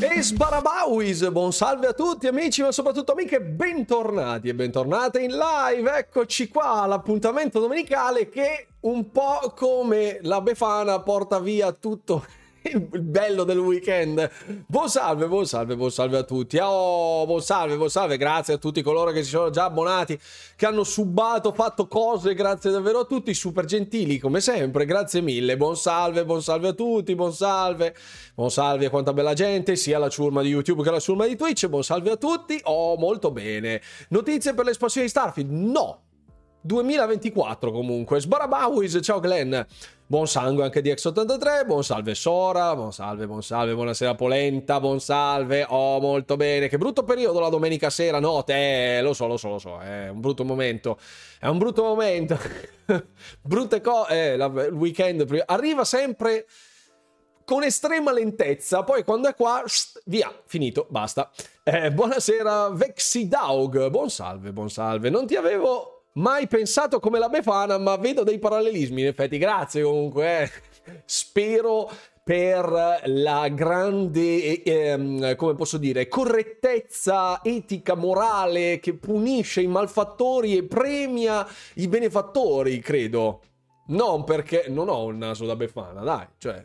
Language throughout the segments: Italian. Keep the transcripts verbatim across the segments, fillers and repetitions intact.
E Sbarabawis, buon salve a tutti amici, ma soprattutto amiche, bentornati e bentornate in live. Eccoci qua all'appuntamento domenicale che un po' come la Befana porta via tutto il bello del weekend. Buon salve, buon salve, buon salve a tutti. Oh, buon salve, buon salve, grazie a tutti coloro che si sono già abbonati, che hanno subato, fatto cose, grazie davvero a tutti, super gentili come sempre, grazie mille. Buon salve, buon salve a tutti, buon salve, buon salve a quanta bella gente, sia la ciurma di YouTube che la ciurma di Twitch, buon salve a tutti. Oh, molto bene. Notizie per l'espansione di Starfield? No. duemilaventiquattro comunque. Sbarabawis, ciao Glenn. Buon sangue anche di X ottantatré, buon salve Sora, buon salve, buon salve, buonasera Polenta, buon salve, oh molto bene, che brutto periodo la domenica sera, notte, eh, lo so, lo so, lo so, è un brutto momento, è un brutto momento, brutte cose, eh, la, il weekend arriva sempre con estrema lentezza, poi quando è qua, via, finito, basta. Eh, buonasera Vexidaug, buon salve, buon salve, non ti avevo mai pensato come la Befana, ma vedo dei parallelismi in effetti, grazie comunque, eh. Spero per la grande, ehm, come posso dire, correttezza etica, morale che punisce i malfattori e premia i benefattori, credo. Non perché non ho un naso da Befana, dai, cioè...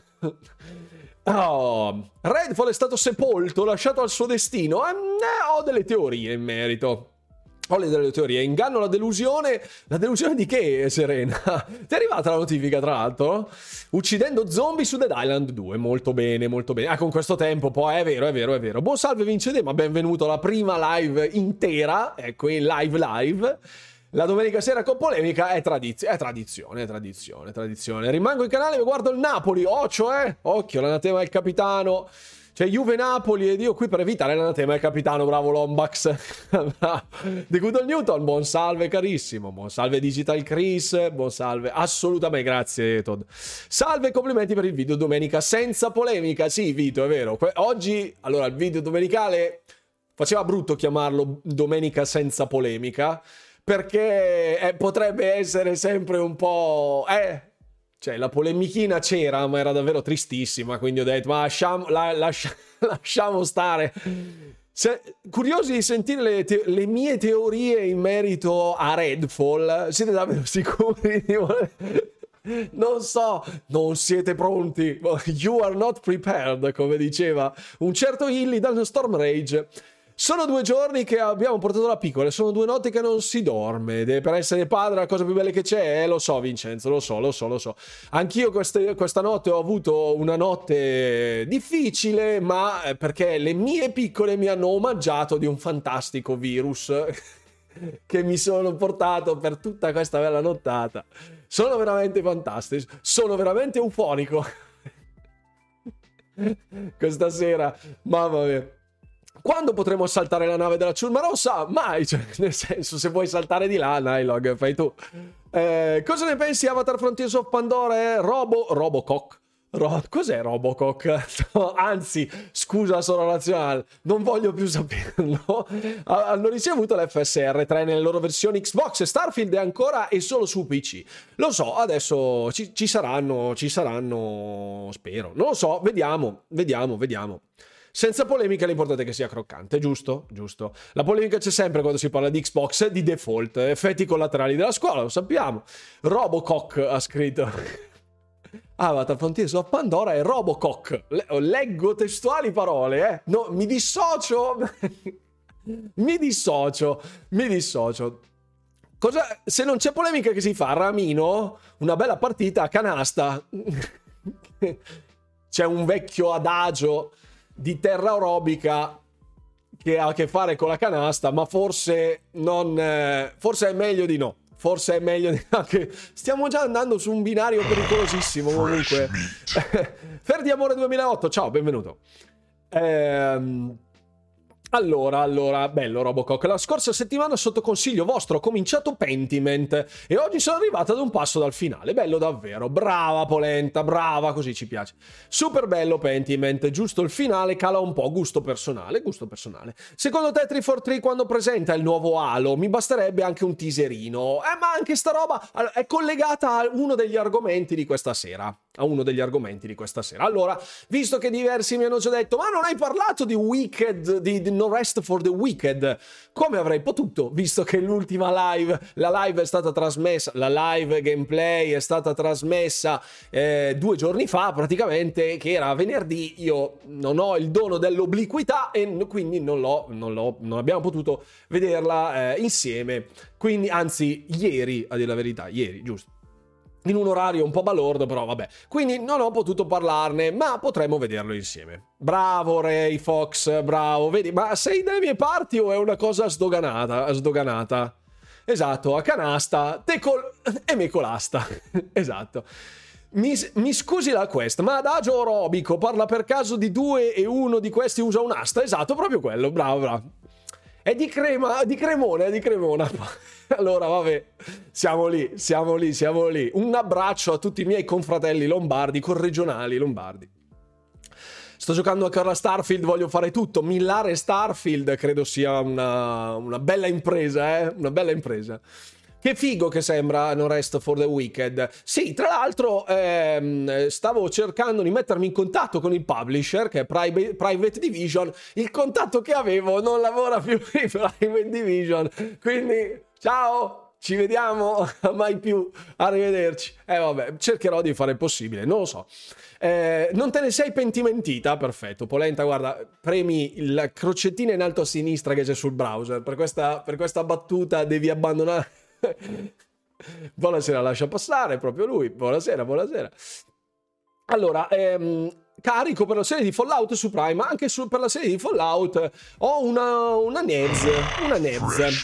Oh, Redfall è stato sepolto, lasciato al suo destino. Eh, ho delle teorie in merito. Ho le delle teorie. Inganno, la delusione. La delusione di che, Serena? Ti è arrivata la notifica, tra l'altro? Uccidendo zombie su Dead Island due. Molto bene, molto bene. Ah, con questo tempo poi, è vero, è vero, è vero. Buon salve Vincede, ma benvenuto alla prima live intera. Ecco, in live live. La domenica sera con polemica è, tradiz- è tradizione, è tradizione, tradizione. Rimango in canale e guardo il Napoli. Occhio, eh! Occhio, l'anatema del capitano. C'è Juve Napoli ed io qui per evitare l'anatema del capitano, bravo Lombax. The Good Old Newton, buon salve carissimo, buon salve Digital Chris, buon salve, assolutamente, grazie Todd. Salve e complimenti per il video domenica senza polemica, sì Vito, è vero. Oggi, allora, il video domenicale faceva brutto chiamarlo domenica senza polemica, perché eh, potrebbe essere sempre un po'... eh... Cioè, la polemichina c'era, ma era davvero tristissima, quindi ho detto, ma lasciamo, la, lascia, lasciamo stare. Se, curiosi di sentire le, te, le mie teorie in merito a Redfall? Siete davvero sicuri di voler... Non so, non siete pronti. You are not prepared, come diceva un certo Illidan Storm Rage. Sono due giorni che abbiamo portato la piccola, sono due notti che non si dorme. Per essere padre la cosa più bella che c'è, eh, lo so Vincenzo, lo so, lo so, lo so. Anch'io queste, questa notte ho avuto una notte difficile, ma perché le mie piccole mi hanno omaggiato di un fantastico virus che mi sono portato per tutta questa bella nottata. Sono veramente fantastici, sono veramente euforico questa sera, mamma mia. Quando potremo saltare la nave della ciurma rossa? Mai, cioè, nel senso, se vuoi saltare di là, Nylog, fai tu. Eh, cosa ne pensi Avatar Frontiers of Pandora? Eh? Robo... Robocock? Ro... Cos'è Robocock? No, anzi, scusa Sora Nazionale, non voglio più saperlo. Hanno ricevuto l'F S R tre nelle loro versioni Xbox e Starfield è ancora e solo su P C. Lo so, adesso ci, ci saranno, ci saranno, spero. Non lo so, vediamo, vediamo, vediamo. Senza polemica l'importante è che sia croccante, giusto? Giusto. La polemica c'è sempre quando si parla di Xbox, di default, effetti collaterali della scuola, lo sappiamo. Robocock ha scritto. Avatar Frontiers of Pandora è Robocock. Leggo testuali parole, eh. No, mi dissocio. mi dissocio. Mi dissocio. Cosa? Se non c'è polemica che si fa? Ramino, una bella partita a canasta. C'è un vecchio adagio di terra aerobica che ha a che fare con la canasta, ma forse non eh, forse è meglio di no, forse è meglio di no, che stiamo già andando su un binario pericolosissimo comunque. Fer di Amore duemilaotto, ciao, benvenuto. ehm Allora, allora, bello Robocock, la scorsa settimana sotto consiglio vostro ho cominciato Pentiment e oggi sono arrivata ad un passo dal finale, bello davvero, brava Polenta, brava, così ci piace. Super bello Pentiment, giusto il finale cala un po', gusto personale, gusto personale. Secondo te tre quattro tre quando presenta il nuovo Halo mi basterebbe anche un teaserino, eh ma anche sta roba è collegata a uno degli argomenti di questa sera, a uno degli argomenti di questa sera. Allora, visto che diversi mi hanno già detto ma non hai parlato di Wicked, di, di No Rest for the Wicked, come avrei potuto, visto che l'ultima live, la live è stata trasmessa, la live gameplay è stata trasmessa eh, due giorni fa praticamente, che era venerdì. Io non ho il dono dell'obliquità e quindi non l'ho, non l'ho, non abbiamo potuto vederla eh, insieme, quindi anzi ieri, a dire la verità, ieri, giusto, in un orario un po' balordo, però vabbè. Quindi non ho potuto parlarne, ma potremo vederlo insieme. Bravo Ray Fox, bravo. Vedi, ma sei dalle mie parti o è una cosa sdoganata? Sdoganata. Esatto, a canasta, te col... e me colasta. Esatto. Mi, mi scusi la quest, ma Adagio Orobico parla per caso di due e uno di questi usa un'asta? Esatto, proprio quello, bravo, bravo. È di crema, di cremone, è di cremona. Allora, vabbè, siamo lì, siamo lì, siamo lì. Un abbraccio a tutti i miei confratelli lombardi, corregionali lombardi. Sto giocando ancora a Starfield, voglio fare tutto. Millare Starfield credo sia una, una bella impresa, eh? Una bella impresa. Che figo che sembra No Rest for the Wicked. Sì, tra l'altro ehm, stavo cercando di mettermi in contatto con il publisher, che è Private, Private Division. Il contatto che avevo non lavora più in Private Division, quindi ciao, ci vediamo, mai più, arrivederci. E eh, vabbè, cercherò di fare il possibile, non lo so. Eh, non te ne sei pentimentita? Perfetto, Polenta, guarda, premi la crocettina in alto a sinistra che c'è sul browser. Per questa, per questa battuta devi abbandonare. Buonasera, lascia passare, proprio lui. Buonasera, buonasera. Allora, ehm, carico per la serie di Fallout su Prime, ma anche su, per la serie di Fallout ho una, una Nez, una Nez.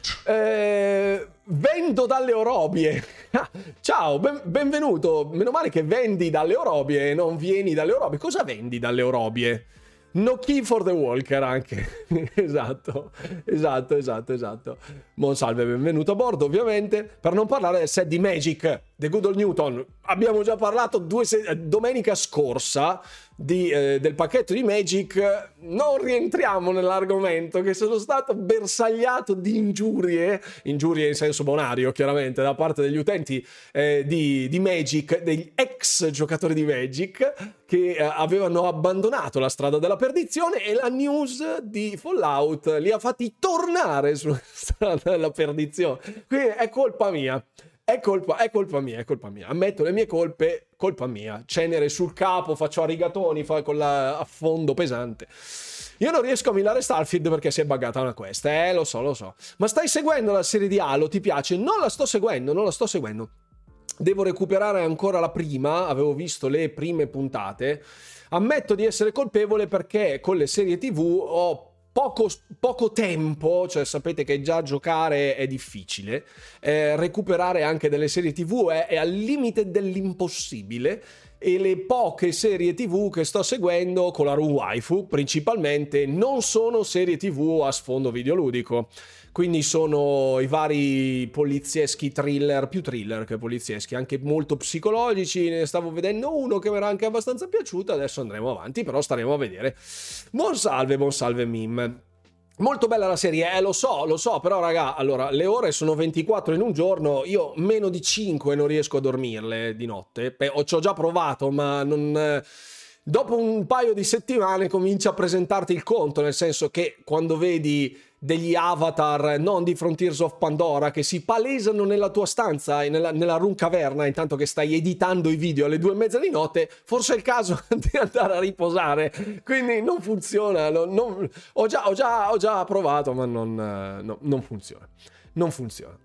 Eh, vendo dalle orobie. Ciao, ben, benvenuto. Meno male che vendi dalle orobie e non vieni dalle orobie. Cosa vendi dalle orobie? No key for the walker anche. Esatto, esatto, esatto, esatto. Buon salve, benvenuto a bordo ovviamente. Per non parlare del set di Magic, The Good Old Newton. Abbiamo già parlato due se- domenica scorsa di, eh, del pacchetto di Magic. Non rientriamo nell'argomento, che sono stato bersagliato di ingiurie, ingiurie in senso bonario chiaramente, da parte degli utenti eh, di, di Magic, degli ex giocatori di Magic, che eh, avevano abbandonato la strada della perdizione, e la news di Fallout li ha fatti tornare sulla strada della perdizione. Quindi è colpa mia. È colpa, è colpa mia, è colpa mia. Ammetto le mie colpe, colpa mia. Cenere sul capo, faccio a rigatoni, fa con l'affondo pesante. Io non riesco a millare Starfield perché si è buggata una quest. Eh, lo so, lo so. Ma stai seguendo la serie di Halo? Ti piace? Non la sto seguendo, non la sto seguendo. Devo recuperare ancora la prima, avevo visto le prime puntate. Ammetto di essere colpevole perché con le serie tivù ho Poco, poco tempo, cioè sapete che già giocare è difficile, eh, recuperare anche delle serie tivù è, è al limite dell'impossibile, e le poche serie tivù che sto seguendo con la Run Waifu principalmente non sono serie tivù a sfondo videoludico, quindi sono i vari polizieschi thriller, più thriller che polizieschi, anche molto psicologici. Ne stavo vedendo uno che mi era anche abbastanza piaciuto, adesso andremo avanti, però staremo a vedere. Buon salve, buon salve Mim. Molto bella la serie, eh, lo so, lo so, però raga, allora, le ore sono ventiquattro in un giorno, io meno di cinque non riesco a dormirle di notte. Beh, ci ho già provato, ma non... Eh, dopo un paio di settimane comincia a presentarti il conto, nel senso che quando vedi degli avatar non di Frontiers of Pandora che si palesano nella tua stanza e nella, nella run caverna intanto che stai editando i video alle due e mezza di notte, forse è il caso di andare a riposare. Quindi non funziona, non, non, ho, già, ho, già, ho già provato, ma non, no, non funziona, non funziona.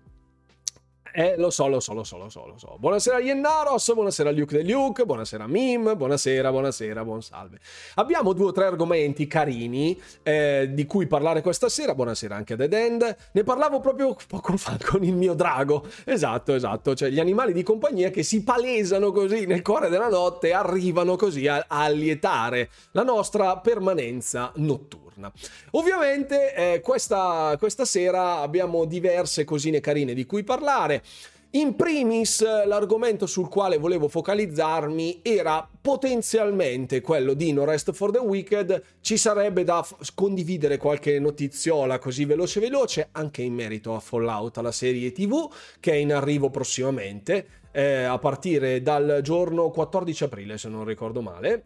Eh, lo so, lo so, lo so, lo so, lo so. Buonasera Yennaros, buonasera Luke de Luke, buonasera Mim, buonasera, buonasera, buon salve. Abbiamo due o tre argomenti carini eh, di cui parlare questa sera. Buonasera anche a Dead End. Ne parlavo proprio poco fa con il mio drago. Esatto, esatto. Cioè gli animali di compagnia che si palesano così nel cuore della notte e arrivano così a, a allietare la nostra permanenza notturna. torna. Ovviamente eh, questa, questa sera abbiamo diverse cosine carine di cui parlare. In primis, l'argomento sul quale volevo focalizzarmi era potenzialmente quello di No Rest for the Wicked. Ci sarebbe da f- condividere qualche notiziola così veloce veloce anche in merito a Fallout, alla serie tivù che è in arrivo prossimamente, eh, a partire dal giorno quattordici aprile, se non ricordo male.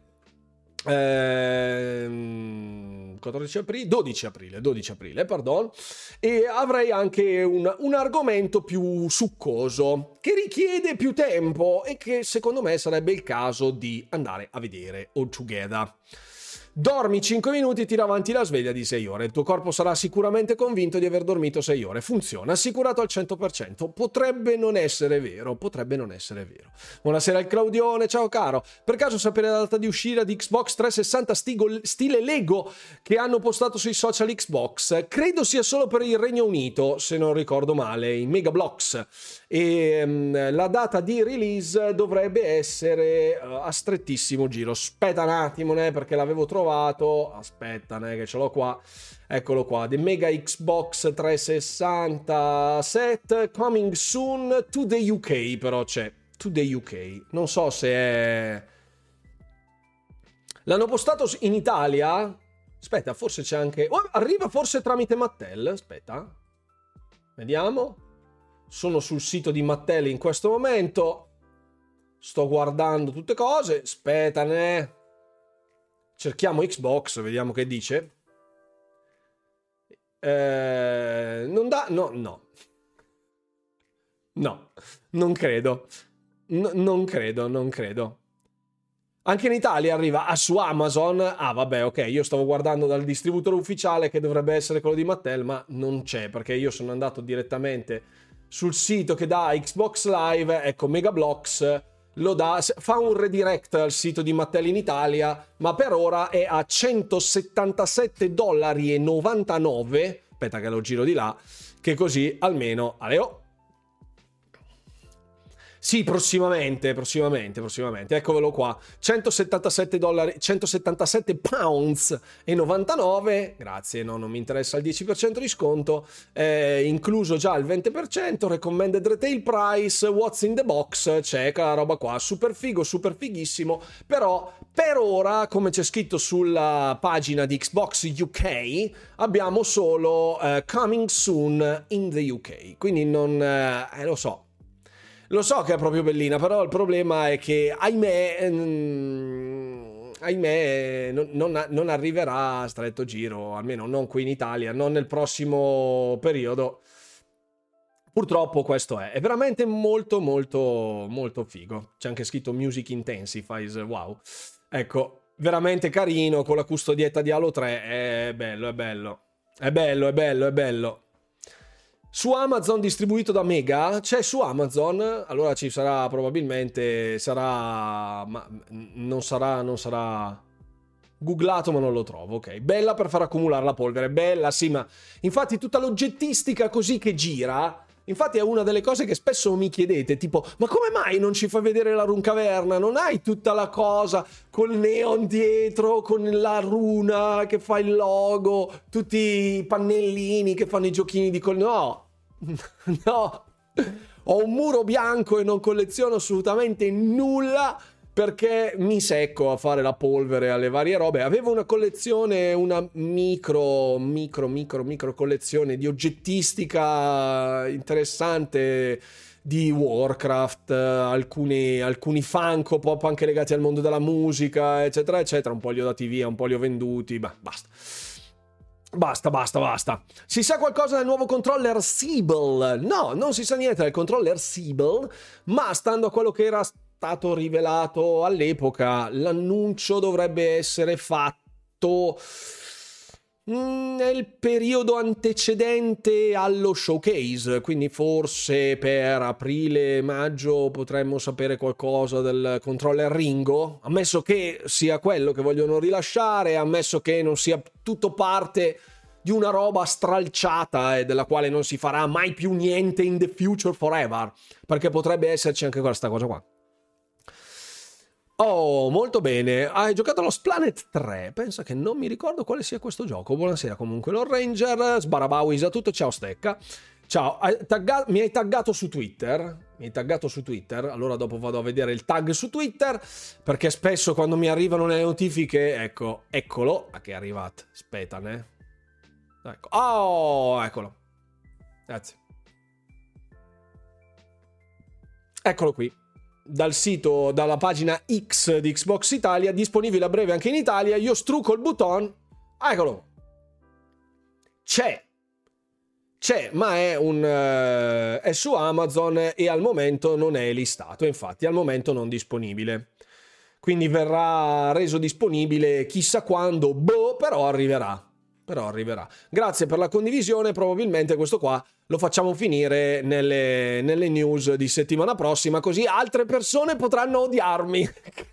Ehm, quattordici aprile, dodici aprile, dodici aprile, pardon. E avrei anche un, un argomento più succoso che richiede più tempo e che secondo me sarebbe il caso di andare a vedere all together. Dormi cinque minuti, tira avanti la sveglia di sei ore. Il tuo corpo sarà sicuramente convinto di aver dormito sei ore. Funziona, assicurato al cento per cento. Potrebbe non essere vero, potrebbe non essere vero. Buonasera al Claudione, ciao caro. Per caso sapere la data di uscita di Xbox trecentosessanta stigo, stile Lego che hanno postato sui social Xbox? Credo sia solo per il Regno Unito, se non ricordo male, in Mega Bloks. E um, la data di release dovrebbe essere uh, a strettissimo giro. Aspetta un attimo, né, perché l'avevo trovato. Aspetta, né, che ce l'ho qua. Eccolo qua. The Mega Xbox trecentosessanta set coming soon to the U K. Però c'è to the U K. Non so se è. L'hanno postato in Italia. Aspetta, forse c'è anche. Oh, arriva forse tramite Mattel. Aspetta, vediamo. Sono sul sito di Mattel in questo momento. Sto guardando tutte cose. Aspetta, ne. Cerchiamo Xbox, vediamo che dice. Eh, non dà. No, no. No, non credo. No, non credo, non credo. Anche in Italia arriva ah, su Amazon. Ah, vabbè, ok. Io stavo guardando dal distributore ufficiale che dovrebbe essere quello di Mattel, ma non c'è perché io sono andato direttamente sul sito che dà Xbox Live, ecco, Mega Bloks lo dà, fa un redirect al sito di Mattel in Italia, ma per ora è a centosettantasette dollari e novantanove. Aspetta che lo giro di là, che così almeno aleo. Sì, prossimamente, prossimamente, prossimamente. Eccolo qua. centosettantasette dollari, centosettantasette pounds e novantanove. Grazie, no, non mi interessa il dieci per cento di sconto. Eh, incluso già il venti per cento. Recommended retail price. What's in the box? C'è quella roba qua. Super figo, super fighissimo. Però, per ora, come c'è scritto sulla pagina di Xbox U K, abbiamo solo uh, coming soon in the U K. Quindi non... Uh, eh, lo so. Lo so che è proprio bellina, però il problema è che, ahimè, mm, ahimè non, non, non arriverà a stretto giro, almeno non qui in Italia, non nel prossimo periodo. Purtroppo questo è. È veramente molto, molto, molto figo. C'è anche scritto Music Intensifies, wow. Ecco, veramente carino, con la custodietta di Halo tre, è bello, è bello. È bello, è bello, è bello. Su Amazon distribuito da Mega, c'è su Amazon, allora ci sarà probabilmente, sarà, ma non sarà, non sarà googlato ma non lo trovo, ok. Bella per far accumulare la polvere, bella sì, ma infatti tutta l'oggettistica così che gira, infatti è una delle cose che spesso mi chiedete, tipo, ma come mai non ci fai vedere la runcaverna? Non hai tutta la cosa col neon dietro, con la runa che fa il logo, tutti i pannellini che fanno i giochini di col... No! No, ho un muro bianco e non colleziono assolutamente nulla perché mi secco a fare la polvere alle varie robe. Avevo una collezione, una micro, micro, micro, micro collezione di oggettistica interessante di Warcraft, alcuni, alcuni Funko Pop anche legati al mondo della musica, eccetera, eccetera. Un po' li ho dati via, un po' li ho venduti, ma basta. Basta, basta, basta. Si sa qualcosa del nuovo controller Sable? No, non si sa niente del controller Sable, ma stando a quello che era stato rivelato all'epoca, l'annuncio dovrebbe essere fatto nel periodo antecedente allo showcase, quindi forse per aprile-maggio potremmo sapere qualcosa del controller Ringo, ammesso che sia quello che vogliono rilasciare, ammesso che non sia tutto parte di una roba stralciata e della quale non si farà mai più niente in the future forever, perché potrebbe esserci anche questa cosa qua. Oh, molto bene. Hai giocato allo Splanet tre? Pensa che non mi ricordo quale sia questo gioco. Buonasera comunque, Lord Ranger, Sbarabawisa, tutto, ciao Stecca. Ciao, hai tagga- mi hai taggato su Twitter? Mi hai taggato su Twitter? Allora dopo vado a vedere il tag su Twitter, perché spesso quando mi arrivano le notifiche, ecco, eccolo, a che è arrivato. Aspetta, ne? Ecco. Oh, eccolo. Grazie. Eccolo qui. Dal sito, dalla pagina X di Xbox Italia, disponibile a breve anche in Italia. Io strucco il button, eccolo, c'è, c'è, ma è un uh, è su Amazon e al momento non è listato, infatti al momento non disponibile, quindi verrà reso disponibile chissà quando, boh, però arriverà. Però arriverà. Grazie per la condivisione, probabilmente questo qua lo facciamo finire nelle, nelle news di settimana prossima, così altre persone potranno odiarmi.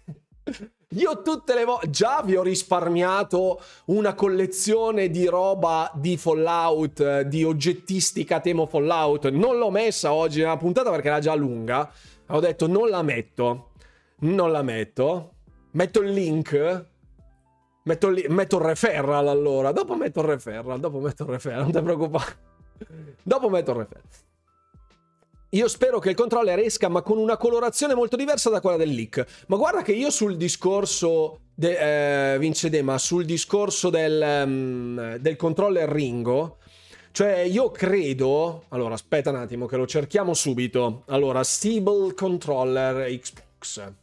Io tutte le volte già vi ho risparmiato una collezione di roba di Fallout, di oggettistica temo Fallout. Non l'ho messa oggi nella puntata perché era già lunga. Ho detto non la metto. Non la metto. Metto il link. Metto, lì, metto il referral allora. Dopo metto il referral. Dopo metto il referral. Non ti preoccupare. Dopo metto il referral. Io spero che il controller esca, ma con una colorazione molto diversa da quella del leak. Ma guarda che io sul discorso. De, eh, Vince Dema, sul discorso del, um, del controller Ringo. Cioè, io credo. Allora, aspetta un attimo, che lo cerchiamo subito. Allora, Stable Controller Xbox.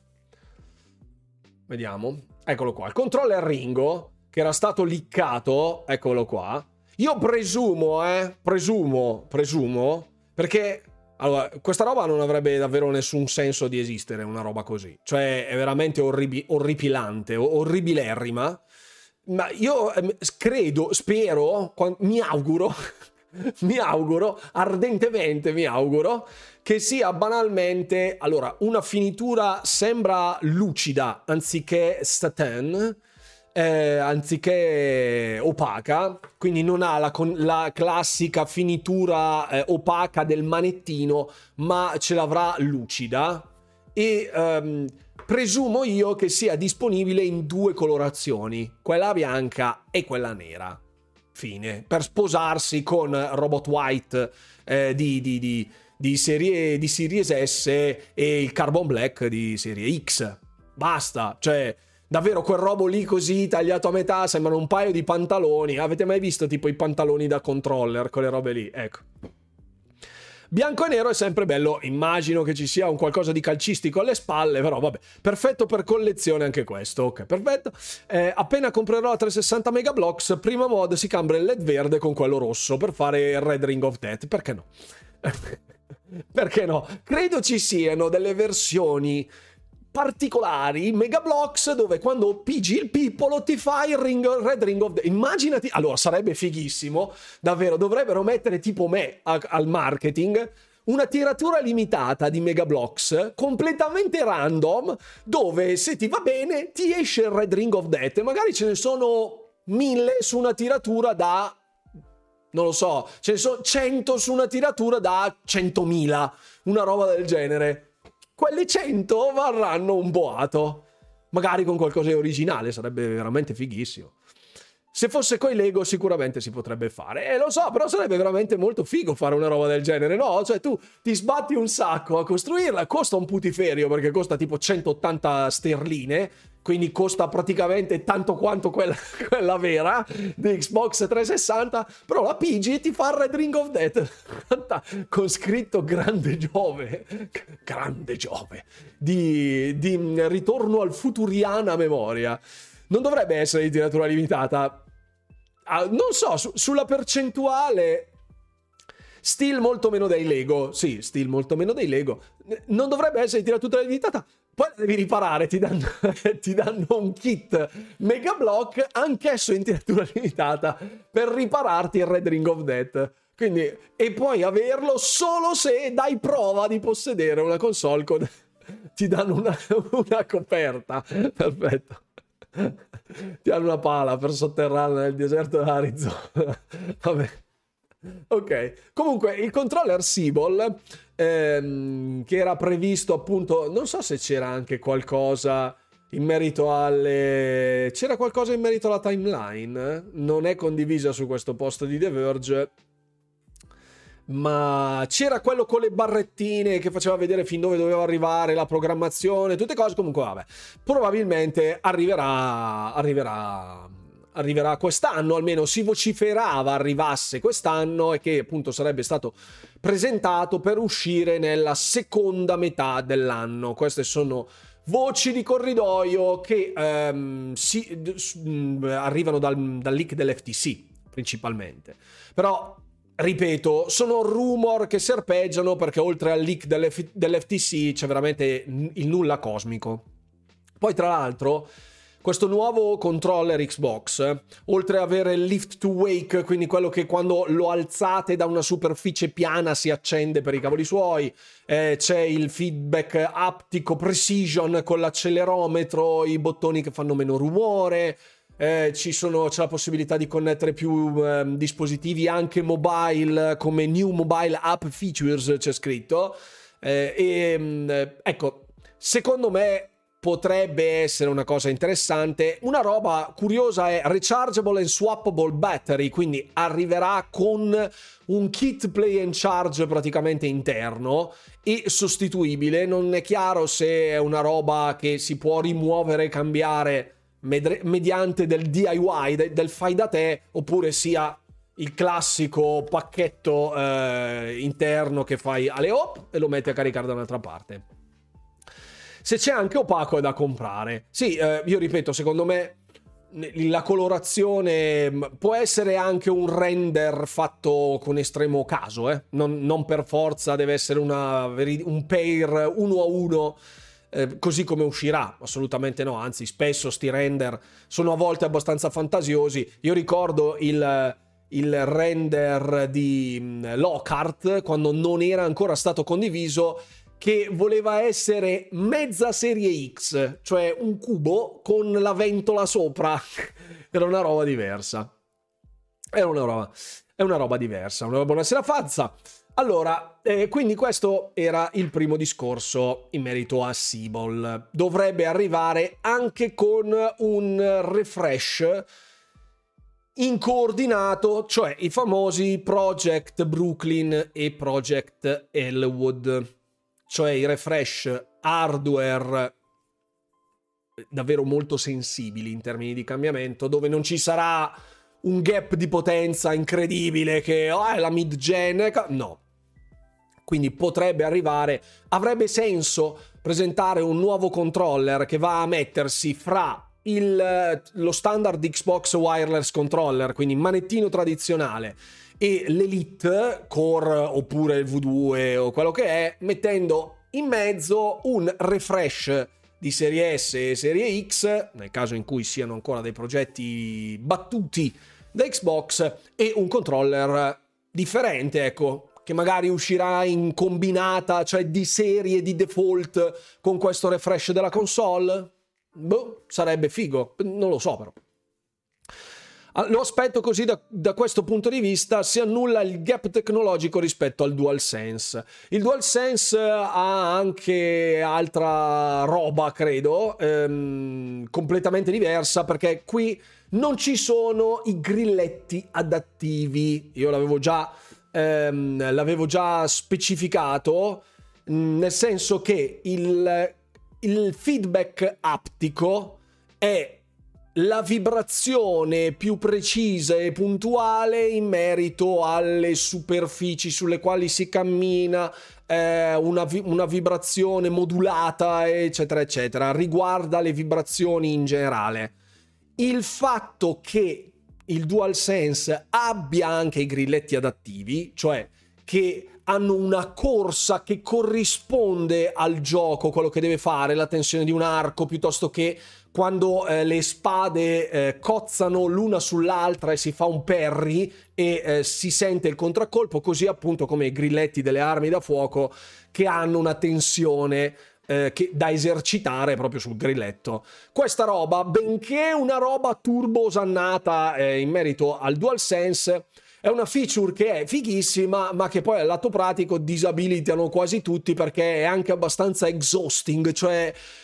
Vediamo. Eccolo qua, il controller Ringo, che era stato liccato, eccolo qua. Io presumo, eh, presumo, presumo, perché allora, questa roba non avrebbe davvero nessun senso di esistere, una roba così. Cioè, è veramente orribi- orripilante, orribilerrima. Ma io eh, credo, spero, mi auguro, mi auguro, ardentemente mi auguro, che sia banalmente, allora, una finitura sembra lucida anziché satin, eh, anziché opaca, quindi non ha la, la classica finitura eh, opaca del manettino, ma ce l'avrà lucida e ehm, presumo io che sia disponibile in due colorazioni, quella bianca e quella nera. Fine, per sposarsi con Robot White eh, di, di, di, di, serie, di Series S e il Carbon Black di serie X. Basta, cioè davvero quel robo lì così tagliato a metà sembrano un paio di pantaloni. Avete mai visto tipo i pantaloni da controller, quelle robe lì? Ecco. Bianco e nero è sempre bello, immagino che ci sia un qualcosa di calcistico alle spalle, però vabbè, perfetto per collezione anche questo, ok, perfetto. Eh, appena comprerò la trecentosessanta Megablocks, prima mod si cambia il L E D verde con quello rosso per fare il Red Ring of Death, perché no? Perché no? Credo ci siano delle versioni particolari Megablocks dove quando pigi il pippolo ti fai il ring, Red Ring of Death. Immaginati, allora sarebbe fighissimo, davvero, dovrebbero mettere tipo me a, al marketing una tiratura limitata di Megablocks completamente random dove se ti va bene ti esce il Red Ring of Death e magari ce ne sono mille su una tiratura da non lo so, ce ne sono cento su una tiratura da centomila, una roba del genere. Quelle cento varranno un boato, magari con qualcosa di originale, sarebbe veramente fighissimo. Se fosse coi Lego sicuramente si potrebbe fare, e eh, lo so, però sarebbe veramente molto figo fare una roba del genere, no? Cioè tu ti sbatti un sacco a costruirla, costa un putiferio perché costa tipo centottanta sterline, quindi costa praticamente tanto quanto quella, quella vera di Xbox trecentosessanta, però la pigi e ti fa il Red Ring of Death con scritto grande Giove, grande Giove, di, di ritorno al futuriana memoria. Non dovrebbe essere di tiratura limitata. Ah, non so, su, sulla percentuale still molto meno dei Lego. Sì, still molto meno dei Lego. Non dovrebbe essere di tiratura limitata. Poi la devi riparare, ti danno, ti danno un kit Megablock anch'esso in tiratura limitata per ripararti il Red Ring of Death. Quindi, e puoi averlo solo se dai prova di possedere una console con... ti danno una, una coperta. Perfetto. Ti hanno una pala per sotterrarla nel deserto dell'Arizona. Vabbè. Ok, comunque il controller Seeble ehm, che era previsto appunto, non so se c'era anche qualcosa in merito alle... C'era qualcosa in merito alla timeline? Non è condivisa su questo post di The Verge, ma c'era quello con le barrettine che faceva vedere fin dove doveva arrivare la programmazione, tutte cose. Comunque vabbè, probabilmente arriverà arriverà arriverà quest'anno, almeno si vociferava arrivasse quest'anno, e che appunto sarebbe stato presentato per uscire nella seconda metà dell'anno. Queste sono voci di corridoio che ehm, si, d- arrivano dal, dal leak dell'F T C principalmente, però ripeto, sono rumor che serpeggiano, perché oltre al leak dell'F- dell'F T C c'è veramente il nulla cosmico. Poi tra l'altro questo nuovo controller Xbox, oltre ad avere il lift to wake, quindi quello che quando lo alzate da una superficie piana si accende per i cavoli suoi, eh, c'è il feedback aptico precision con l'accelerometro, i bottoni che fanno meno rumore, eh, ci sono, c'è la possibilità di connettere più eh, dispositivi anche mobile, come new mobile app features c'è scritto, eh, e ecco, secondo me potrebbe essere una cosa interessante. Una roba curiosa è rechargeable and swappable battery, quindi arriverà con un kit play and charge praticamente interno e sostituibile. Non è chiaro se è una roba che si può rimuovere e cambiare med- mediante del D I Y, de- del fai da te, oppure sia il classico pacchetto eh, interno che fai alle hop e lo metti a caricare da un'altra parte. Se c'è anche opaco è da comprare. Sì, eh, io ripeto, secondo me la colorazione può essere anche un render fatto con estremo caso, eh? non, non per forza deve essere una, un pair uno a uno, eh, così come uscirà, assolutamente no, anzi spesso sti render sono a volte abbastanza fantasiosi. Io ricordo il, il render di Lockhart, quando non era ancora stato condiviso, che voleva essere mezza serie X, cioè un cubo con la ventola sopra. Era una roba diversa. Era una roba, è una roba diversa. Una buonasera Fazza. Allora, eh, quindi questo era il primo discorso in merito a Seeble. Dovrebbe arrivare anche con un refresh incoordinato, cioè i famosi Project Brooklyn e Project Elwood, cioè i refresh hardware davvero molto sensibili in termini di cambiamento, dove non ci sarà un gap di potenza incredibile che oh, è la mid-gen, no. Quindi potrebbe arrivare, avrebbe senso presentare un nuovo controller che va a mettersi fra il, lo standard Xbox wireless controller, quindi manettino tradizionale, e l'Elite Core oppure il V due o quello che è, mettendo in mezzo un refresh di serie S e serie X, nel caso in cui siano ancora dei progetti battuti da Xbox, e un controller differente, ecco, che magari uscirà in combinata, cioè di serie, di default, con questo refresh della console. Boh, sarebbe figo, non lo so però. Lo aspetto così da, da questo punto di vista. Si annulla il gap tecnologico rispetto al DualSense. Il DualSense ha anche altra roba, credo, ehm, completamente diversa, perché qui non ci sono i grilletti adattivi. Io l'avevo già, ehm, l'avevo già specificato, nel senso che il, il feedback aptico è la vibrazione più precisa e puntuale in merito alle superfici sulle quali si cammina, eh, una, vi- una vibrazione modulata, eccetera, eccetera. Riguarda le vibrazioni in generale. Il fatto che il DualSense abbia anche i grilletti adattivi, cioè che hanno una corsa che corrisponde al gioco, quello che deve fare, la tensione di un arco, piuttosto che quando eh, le spade eh, cozzano l'una sull'altra e si fa un parry e eh, si sente il contraccolpo, così appunto come i grilletti delle armi da fuoco che hanno una tensione eh, che, da esercitare proprio sul grilletto. Questa roba, benché una roba turbo osannata eh, in merito al DualSense, è una feature che è fighissima, ma che poi al lato pratico disabilitano quasi tutti, perché è anche abbastanza exhausting, cioè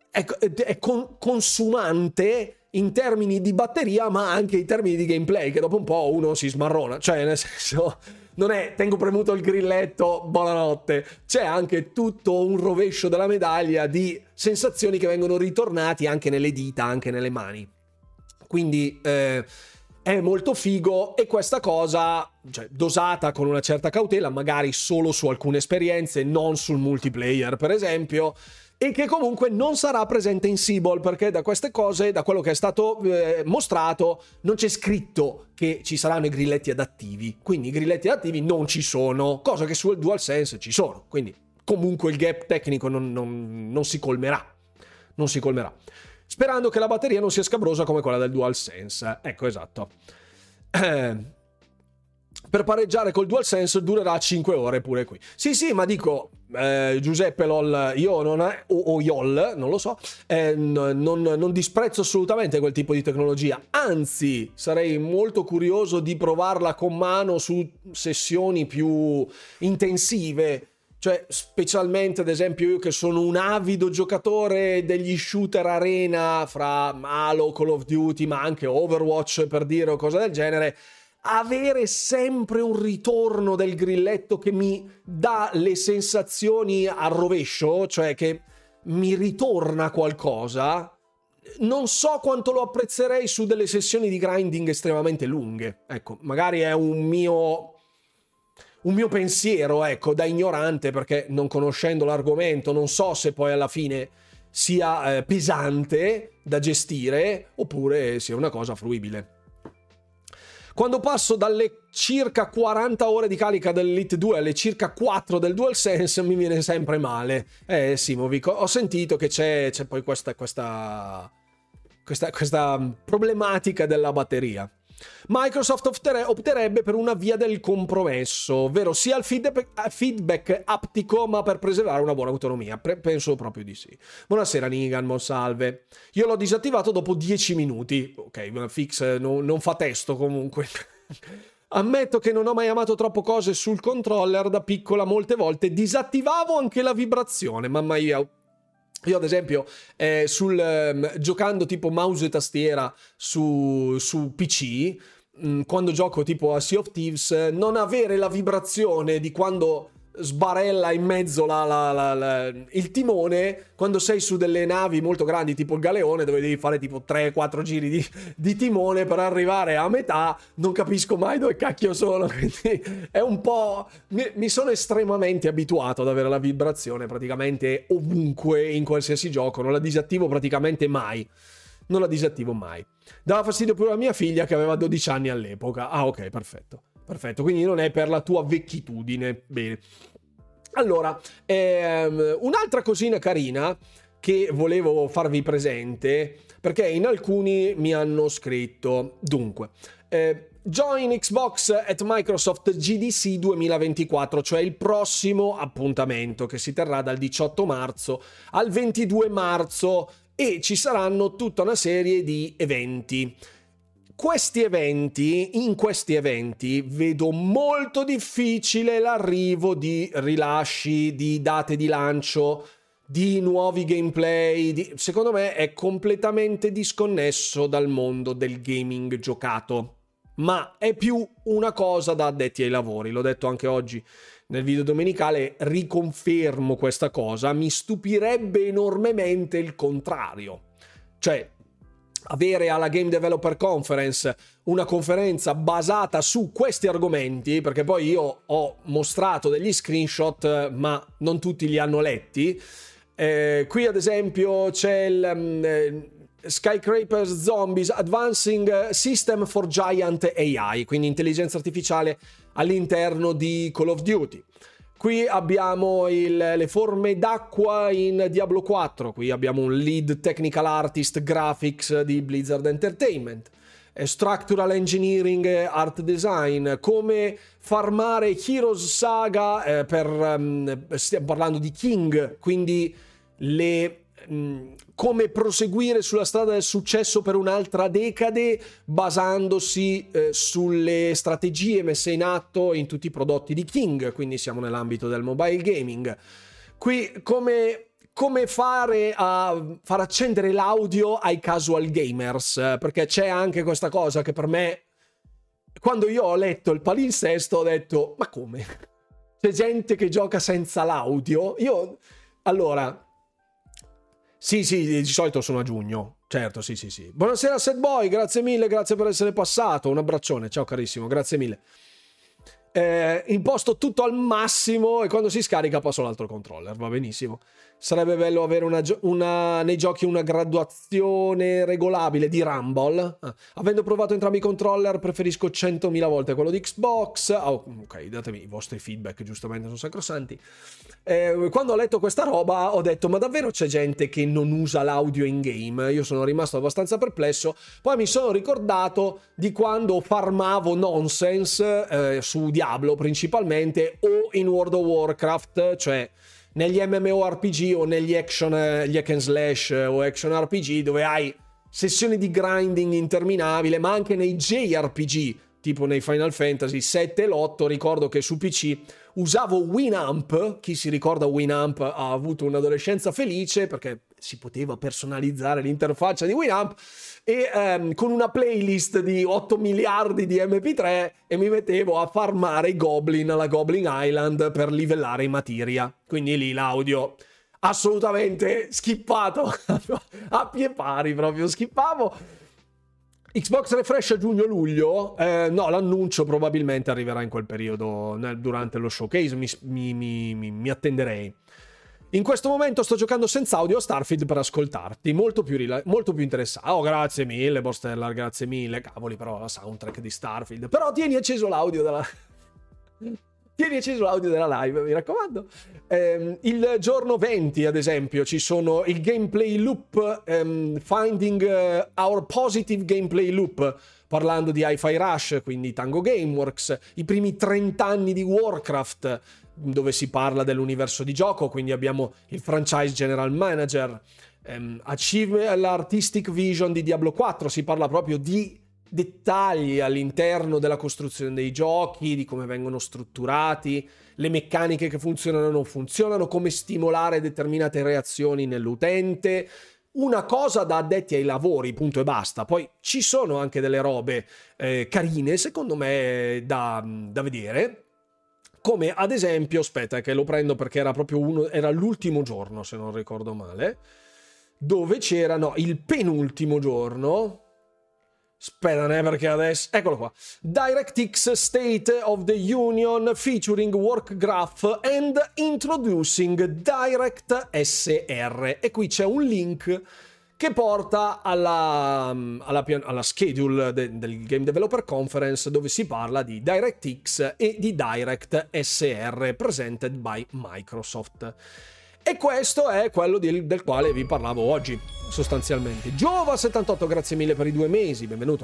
è, è con, consumante in termini di batteria, ma anche in termini di gameplay, che dopo un po' uno si smarrona, cioè nel senso non è tengo premuto il grilletto, buonanotte, c'è anche tutto un rovescio della medaglia di sensazioni che vengono ritornati anche nelle dita, anche nelle mani, quindi eh, è molto figo. E questa cosa, cioè, dosata con una certa cautela, magari solo su alcune esperienze, non sul multiplayer per esempio, e che comunque non sarà presente in Seaball, perché da queste cose, da quello che è stato eh, mostrato, non c'è scritto che ci saranno i grilletti adattivi, quindi i grilletti adattivi non ci sono, cosa che sul DualSense ci sono, quindi comunque il gap tecnico non, non, non si colmerà, non si colmerà, sperando che la batteria non sia scabrosa come quella del DualSense, ecco, esatto. Eh, per pareggiare col DualSense durerà cinque ore pure qui. Sì, sì, ma dico, eh, Giuseppe LOL, io non è, o, o YOL, non lo so, eh, non, non disprezzo assolutamente quel tipo di tecnologia, anzi sarei molto curioso di provarla con mano su sessioni più intensive, cioè specialmente ad esempio io che sono un avido giocatore degli shooter arena fra Halo, Call of Duty, ma anche Overwatch per dire o cose del genere, avere sempre un ritorno del grilletto che mi dà le sensazioni al rovescio, cioè che mi ritorna qualcosa, non so quanto lo apprezzerei su delle sessioni di grinding estremamente lunghe. Ecco, magari è un mio un mio pensiero, ecco, da ignorante, perché non conoscendo l'argomento non so se poi alla fine sia eh, pesante da gestire oppure sia una cosa fruibile. Quando passo dalle circa quaranta ore di carica dell'Elite due alle circa quattro del DualSense mi viene sempre male. Eh sì, Movico, ho sentito che c'è, c'è poi questa, questa, questa, questa problematica della batteria. Microsoft opterebbe per una via del compromesso, ovvero sia il feedback, feedback aptico, ma per preservare una buona autonomia. Pre- penso proprio di sì. Buonasera Nigan, buon salve. Io l'ho disattivato dopo dieci minuti. Ok, fix no, non fa testo comunque. Ammetto che non ho mai amato troppo cose sul controller. Da piccola molte volte disattivavo anche la vibrazione. Mamma mia. Io ad esempio eh, sul, eh, giocando tipo mouse e tastiera su, su P C, mh, quando gioco tipo a Sea of Thieves, non avere la vibrazione di quando sbarella in mezzo la, la, la, la, il timone, quando sei su delle navi molto grandi tipo il galeone dove devi fare tipo tre quattro giri di, di timone per arrivare a metà, non capisco mai dove cacchio sono, quindi è un po'... mi, mi sono estremamente abituato ad avere la vibrazione praticamente ovunque in qualsiasi gioco, non la disattivo praticamente mai, non la disattivo mai. Dava fastidio pure a mia figlia che aveva dodici anni all'epoca. Ah, ok, perfetto. Perfetto, quindi non è per la tua vecchitudine. Bene. Allora, ehm, un'altra cosina carina che volevo farvi presente, perché in alcuni mi hanno scritto, dunque, eh, Join Xbox at Microsoft G D C duemilaventiquattro, cioè il prossimo appuntamento che si terrà dal diciotto marzo al ventidue marzo e ci saranno tutta una serie di eventi. Questi eventi, in questi eventi vedo molto difficile l'arrivo di rilasci, di date di lancio, di nuovi gameplay, di... secondo me è completamente disconnesso dal mondo del gaming giocato, ma è più una cosa da addetti ai lavori, l'ho detto anche oggi nel video domenicale, riconfermo questa cosa, mi stupirebbe enormemente il contrario, cioè avere alla Game Developer Conference una conferenza basata su questi argomenti, perché poi io ho mostrato degli screenshot ma non tutti li hanno letti. Eh, qui ad esempio c'è il um, eh, Skyscrapers Zombies Advancing System for Giant A I, quindi intelligenza artificiale all'interno di Call of Duty. Qui abbiamo il, le forme d'acqua in Diablo quattro, qui abbiamo un lead technical artist graphics di Blizzard Entertainment, structural engineering, art design, come farmare Heroes Saga, eh, per, um, stiamo parlando di King, quindi le... Um, come proseguire sulla strada del successo per un'altra decade basandosi eh, sulle strategie messe in atto in tutti i prodotti di King, quindi siamo nell'ambito del mobile gaming. Qui come come fare a far accendere l'audio ai casual gamers, perché c'è anche questa cosa che per me, quando io ho letto il palinsesto, ho detto, ma come? C'è gente che gioca senza l'audio? Io, allora, sì, sì, di solito sono a giugno. Certo, sì, sì, sì. Buonasera Sad Boy, grazie mille, grazie per essere passato. Un abbraccione, ciao carissimo, grazie mille. Eh, imposto tutto al massimo e quando si scarica passo all'altro controller, va benissimo. Sarebbe bello avere una, una, nei giochi una graduazione regolabile di rumble. Ah, avendo provato entrambi i controller preferisco centomila volte quello di Xbox. Oh, ok, datemi i vostri feedback, giustamente sono sacrosanti. Eh, quando ho letto questa roba ho detto, ma davvero c'è gente che non usa l'audio in game? Io sono rimasto abbastanza perplesso. Poi mi sono ricordato di quando farmavo nonsense eh, su Diablo principalmente, o in World of Warcraft, cioè negli MMORPG o negli action, gli hack and slash o action R P G, dove hai sessioni di grinding interminabile, ma anche nei J R P G, tipo nei Final Fantasy sette e l'otto. Ricordo che su P C usavo Winamp. Chi si ricorda Winamp ha avuto un'adolescenza felice, perché si poteva personalizzare l'interfaccia di Winamp, e ehm, con una playlist di otto miliardi di M P tre, e mi mettevo a farmare i goblin alla Goblin Island per livellare in materia. Quindi lì l'audio assolutamente skippato a pie pari, proprio skippavo. Xbox Refresh a giugno-luglio, eh, no, l'annuncio probabilmente arriverà in quel periodo, nel, durante lo showcase, mi, mi, mi, mi attenderei. In questo momento sto giocando senza audio a Starfield per ascoltarti, molto più, rila- molto più interessato. Oh, grazie mille, Bostellar, grazie mille. Cavoli, però la soundtrack di Starfield. Però tieni acceso l'audio della... tieni acceso l'audio della live, mi raccomando. Eh, il giorno venti, ad esempio, ci sono il gameplay loop, um, Finding uh, Our Positive Gameplay Loop, parlando di Hi-Fi Rush, quindi Tango Gameworks, i primi trenta anni di Warcraft, dove si parla dell'universo di gioco, quindi abbiamo il franchise general manager, um, Achieve l'Artistic Vision di Diablo quattro, si parla proprio di dettagli all'interno della costruzione dei giochi, di come vengono strutturati, le meccaniche che funzionano o non funzionano, come stimolare determinate reazioni nell'utente. Una cosa da addetti ai lavori, punto e basta. Poi ci sono anche delle robe eh, carine, secondo me, da, da vedere. Come ad esempio, aspetta che lo prendo perché era proprio uno, era l'ultimo giorno, se non ricordo male, dove c'era, no, il penultimo giorno. Aspetta, né, perché adesso... Eccolo qua. DirectX State of the Union featuring Work Graph and introducing Direct S R. E qui c'è un link che porta alla, alla, alla schedule de, del Game Developer Conference, dove si parla di DirectX e di Direct S R presented by Microsoft. E questo è quello di, del quale vi parlavo oggi, sostanzialmente. Giova settantotto, grazie mille per i due mesi, benvenuto.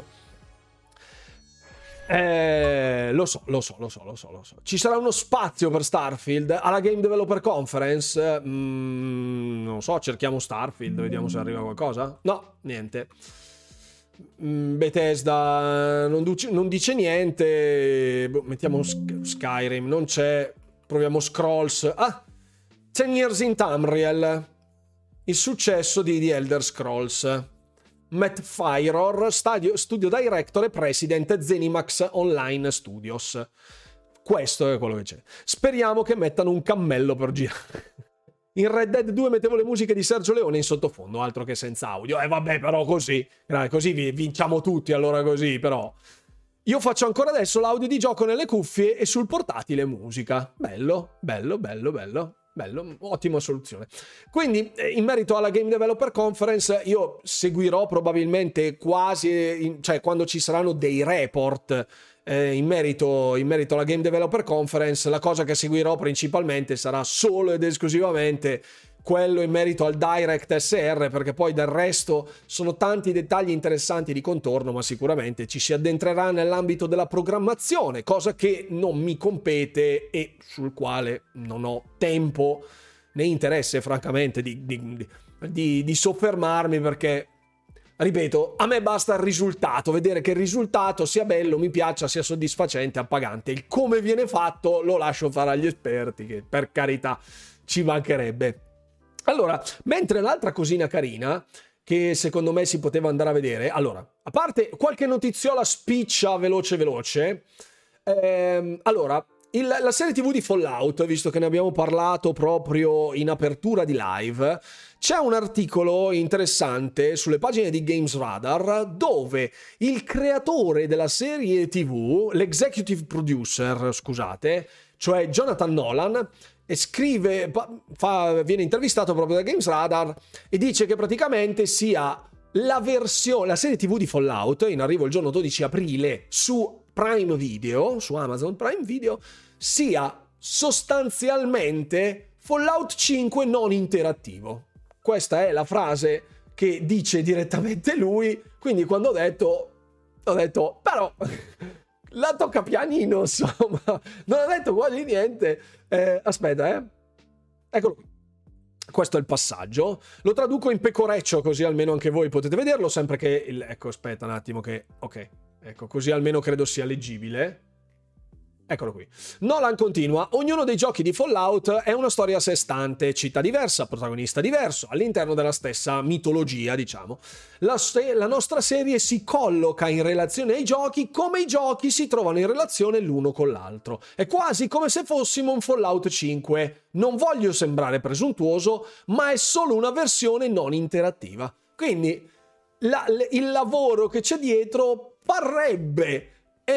Eh, lo so, lo so, lo so, lo so, lo so. Ci sarà uno spazio per Starfield alla Game Developer Conference? Mm, non so, cerchiamo Starfield, vediamo se arriva qualcosa. No, niente. Mm, Bethesda non, duce, non dice niente. Mettiamo Skyrim, non c'è. Proviamo Scrolls. Ah! Ten Years in Tamriel, il successo di The Elder Scrolls. Matt Firor, stadio, studio director e president Zenimax Online Studios. Questo è quello che c'è. Speriamo che mettano un cammello per girare. In Red Dead due mettevo le musiche di Sergio Leone in sottofondo, altro che senza audio. E eh, vabbè, però così, così vinciamo tutti, allora così, però... Io faccio ancora adesso l'audio di gioco nelle cuffie e sul portatile musica. Bello, bello, bello, bello. Bello, ottima soluzione. Quindi, in merito alla Game Developer Conference, io seguirò probabilmente quasi, cioè quando ci saranno dei report eh, in, merito, in merito alla Game Developer Conference, la cosa che seguirò principalmente sarà solo ed esclusivamente quello in merito al Direct S R, perché poi del resto sono tanti dettagli interessanti di contorno, ma sicuramente ci si addentrerà nell'ambito della programmazione, cosa che non mi compete e sul quale non ho tempo né interesse, francamente, di, di, di, di soffermarmi, perché, ripeto, a me basta il risultato, vedere che il risultato sia bello, mi piaccia, sia soddisfacente, appagante. Il come viene fatto lo lascio fare agli esperti, che per carità ci mancherebbe. Allora, mentre l'altra cosina carina, che secondo me si poteva andare a vedere, allora, a parte qualche notiziola spiccia veloce veloce, ehm, allora, il, la serie tivù di Fallout, visto che ne abbiamo parlato proprio in apertura di live, c'è un articolo interessante sulle pagine di Games Radar dove il creatore della serie tivù, l'executive producer, scusate, cioè Jonathan Nolan, e scrive, fa, viene intervistato proprio da Games Radar e dice che praticamente sia la versione, la serie tivù di Fallout, in arrivo il giorno dodici aprile su Prime Video, su Amazon Prime Video, sia sostanzialmente Fallout cinque non interattivo. Questa è la frase che dice direttamente lui, quindi quando ho detto, ho detto, però la tocca pianino, insomma, non ha detto quasi niente. Eh, aspetta, eh. Eccolo qui. Questo è il passaggio. Lo traduco in pecoreccio, così almeno anche voi potete vederlo, sempre che... Il... Ecco, aspetta un attimo che... Ok, ecco, così almeno credo sia leggibile. Eccolo qui. Nolan continua: ognuno dei giochi di Fallout è una storia a sé stante, città diversa, protagonista diverso, all'interno della stessa mitologia, diciamo. La, la nostra serie si colloca in relazione ai giochi come i giochi si trovano in relazione l'uno con l'altro. È quasi come se fossimo un Fallout cinque. Non voglio sembrare presuntuoso, ma è solo una versione non interattiva. Quindi la, il lavoro che c'è dietro parrebbe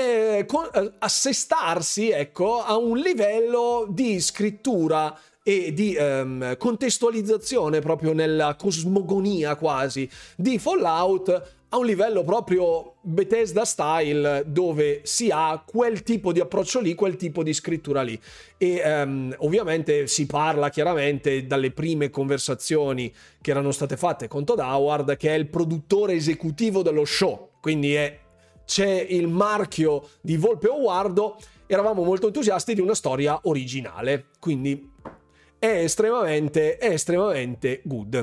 E con, assestarsi, ecco, a un livello di scrittura e di um, contestualizzazione proprio nella cosmogonia quasi di Fallout, a un livello proprio Bethesda style, dove si ha quel tipo di approccio lì, quel tipo di scrittura lì. E um, ovviamente si parla chiaramente dalle prime conversazioni che erano state fatte con Todd Howard, che è il produttore esecutivo dello show, quindi è c'è il marchio di Volpe Oguardo, eravamo molto entusiasti di una storia originale, quindi è estremamente, è estremamente good.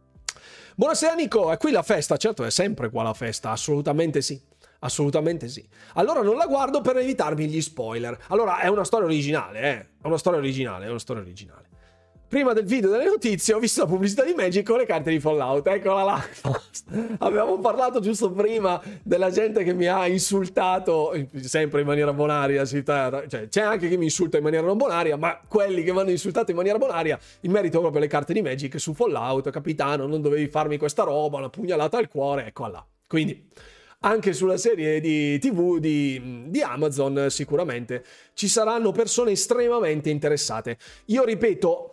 Buonasera Nico, è qui la festa? Certo, è sempre qua la festa, assolutamente sì, assolutamente sì. Allora non la guardo per evitarmi gli spoiler. Allora è una storia originale, eh? È una storia originale, è una storia originale. Prima del video delle notizie ho visto la pubblicità di Magic con le carte di Fallout, eccola là. Avevamo parlato giusto prima della gente che mi ha insultato, sempre in maniera bonaria, cioè c'è anche chi mi insulta in maniera non bonaria, ma quelli che mi hanno insultato in maniera bonaria in merito proprio alle carte di Magic su Fallout: capitano, non dovevi farmi questa roba, una pugnalata al cuore, ecco là. Quindi anche sulla serie di tivù di, di Amazon sicuramente ci saranno persone estremamente interessate. Io ripeto,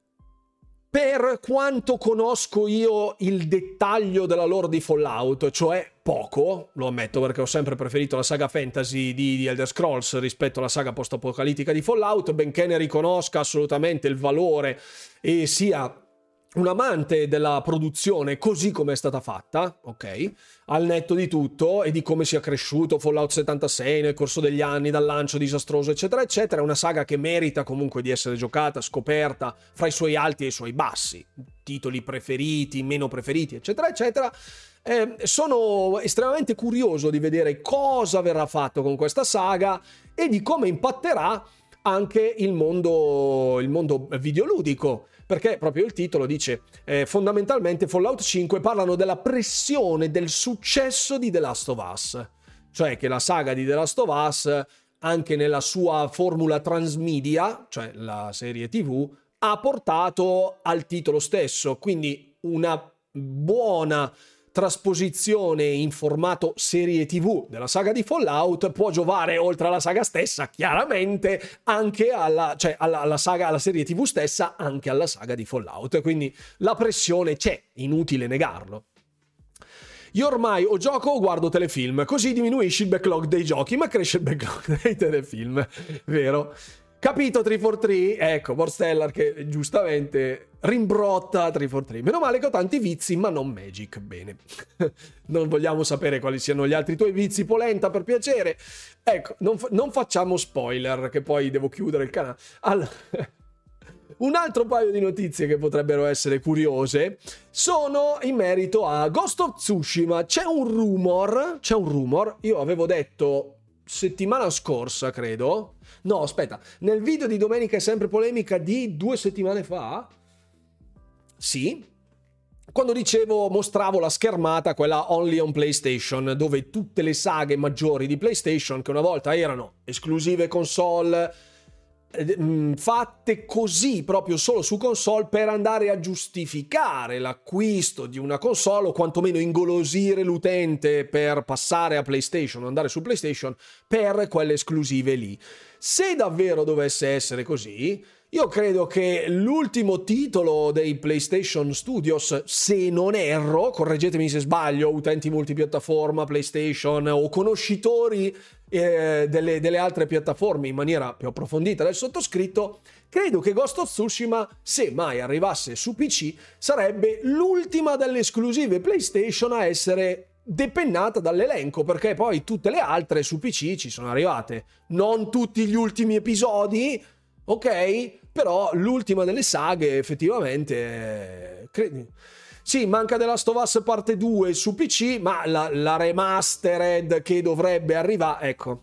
per quanto conosco io il dettaglio della lore di Fallout, cioè poco, lo ammetto, perché ho sempre preferito la saga fantasy di, di Elder Scrolls rispetto alla saga post-apocalittica di Fallout, benché ne riconosca assolutamente il valore e sia un amante della produzione così come è stata fatta, ok? Al netto di tutto e di come sia cresciuto Fallout settantasei nel corso degli anni, dal lancio disastroso eccetera eccetera, è una saga che merita comunque di essere giocata, scoperta, fra i suoi alti e i suoi bassi, titoli preferiti, meno preferiti eccetera eccetera. Eh, sono estremamente curioso di vedere cosa verrà fatto con questa saga e di come impatterà anche il mondo, il mondo videoludico, perché proprio il titolo dice eh, fondamentalmente Fallout cinque parlano della pressione del successo di The Last of Us, cioè che la saga di The Last of Us, anche nella sua formula transmedia, cioè la serie tivù, ha portato al titolo stesso, quindi una buona trasposizione in formato serie tivù della saga di Fallout può giovare, oltre alla saga stessa, chiaramente anche alla, cioè alla, alla saga, alla serie tivù stessa, anche alla saga di Fallout. Quindi la pressione c'è, inutile negarlo. Io ormai o gioco o guardo telefilm, così diminuisce il backlog dei giochi, ma cresce il backlog dei telefilm, vero? Capito tre quattro tre? Ecco, Borstellar che giustamente rimbrotta tre quattro tre. Meno male che ho tanti vizi, ma non Magic. Bene. Non vogliamo sapere quali siano gli altri tuoi vizi, Polenta, per piacere. Ecco, non, fa- non facciamo spoiler, che poi devo chiudere il canale. Allora, un altro paio di notizie che potrebbero essere curiose sono in merito a Ghost of Tsushima. C'è un rumor, c'è un rumor, io avevo detto settimana scorsa, credo. No, aspetta, nel video di Domenica è sempre polemica di due settimane fa sì. Quando dicevo, mostravo la schermata, quella only on PlayStation, dove tutte le saghe maggiori di PlayStation, che una volta erano esclusive console, fatte così proprio solo su console per andare a giustificare l'acquisto di una console o quantomeno ingolosire l'utente per passare a PlayStation, andare su PlayStation per quelle esclusive lì. Se davvero dovesse essere così, io credo che l'ultimo titolo dei PlayStation Studios, se non erro, correggetemi se sbaglio, utenti multipiattaforma, PlayStation o conoscitori eh, delle, delle altre piattaforme in maniera più approfondita del sottoscritto, credo che Ghost of Tsushima, se mai arrivasse su P C, sarebbe l'ultima delle esclusive PlayStation a essere depennata dall'elenco, perché poi tutte le altre su P C ci sono arrivate. Non tutti gli ultimi episodi, ok? Però l'ultima delle saghe effettivamente credi. Sì, manca The Last of Us parte due su P C, ma la, la remastered che dovrebbe arrivare, ecco.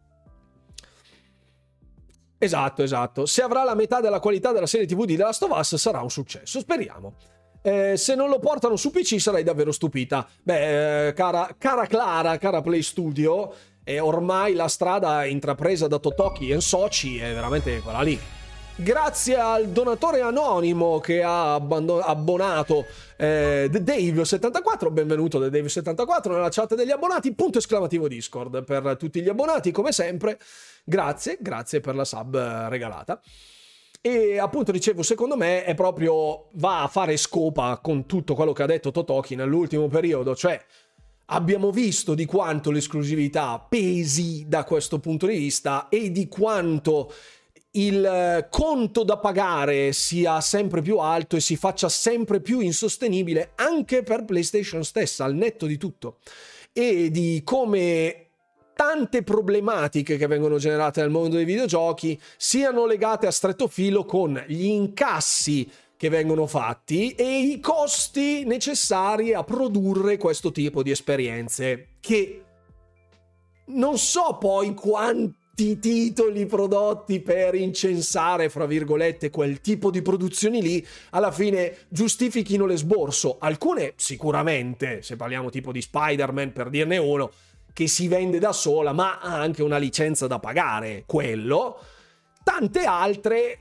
Esatto, esatto. Se avrà la metà della qualità della serie tivù di The Last of Us sarà un successo, speriamo. Eh, se non lo portano su P C sarei davvero stupita. Beh, eh, cara, cara Clara, cara Play Studio, eh, ormai la strada intrapresa da Totoki e Soci è veramente quella lì. Grazie al donatore anonimo che ha abbandon- abbonato eh, The Dave settantaquattro, benvenuto The Dave settantaquattro nella chat degli abbonati, punto esclamativo Discord per tutti gli abbonati come sempre, grazie, grazie per la sub regalata. E appunto dicevo, secondo me è proprio, va a fare scopa con tutto quello che ha detto Totoki nell'ultimo periodo, cioè abbiamo visto di quanto l'esclusività pesi da questo punto di vista e di quanto il conto da pagare sia sempre più alto e si faccia sempre più insostenibile anche per PlayStation stessa, al netto di tutto, e di come tante problematiche che vengono generate nel mondo dei videogiochi siano legate a stretto filo con gli incassi che vengono fatti e i costi necessari a produrre questo tipo di esperienze, che non so poi quanti titoli prodotti per incensare, fra virgolette, quel tipo di produzioni lì alla fine giustifichino l'esborso. Alcune sicuramente, se parliamo tipo di Spider-Man per dirne uno, che si vende da sola ma ha anche una licenza da pagare, quello. Tante altre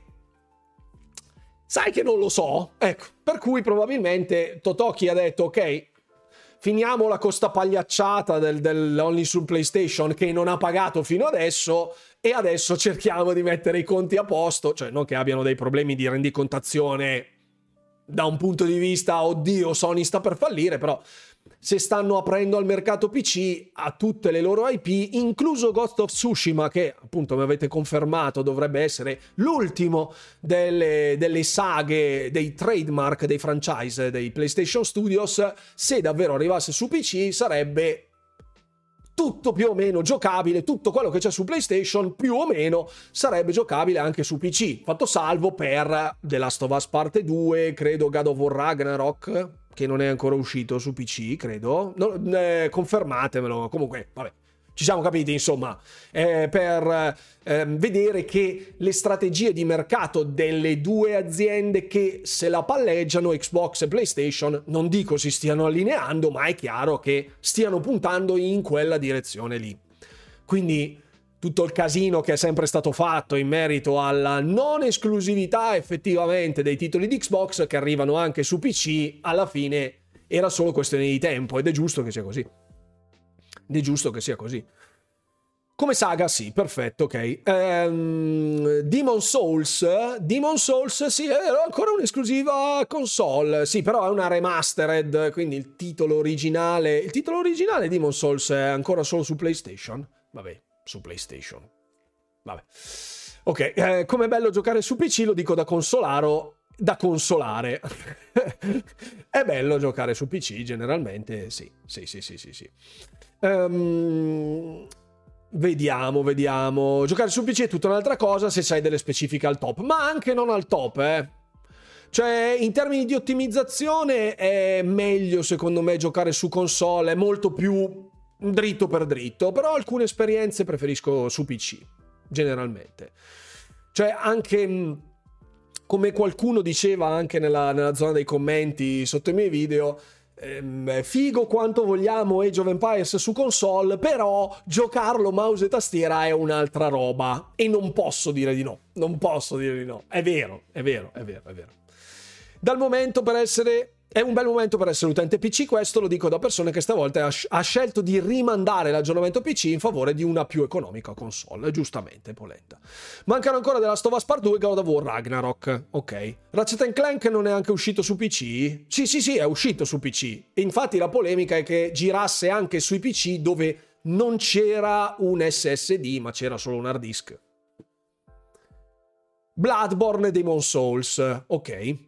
sai che non lo so, ecco, per cui probabilmente Totoki ha detto ok, finiamola con sta pagliacciata del, del Only su PlayStation che non ha pagato fino adesso e adesso cerchiamo di mettere i conti a posto, cioè non che abbiano dei problemi di rendicontazione da un punto di vista oddio Sony sta per fallire, però se stanno aprendo al mercato P C a tutte le loro I P, incluso Ghost of Tsushima, che appunto mi avete confermato dovrebbe essere l'ultimo delle, delle saghe, dei trademark, dei franchise dei PlayStation Studios, se davvero arrivasse su P C sarebbe tutto più o meno giocabile, tutto quello che c'è su PlayStation più o meno sarebbe giocabile anche su P C, fatto salvo per The Last of Us parte due, credo God of War Ragnarok, che non è ancora uscito su P C, credo, no, eh, confermatemelo, comunque, vabbè, ci siamo capiti, insomma, eh, per eh, vedere che le strategie di mercato delle due aziende che se la palleggiano, Xbox e PlayStation, non dico si stiano allineando, ma è chiaro che stiano puntando in quella direzione lì. Quindi tutto il casino che è sempre stato fatto in merito alla non esclusività effettivamente dei titoli di Xbox che arrivano anche su P C, alla fine era solo questione di tempo, ed è giusto che sia così. Ed è giusto che sia così. Come saga, sì, perfetto, ok. Um, Demon Souls, Demon Souls, sì, è ancora un'esclusiva console, sì, però è una remastered, quindi il titolo originale, il titolo originale Demon Souls è ancora solo su PlayStation, vabbè. Su PlayStation, vabbè, ok, eh, com'è bello giocare su P C, lo dico da consolaro, da consolare. È bello giocare su P C generalmente, sì, sì, sì, sì, sì, sì. Um, vediamo, vediamo, giocare su P C è tutta un'altra cosa se sai delle specifiche al top, ma anche non al top, eh. Cioè, in termini di ottimizzazione è meglio secondo me giocare su console, è molto più dritto per dritto, però alcune esperienze preferisco su P C generalmente, cioè anche come qualcuno diceva anche nella, nella zona dei commenti sotto i miei video, ehm, figo quanto vogliamo Age of Empires su console, però giocarlo mouse e tastiera è un'altra roba, e non posso dire di no, non posso dire di no, è vero, è vero, è vero, è vero. Dal momento per essere... È un bel momento per essere utente P C, questo lo dico da persone che stavolta ha, ha scelto di rimandare l'aggiornamento P C in favore di una più economica console, giustamente polenta. Mancano ancora The Last of Us Part due e God of War Ragnarok, ok. Ratchet and Clank non è anche uscito su P C? Sì, sì, sì, è uscito su P C. E infatti la polemica è che girasse anche sui P C dove non c'era un S S D, ma c'era solo un hard disk. Bloodborne e Demon Souls, ok.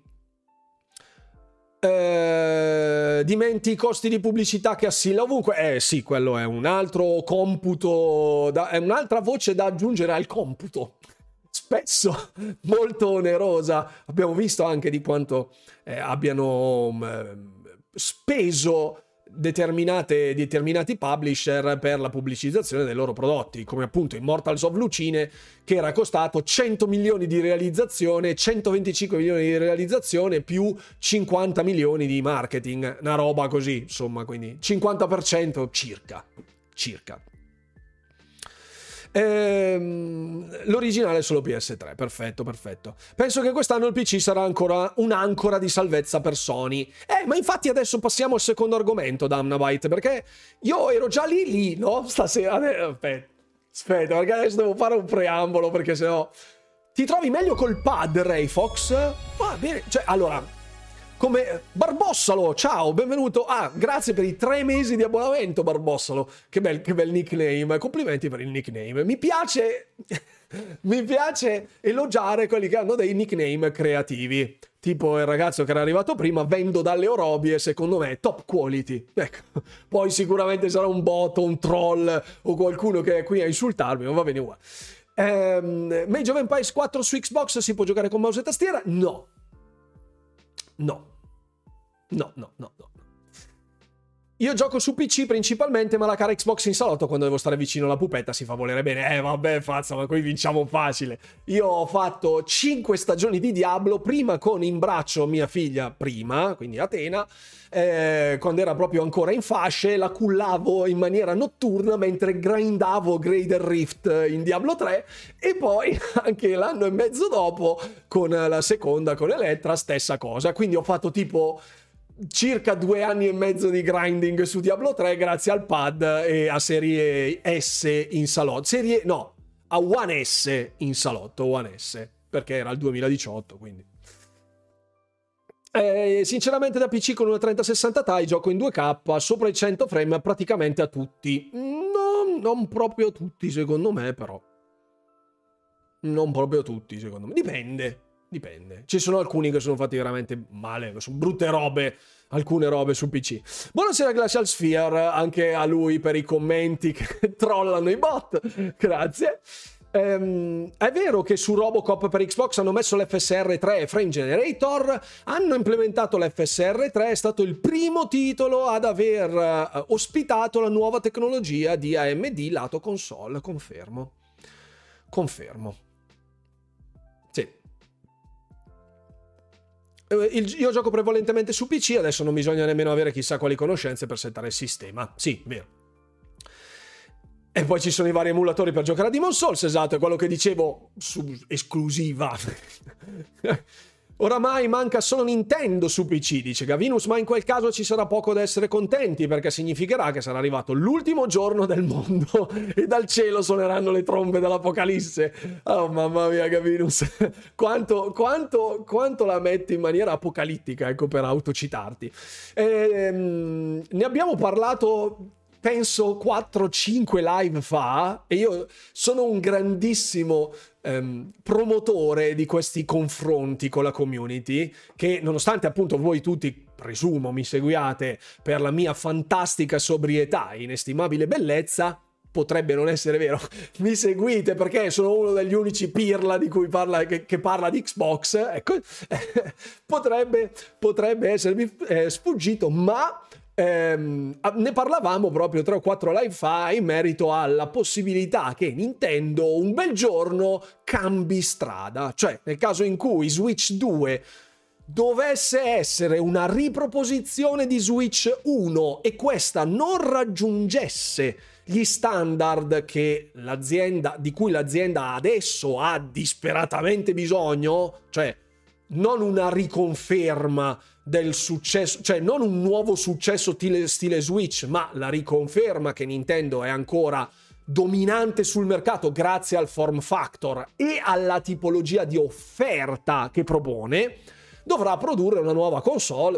Eh, dimenti i costi di pubblicità che assilla ovunque. Eh sì, quello è un altro computo da, è un'altra voce da aggiungere al computo, spesso molto onerosa. Abbiamo visto anche di quanto eh, abbiano um, speso determinate, determinati publisher per la pubblicizzazione dei loro prodotti, come appunto Immortals of Lucine, che era costato cento milioni di realizzazione, centoventicinque milioni di realizzazione più cinquanta milioni di marketing, una roba così, insomma, quindi cinquanta per cento circa, circa. Ehm, l'originale è solo P S tre, perfetto, perfetto. Penso che quest'anno il P C sarà ancora un'ancora di salvezza per Sony. Eh, ma infatti adesso passiamo al secondo argomento, Damnabite, perché io ero già lì lì, no? Stasera, aspetta, aspetta, perché adesso devo fare un preambolo, perché sennò... Ti trovi meglio col pad, Ray Fox? Va bene, cioè, allora... Come Barbossalo, ciao, benvenuto. Ah, grazie per i tre mesi di abbonamento, Barbossalo. Che bel, che bel nickname, complimenti per il nickname. Mi piace, mi piace elogiare quelli che hanno dei nickname creativi. Tipo il ragazzo che era arrivato prima, vendo dalle orobie, secondo me, top quality. Ecco, poi sicuramente sarà un bot, un troll o qualcuno che è qui a insultarmi, ma va bene uguale. Um, Age of Empires quattro su Xbox si può giocare con mouse e tastiera? No. No. No, no, no, no. Io gioco su P C principalmente, ma la cara Xbox in salotto quando devo stare vicino alla pupetta si fa volere bene. Eh vabbè, fazza, ma qui vinciamo facile. Io ho fatto cinque stagioni di Diablo, prima con in braccio mia figlia prima, quindi Atena, eh, quando era proprio ancora in fasce, la cullavo in maniera notturna mentre grindavo Greater Rift in Diablo tre, e poi anche l'anno e mezzo dopo con la seconda, con Elettra, stessa cosa. Quindi ho fatto tipo... circa due anni e mezzo di grinding su Diablo tre grazie al pad e a serie S in salotto, serie no, a One S in salotto, One S, perché era il duemiladiciotto, quindi eh, sinceramente da P C con una trenta sessanta Ti gioco in due K sopra i cento frame praticamente a tutti. No, non proprio tutti secondo me, però non proprio tutti secondo me, dipende. Dipende. Ci sono alcuni che sono fatti veramente male, sono brutte robe, alcune robe su P C. Buonasera Glacial Sphere, anche a lui per i commenti che trollano i bot. Grazie. Ehm, è vero che su Robocop per Xbox hanno messo l'F S R tre Frame Generator, hanno implementato l'F S R tre, è stato il primo titolo ad aver uh, ospitato la nuova tecnologia di A M D lato console, confermo. Confermo. Sì. Io gioco prevalentemente su P C, adesso non bisogna nemmeno avere chissà quali conoscenze per settare il sistema. Sì, vero. E poi ci sono i vari emulatori per giocare a Demon Souls, esatto, è quello che dicevo su esclusiva. Oramai manca solo Nintendo su P C, dice Gavinus, ma in quel caso ci sarà poco da essere contenti, perché significherà che sarà arrivato l'ultimo giorno del mondo e dal cielo suoneranno le trombe dell'Apocalisse. Oh mamma mia Gavinus, quanto, quanto, quanto la metti in maniera apocalittica, ecco, per autocitarti. Ehm, ne abbiamo parlato... penso quattro cinque live fa, e io sono un grandissimo ehm, promotore di questi confronti con la community, che nonostante appunto voi tutti, presumo, mi seguiate per la mia fantastica sobrietà e inestimabile bellezza, potrebbe non essere vero, mi seguite perché sono uno degli unici pirla di cui parla, che, che parla di Xbox, ecco, potrebbe, potrebbe essermi eh, sfuggito, ma Ehm, ne parlavamo proprio tre o quattro live fa in merito alla possibilità che Nintendo un bel giorno cambi strada, cioè nel caso in cui Switch due dovesse essere una riproposizione di Switch uno e questa non raggiungesse gli standard che l'azienda, di cui l'azienda adesso ha disperatamente bisogno, cioè non una riconferma del successo, cioè non un nuovo successo stile, stile Switch, ma la riconferma che Nintendo è ancora dominante sul mercato grazie al form factor e alla tipologia di offerta che propone, dovrà produrre una nuova console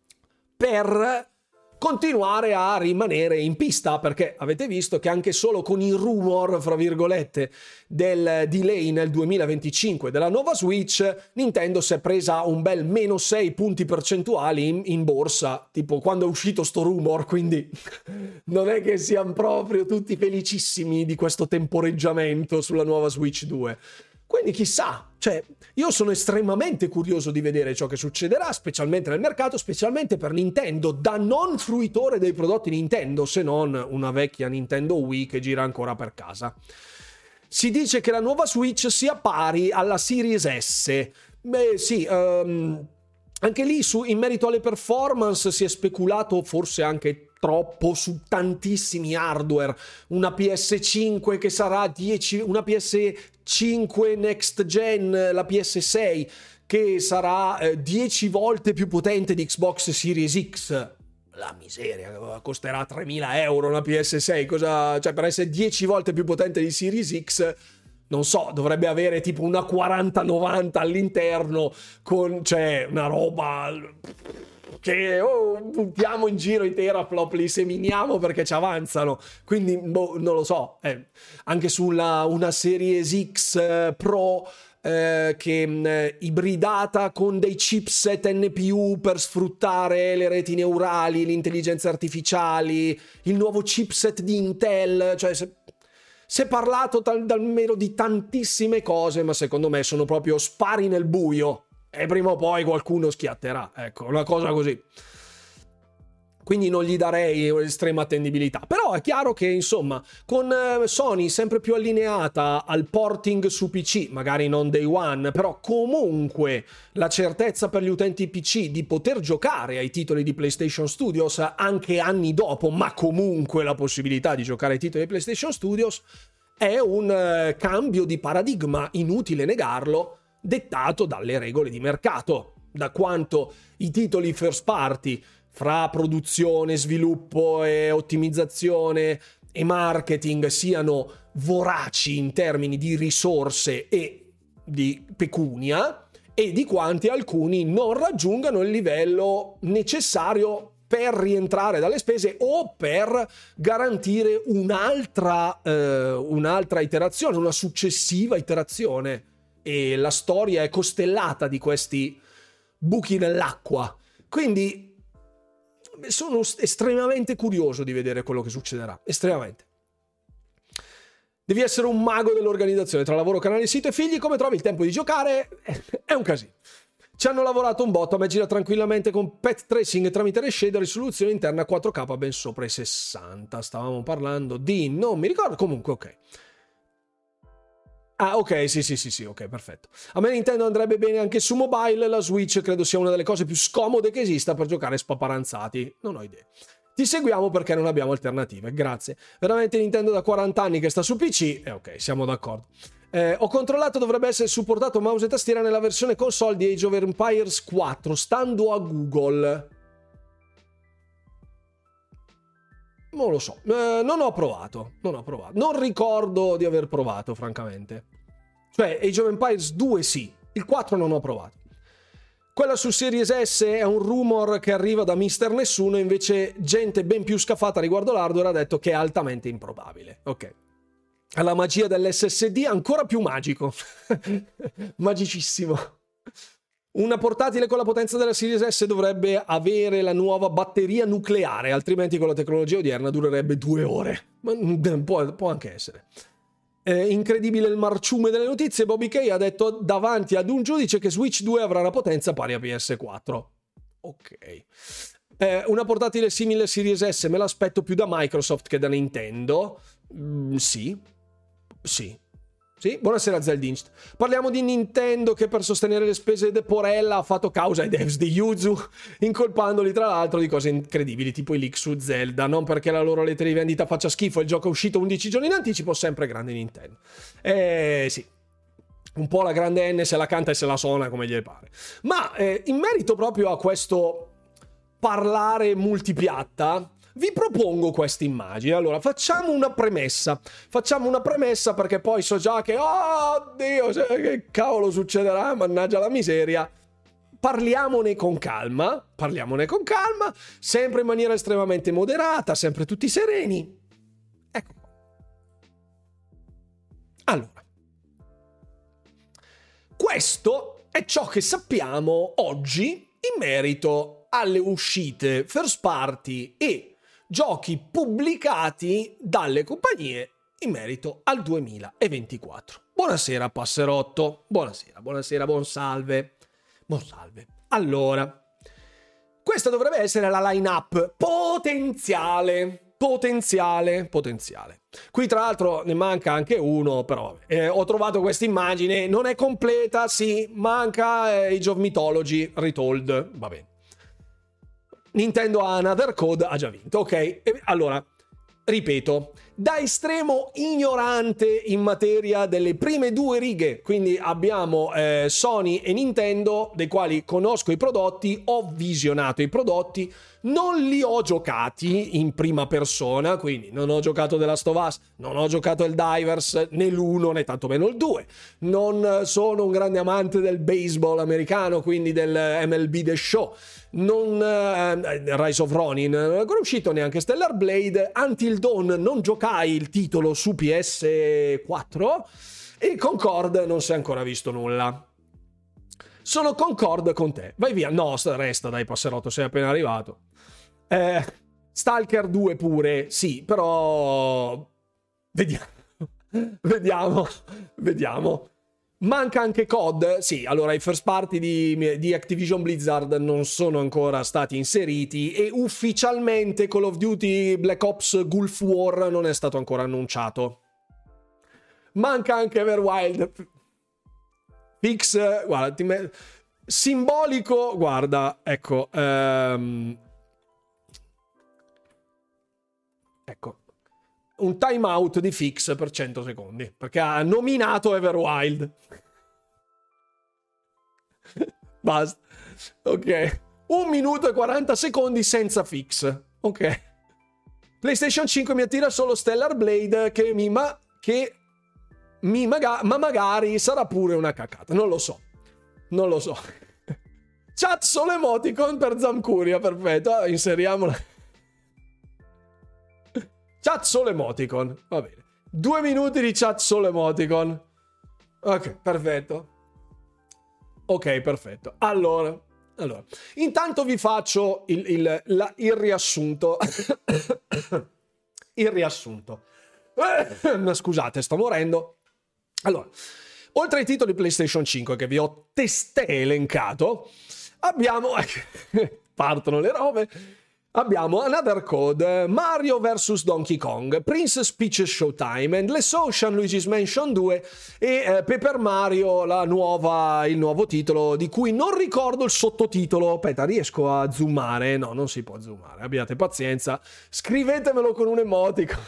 per continuare a rimanere in pista, perché avete visto che anche solo con i rumor, fra virgolette, del delay nel duemilaventicinque della nuova Switch, Nintendo si è presa un bel meno sei punti percentuali in, in borsa, tipo quando è uscito sto rumor, quindi non è che siamo proprio tutti felicissimi di questo temporeggiamento sulla nuova Switch due. Quindi chissà, cioè io sono estremamente curioso di vedere ciò che succederà, specialmente nel mercato, specialmente per Nintendo, da non fruitore dei prodotti Nintendo, se non una vecchia Nintendo Wii che gira ancora per casa. Si dice che la nuova Switch sia pari alla Series S. Beh sì, um, anche lì su, in merito alle performance si è speculato forse anche troppo su tantissimi hardware, una P S cinque che sarà dieci, una P S cinque next gen, la P S sei che sarà eh, dieci volte più potente di Xbox Series X. La miseria, costerà tremila euro una P S sei, cosa, cioè per essere dieci volte più potente di Series X, non so, dovrebbe avere tipo una quaranta novanta all'interno con, cioè, una roba che oh, buttiamo in giro i teraflop, li seminiamo perché ci avanzano, quindi boh, non lo so, eh. Anche sulla una Series X eh, Pro eh, che eh, ibridata con dei chipset N P U per sfruttare le reti neurali, le intelligenze artificiali, il nuovo chipset di Intel, cioè se, si è parlato dal, dal mero di tantissime cose, ma secondo me sono proprio spari nel buio. E prima o poi qualcuno schiatterà, ecco, una cosa così. Quindi non gli darei estrema attendibilità. Però è chiaro che, insomma, con Sony sempre più allineata al porting su P C, magari non day one, però comunque la certezza per gli utenti P C di poter giocare ai titoli di PlayStation Studios anche anni dopo, ma comunque la possibilità di giocare ai titoli di PlayStation Studios è un cambio di paradigma, inutile negarlo, dettato dalle regole di mercato, da quanto i titoli first party fra produzione, sviluppo e ottimizzazione e marketing siano voraci in termini di risorse e di pecunia, e di quanti alcuni non raggiungano il livello necessario per rientrare dalle spese o per garantire un'altra, eh, un'altra iterazione, una successiva iterazione. E la storia è costellata di questi buchi nell'acqua. Quindi sono estremamente curioso di vedere quello che succederà. Estremamente. Devi essere un mago dell'organizzazione tra lavoro, canale, sito e figli. Come trovi il tempo di giocare? È un casino. Ci hanno lavorato un botto, a me gira tranquillamente con path tracing tramite reshader, risoluzione interna quattro K ben sopra i sessanta. Stavamo parlando di... non mi ricordo, comunque ok. Ah, ok, sì, sì, sì, sì, ok, perfetto. A me Nintendo andrebbe bene anche su mobile, la Switch credo sia una delle cose più scomode che esista per giocare spaparanzati. Non ho idea. Ti seguiamo perché non abbiamo alternative, grazie. Veramente Nintendo da quaranta anni che sta su P C, e eh, ok, siamo d'accordo. Eh, ho controllato, dovrebbe essere supportato mouse e tastiera nella versione console di Age of Empires quattro, stando a Google. Non lo so, eh, non ho provato, non ho provato, non ricordo di aver provato francamente. Cioè Age of Empires due sì, il quattro non ho provato. Quella su Series S è un rumor che arriva da mister Nessuno, invece gente ben più scafata riguardo l'hardware ha detto che è altamente improbabile. Ok. La magia dell'S S D ancora più magico. Magicissimo. Una portatile con la potenza della Series S dovrebbe avere la nuova batteria nucleare, altrimenti con la tecnologia odierna durerebbe due ore. Ma può, può anche essere. Eh, incredibile il marciume delle notizie. Bobby Kay ha detto davanti ad un giudice che Switch due avrà una potenza pari a P S quattro. Ok. Eh, una portatile simile Series S me l'aspetto più da Microsoft che da Nintendo. Mm, sì, sì. Sì, buonasera Zeldinst. Parliamo di Nintendo che per sostenere le spese de Porella ha fatto causa ai devs di Yuzu, incolpandoli tra l'altro di cose incredibili tipo i leak su Zelda, non perché la loro lettera di vendita faccia schifo, il gioco è uscito undici giorni in anticipo, sempre grande Nintendo. Eh sì, un po' la grande N se la canta e se la suona come gli pare. Ma eh, in merito proprio a questo parlare multipiatta, vi propongo questa immagine. Allora, facciamo una premessa. Facciamo una premessa perché poi so già che, oh Dio, che cavolo succederà, mannaggia la miseria. Parliamone con calma, parliamone con calma, sempre in maniera estremamente moderata, sempre tutti sereni. Ecco. Allora, questo è ciò che sappiamo oggi in merito alle uscite first party e giochi pubblicati dalle compagnie in merito al duemilaventiquattro. Buonasera Passerotto, buonasera, buonasera, buon salve, buon salve. Allora, questa dovrebbe essere la line-up potenziale, potenziale, potenziale. Qui tra l'altro ne manca anche uno, però eh, ho trovato questa immagine, non è completa, sì, manca eh, Age of Mythology Retold, va bene. Nintendo Another Code ha già vinto, ok? Allora, ripeto, da estremo ignorante in materia delle prime due righe, quindi abbiamo eh, Sony e Nintendo, dei quali conosco i prodotti, ho visionato i prodotti, non li ho giocati in prima persona, quindi non ho giocato The Last of Us, non ho giocato il Divers, né l'uno né tantomeno il due, non sono un grande amante del baseball americano, quindi del M L B The Show, non eh, Rise of Ronin, non è ancora uscito neanche Stellar Blade, Until Dawn non giocai il titolo su P S quattro e Concord non si è ancora visto nulla. Sono Concord con te, vai via. No, resta dai Passerotto, sei appena arrivato. eh, Stalker due pure, sì, però vediamo vediamo vediamo. Manca anche C O D, sì, allora i first party di, di Activision Blizzard non sono ancora stati inseriti e ufficialmente Call of Duty Black Ops Gulf War non è stato ancora annunciato. Manca anche Everwild. Fix, guarda, ti me... simbolico, guarda, ecco, um... ecco. Un time out di Fix per cento secondi perché ha nominato Everwild. Basta. Ok, un minuto e quaranta secondi senza Fix. Ok, PlayStation cinque mi attira solo Stellar Blade che mi ma che mi maga- ma magari sarà pure una cacata, non lo so, non lo so. Chat solo emoticon per Zamcuria, perfetto, inseriamola. Chat solo emoticon, va bene. Due minuti di chat solo emoticon. Ok, perfetto. Ok, perfetto. Allora, allora. Intanto vi faccio il, il, la, il riassunto. il riassunto. Eh, scusate, sto morendo. Allora, oltre ai titoli PlayStation cinque che vi ho testé elencato, abbiamo... partono le robe... Abbiamo Another Code, Mario versus Donkey Kong, Princess Peach Showtime, Endless Ocean, Luigi's Mansion due e eh, Paper Mario, la nuova, il nuovo titolo di cui non ricordo il sottotitolo. Aspetta, riesco a zoomare? No, non si può zoomare, abbiate pazienza. Scrivetemelo con un emoticon.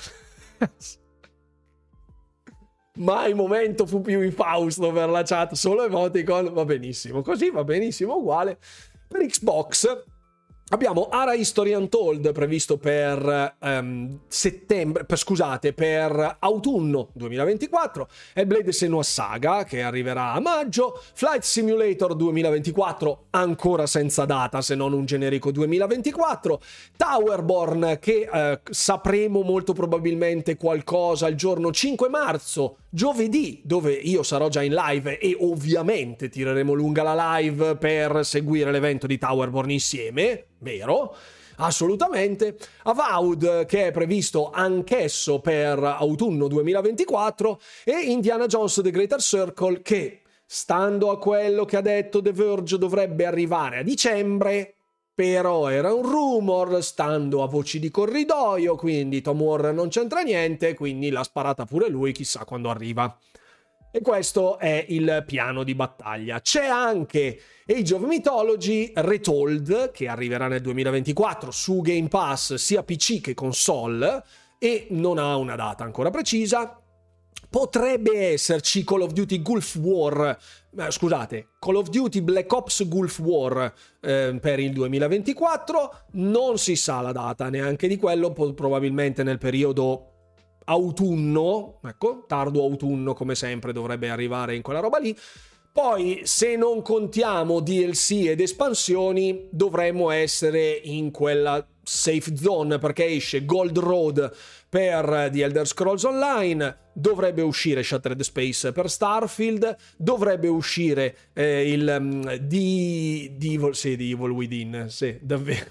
Mai momento fu più infausto per la chat, solo emoticon, va benissimo. Così va benissimo, uguale. Per Xbox... abbiamo Ara History Untold previsto per um, settembre, per, scusate, per autunno duemilaventiquattro, Hellblade Senua's Saga che arriverà a maggio, Flight Simulator duemilaventiquattro ancora senza data se non un generico duemilaventiquattro, Towerborn che uh, sapremo molto probabilmente qualcosa il giorno cinque marzo, giovedì, dove io sarò già in live e ovviamente tireremo lunga la live per seguire l'evento di Towerborn insieme, vero? Assolutamente. Avowed che è previsto anch'esso per autunno duemilaventiquattro e Indiana Jones The Greater Circle che, stando a quello che ha detto The Verge, dovrebbe arrivare a dicembre, però era un rumor, stando a voci di corridoio, quindi Tom Warren non c'entra niente, quindi l'ha sparata pure lui, chissà quando arriva. E questo è il piano di battaglia. C'è anche Age of Mythology Retold, che arriverà nel duemilaventiquattro su Game Pass, sia P C che console, e non ha una data ancora precisa. Potrebbe esserci Call of Duty Gulf War, eh, scusate, Call of Duty Black Ops Gulf War eh, per il duemilaventiquattro, non si sa la data neanche di quello, po- probabilmente nel periodo autunno, ecco, tardo autunno come sempre dovrebbe arrivare in quella roba lì. Poi, se non contiamo D L C ed espansioni, dovremmo essere in quella safe zone, perché esce Gold Road per The Elder Scrolls Online, dovrebbe uscire Shattered Space per Starfield, dovrebbe uscire eh, il um, di, di Evil, sì, di Evil Within, sì, davvero.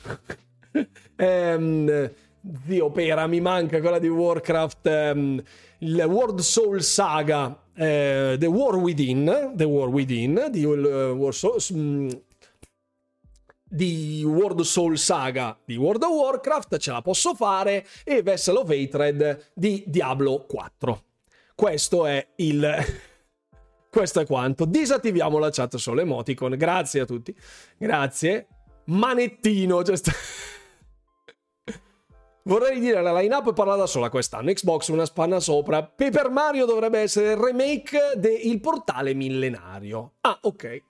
ehm, Dio pera, mi manca quella di Warcraft, um, il World Soul Saga, uh, The War Within, The War Within, di, uh, War Soul, um, di World Soul Saga di World of Warcraft, ce la posso fare, e Vessel of Hatred di Diablo quattro. Questo è il... questo è quanto. Disattiviamo la chat solo emoticon, grazie a tutti, grazie. Manettino, cioè sta... Vorrei dire, la line-up parla da sola quest'anno. Xbox una spanna sopra. Paper Mario dovrebbe essere il remake de Il Portale Millenario. Ah, ok.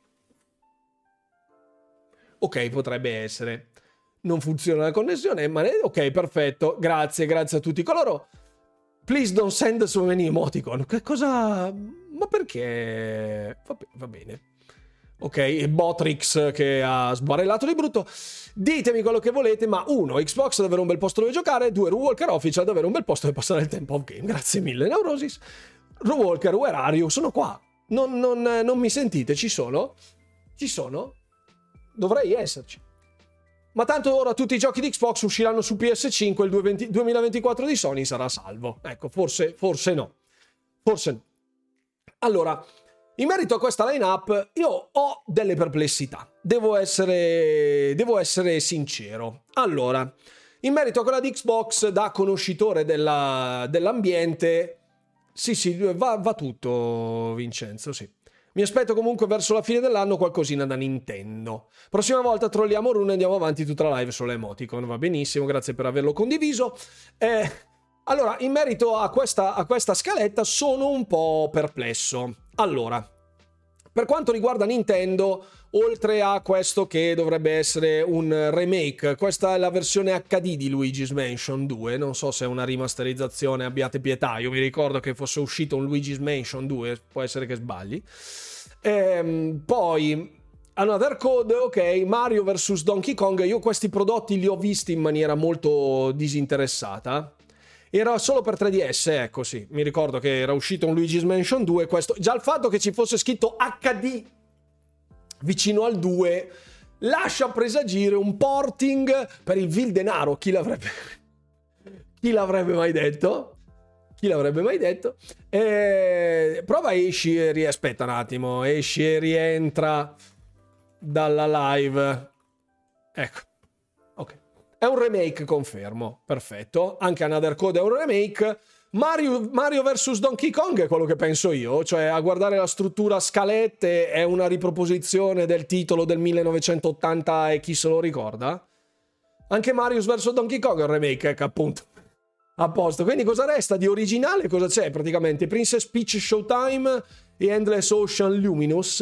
Ok, potrebbe essere. Non funziona la connessione, ma ok, perfetto. Grazie, grazie a tutti coloro. Please don't send so many emoticon. Che cosa... Ma perché... Va, va bene. Ok, Botrix che ha sbarellato di brutto. Ditemi quello che volete, ma uno, Xbox è davvero un bel posto dove giocare, due, Runewalker Official è davvero un bel posto dove passare il tempo off game. Grazie mille, Neurosis. Runewalker, where are you? Sono qua. Non, non, non mi sentite? Ci sono? Ci sono? Dovrei esserci. Ma tanto ora tutti i giochi di Xbox usciranno su P S cinque, il duemilaventiquattro di Sony sarà salvo. Ecco, forse, forse no. Forse no. Allora... in merito a questa line-up, io ho delle perplessità. Devo essere, devo essere sincero. Allora, in merito a quella di Xbox, da conoscitore della, dell'ambiente, sì, sì, va, va tutto, Vincenzo, sì. Mi aspetto comunque verso la fine dell'anno qualcosina da Nintendo. Prossima volta trolliamo Rune e andiamo avanti tutta la live sulle emoticon. Va benissimo, grazie per averlo condiviso. Eh, allora, in merito a questa, a questa scaletta sono un po' perplesso. Allora, per quanto riguarda Nintendo, oltre a questo che dovrebbe essere un remake, questa è la versione H D di Luigi's Mansion due, non so se è una rimasterizzazione, abbiate pietà, io mi ricordo che fosse uscito un Luigi's Mansion due, può essere che sbagli. Ehm, poi, Another Code, ok, Mario versus Donkey Kong, io questi prodotti li ho visti in maniera molto disinteressata. Era solo per tre D S, ecco, sì. Mi ricordo che era uscito un Luigi's Mansion due. Questo, già il fatto che ci fosse scritto H D vicino al due lascia presagire un porting per il vil denaro. Chi l'avrebbe, chi l'avrebbe mai detto? Chi l'avrebbe mai detto? E... prova esci e ri... aspetta un attimo. Esci e rientra dalla live. Ecco. Ok. È un remake, confermo. Perfetto. Anche Another Code è un remake. Mario, Mario versus Donkey Kong è quello che penso io. Cioè, a guardare la struttura a scalette, è una riproposizione del titolo del millenovecentottanta e chi se lo ricorda. Anche Mario versus Donkey Kong è un remake, ecco, appunto. A posto. Quindi cosa resta di originale? Cosa c'è praticamente? Princess Peach Showtime e Endless Ocean Luminous?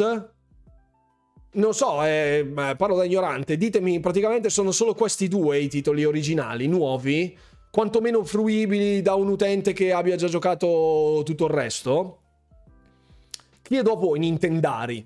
Non so, eh, parlo da ignorante. Ditemi, praticamente sono solo questi due i titoli originali, nuovi, quantomeno fruibili da un utente che abbia già giocato tutto il resto? Chiedo a voi, Nintendari.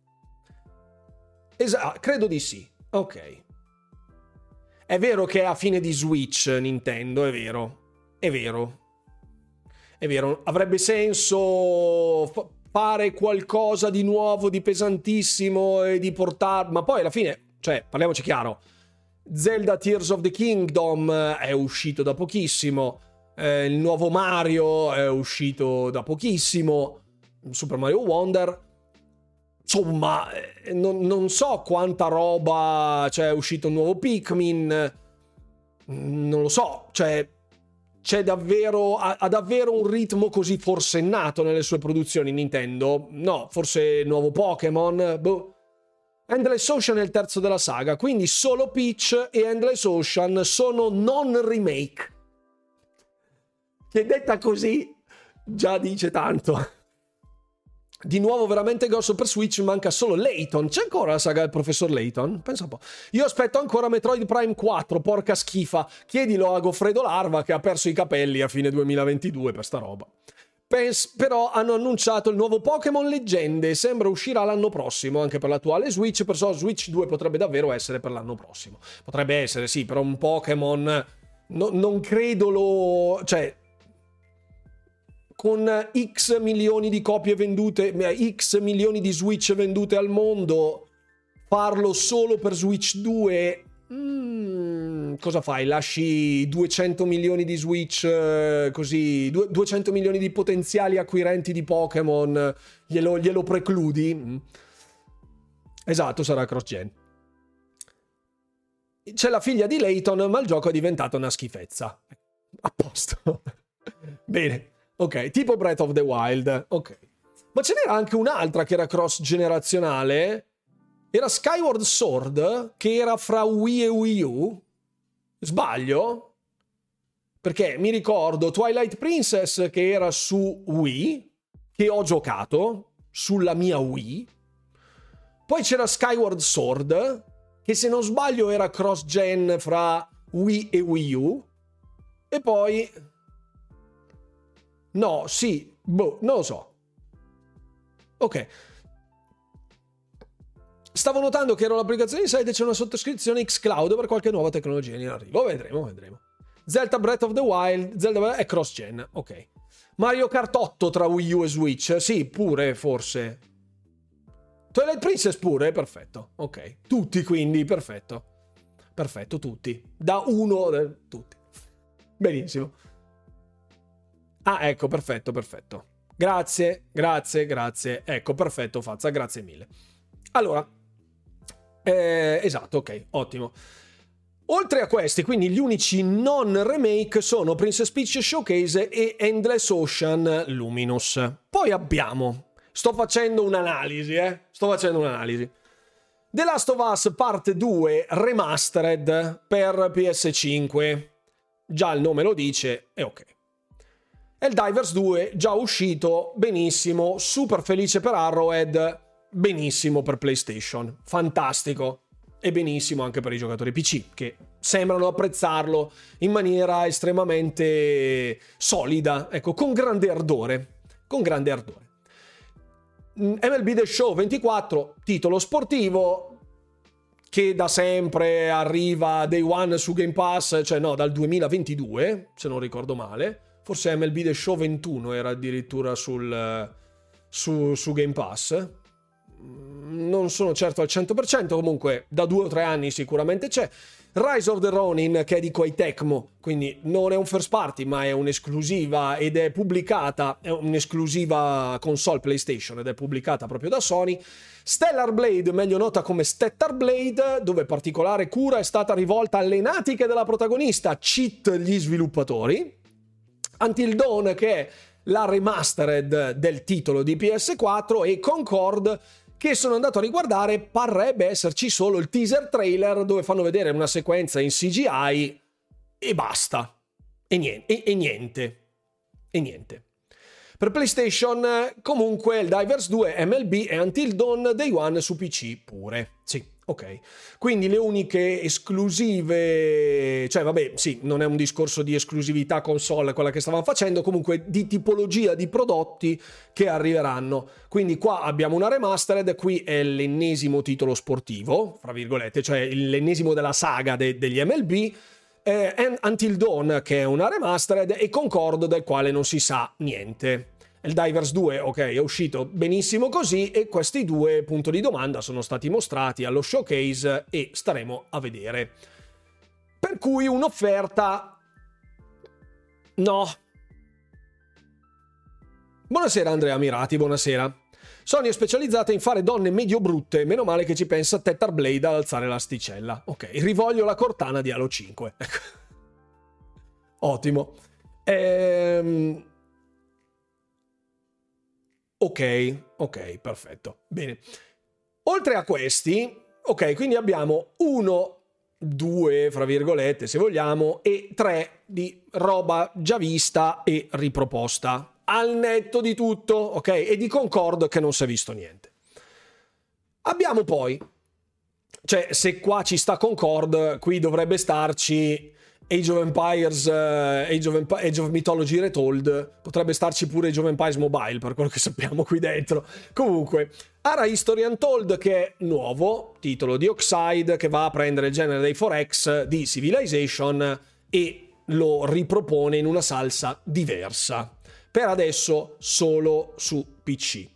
Esatto, credo di sì. Ok. È vero che è a fine di Switch Nintendo, è vero. È vero. È vero. Avrebbe senso... F- fare qualcosa di nuovo, di pesantissimo e di portar... ma poi alla fine, cioè, parliamoci chiaro, Zelda Tears of the Kingdom è uscito da pochissimo, eh, il nuovo Mario è uscito da pochissimo, Super Mario Wonder, insomma, non, non so quanta roba, cioè è uscito un nuovo Pikmin, non lo so, cioè c'è davvero, ha, ha davvero un ritmo così forsennato nelle sue produzioni Nintendo? No, forse nuovo Pokémon, boh. Endless Ocean è il terzo della saga, quindi solo Peach e Endless Ocean sono non remake. Che detta così già dice tanto. Di nuovo veramente grosso per Switch, manca solo Layton. C'è ancora la saga del professor Layton? Pensa un po'. Io aspetto ancora Metroid Prime quattro, porca schifa. Chiedilo a Goffredo Larva che ha perso i capelli a fine duemilaventidue per sta roba. Pens- però hanno annunciato il nuovo Pokémon Leggende, sembra uscirà l'anno prossimo anche per l'attuale Switch, perciò Switch due potrebbe davvero essere per l'anno prossimo. Potrebbe essere, sì, però un Pokémon no, non credo lo... cioè con X milioni di copie vendute, X milioni di Switch vendute al mondo, farlo solo per Switch due... Mm, cosa fai? Lasci duecento milioni di Switch eh, così, duecento milioni di potenziali acquirenti di Pokémon, glielo, glielo precludi? Mm. Esatto, sarà cross-gen. C'è la figlia di Layton, ma il gioco è diventato una schifezza. A posto. Bene, ok, tipo Breath of the Wild, ok. Ma ce n'era anche un'altra che era cross-generazionale. Era Skyward Sword, che era fra Wii e Wii U? Sbaglio? Perché mi ricordo Twilight Princess che era su Wii, che ho giocato sulla mia Wii. Poi c'era Skyward Sword, che se non sbaglio era cross-gen fra Wii e Wii U. E poi... no, sì, boh, non lo so. Ok. Stavo notando che ero l'applicazione di site e c'è una sottoscrizione xCloud per qualche nuova tecnologia in arrivo. Vedremo, vedremo. Zelda Breath of the Wild, Zelda è cross-gen, ok. Mario Kart otto tra Wii U e Switch, sì, pure, forse. Twilight Princess pure, perfetto, ok. Tutti quindi, perfetto. Perfetto, tutti. Da uno, tutti. Benissimo. Ah, ecco, perfetto, perfetto. Grazie, grazie, grazie. Ecco, perfetto, Fazza, grazie mille. Allora... Eh, esatto, ok, ottimo. Oltre a questi, quindi gli unici non remake sono Princess Peach Showcase e Endless Ocean Luminous. Poi abbiamo, sto facendo un'analisi, eh, sto facendo un'analisi. The Last of Us Parte due Remastered per P S cinque. Già il nome lo dice, è ok. Helldivers due, già uscito, benissimo, super felice per Arrowhead. Benissimo per PlayStation, fantastico, e benissimo anche per i giocatori P C che sembrano apprezzarlo in maniera estremamente solida, ecco, con grande ardore, con grande ardore. M L B The Show ventiquattro, titolo sportivo che da sempre arriva day one su Game Pass, cioè no, dal duemilaventidue, se non ricordo male, forse M L B The Show ventuno era addirittura sul, su, su Game Pass. Non sono certo al cento per cento, comunque da due o tre anni sicuramente c'è. Rise of the Ronin, che è di Koei Tecmo, quindi non è un first party ma è un'esclusiva ed è pubblicata, è un'esclusiva console PlayStation ed è pubblicata proprio da Sony. Stellar Blade, meglio nota come Stellar Blade, dove particolare cura è stata rivolta alle natiche della protagonista, cheat gli sviluppatori. Until Dawn, che è la remastered del titolo di P S quattro, e Concord, che sono andato a riguardare, parrebbe esserci solo il teaser trailer dove fanno vedere una sequenza in C G I e basta. E niente. E, e niente. E niente. Per PlayStation, comunque, il Divers due, M L B e Until Dawn Day One su P C pure. Sì, ok. Quindi le uniche esclusive... Cioè, vabbè, sì, non è un discorso di esclusività console quella che stavamo facendo, comunque di tipologia di prodotti che arriveranno. Quindi qua abbiamo una remastered, qui è l'ennesimo titolo sportivo, fra virgolette, cioè l'ennesimo della saga de- degli M L B, eh, Until Dawn, che è una remastered, e Concord, del quale non si sa niente. Il Divers due, ok, è uscito benissimo così, e questi due punti di domanda sono stati mostrati allo showcase e staremo a vedere. Per cui un'offerta... No. Buonasera Andrea Mirati, buonasera. Sony è specializzata in fare donne medio brutte, meno male che ci pensa Tether Blade ad alzare l'asticella. Ok, rivoglio la Cortana di Halo cinque. Ottimo. Ehm... Ok, ok, perfetto. Bene. Oltre a questi, ok, quindi abbiamo uno, due, fra virgolette, se vogliamo, e tre di roba già vista e riproposta. Al netto di tutto, ok? E di Concord che non si è visto niente. Abbiamo poi, cioè se qua ci sta Concord, qui dovrebbe starci Age of Empires, uh, Age, of Emp- Age of Mythology Retold, potrebbe starci pure Age of Empires Mobile per quello che sappiamo qui dentro. Comunque, Ara History Untold, che è nuovo, titolo di Oxide, che va a prendere il genere dei four X di Civilization e lo ripropone in una salsa diversa. Per adesso solo su P C.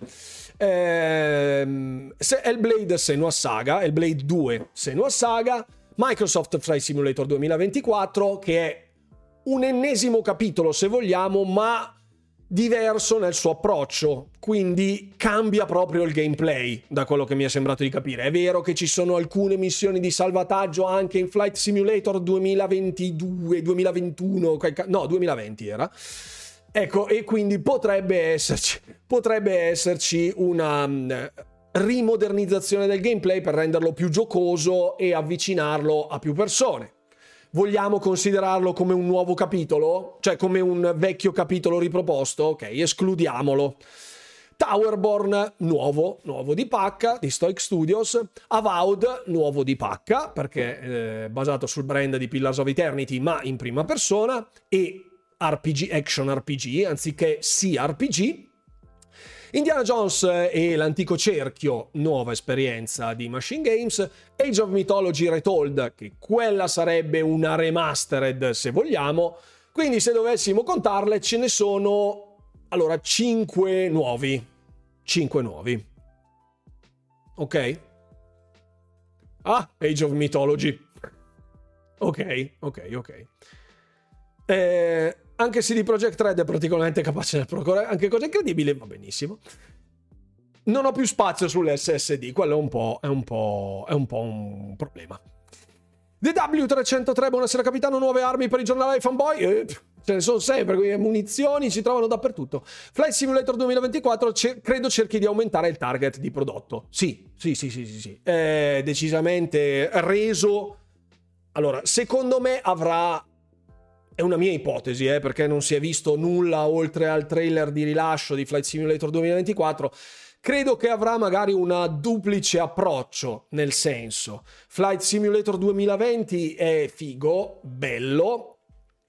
Ehm, Hellblade Senua's Saga, Hellblade due Senua's Saga, Microsoft Flight Simulator duemilaventiquattro, che è un ennesimo capitolo se vogliamo, ma diverso nel suo approccio, quindi cambia proprio il gameplay da quello che mi è sembrato di capire. È vero che ci sono alcune missioni di salvataggio anche in Flight Simulator duemilaventidue, duemilaventuno, no duemilaventi era. Ecco, e quindi potrebbe esserci, potrebbe esserci una um, rimodernizzazione del gameplay per renderlo più giocoso e avvicinarlo a più persone. Vogliamo considerarlo come un nuovo capitolo? Cioè come un vecchio capitolo riproposto? Ok, escludiamolo. Towerborn, nuovo, nuovo di pacca, di Stoic Studios. Avowed, nuovo di pacca, perché eh, basato sul brand di Pillars of Eternity, ma in prima persona, e R P G, action R P G, anziché C R P G. Indiana Jones e l'antico cerchio, nuova esperienza di Machine Games. Age of Mythology Retold, che quella sarebbe una remastered se vogliamo. Quindi se dovessimo contarle ce ne sono, allora, cinque nuovi. cinque nuovi. Ok? Ah, Age of Mythology. Ok, ok, ok. Eh... Anche C D Projekt Red è particolarmente capace nel procurare anche cose incredibili, va benissimo. Non ho più spazio sull'S S D, quello è un po', è un po', è un po' un problema. D W trecentotre, buonasera capitano, nuove armi per i giornali fanboy? Eh, ce ne sono sempre, quelle munizioni si trovano dappertutto. Flight Simulator duemilaventiquattro ce- credo cerchi di aumentare il target di prodotto. Sì, sì, sì, sì, sì, sì. È decisamente reso. Allora, secondo me avrà. È una mia ipotesi, eh, perché non si è visto nulla oltre al trailer di rilascio di Flight Simulator duemilaventiquattro. Credo che avrà magari una duplice approccio, nel senso, Flight Simulator duemilaventi è figo, bello,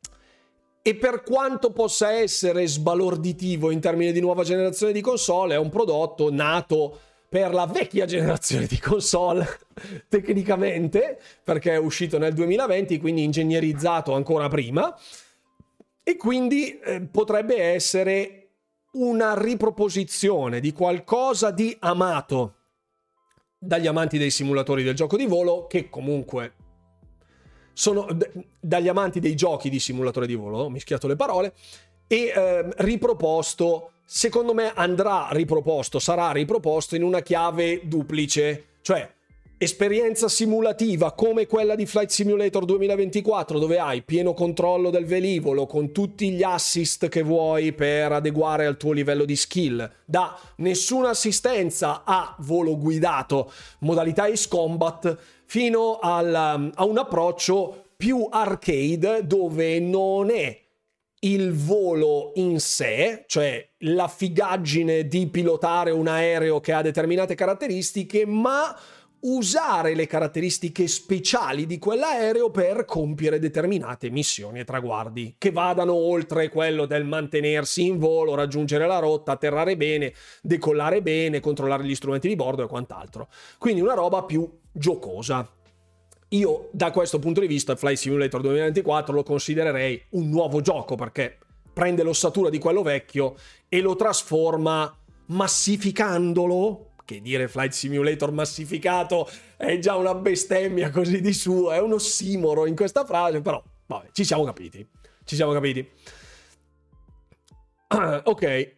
e per quanto possa essere sbalorditivo in termini di nuova generazione di console, è un prodotto nato per la vecchia generazione di console, tecnicamente, perché è uscito nel duemilaventi, quindi ingegnerizzato ancora prima, e quindi eh, potrebbe essere una riproposizione di qualcosa di amato dagli amanti dei simulatori del gioco di volo, che comunque sono d- dagli amanti dei giochi di simulatore di volo, ho mischiato le parole, e eh, riproposto. Secondo me andrà riproposto, sarà riproposto in una chiave duplice, cioè esperienza simulativa come quella di Flight Simulator duemilaventiquattro, dove hai pieno controllo del velivolo con tutti gli assist che vuoi per adeguare al tuo livello di skill, da nessuna assistenza a volo guidato, modalità Ace Combat, fino al, a un approccio più arcade, dove non è il volo in sé, cioè la figaggine di pilotare un aereo che ha determinate caratteristiche, ma usare le caratteristiche speciali di quell'aereo per compiere determinate missioni e traguardi che vadano oltre quello del mantenersi in volo, raggiungere la rotta, atterrare bene, decollare bene, controllare gli strumenti di bordo e quant'altro. Quindi una roba più giocosa. Io da questo punto di vista Flight Simulator duemilaventiquattro lo considererei un nuovo gioco, perché prende l'ossatura di quello vecchio e lo trasforma massificandolo, che dire Flight Simulator massificato è già una bestemmia così di suo, è un ossimoro in questa frase, però vabbè, ci siamo capiti, ci siamo capiti. Ok,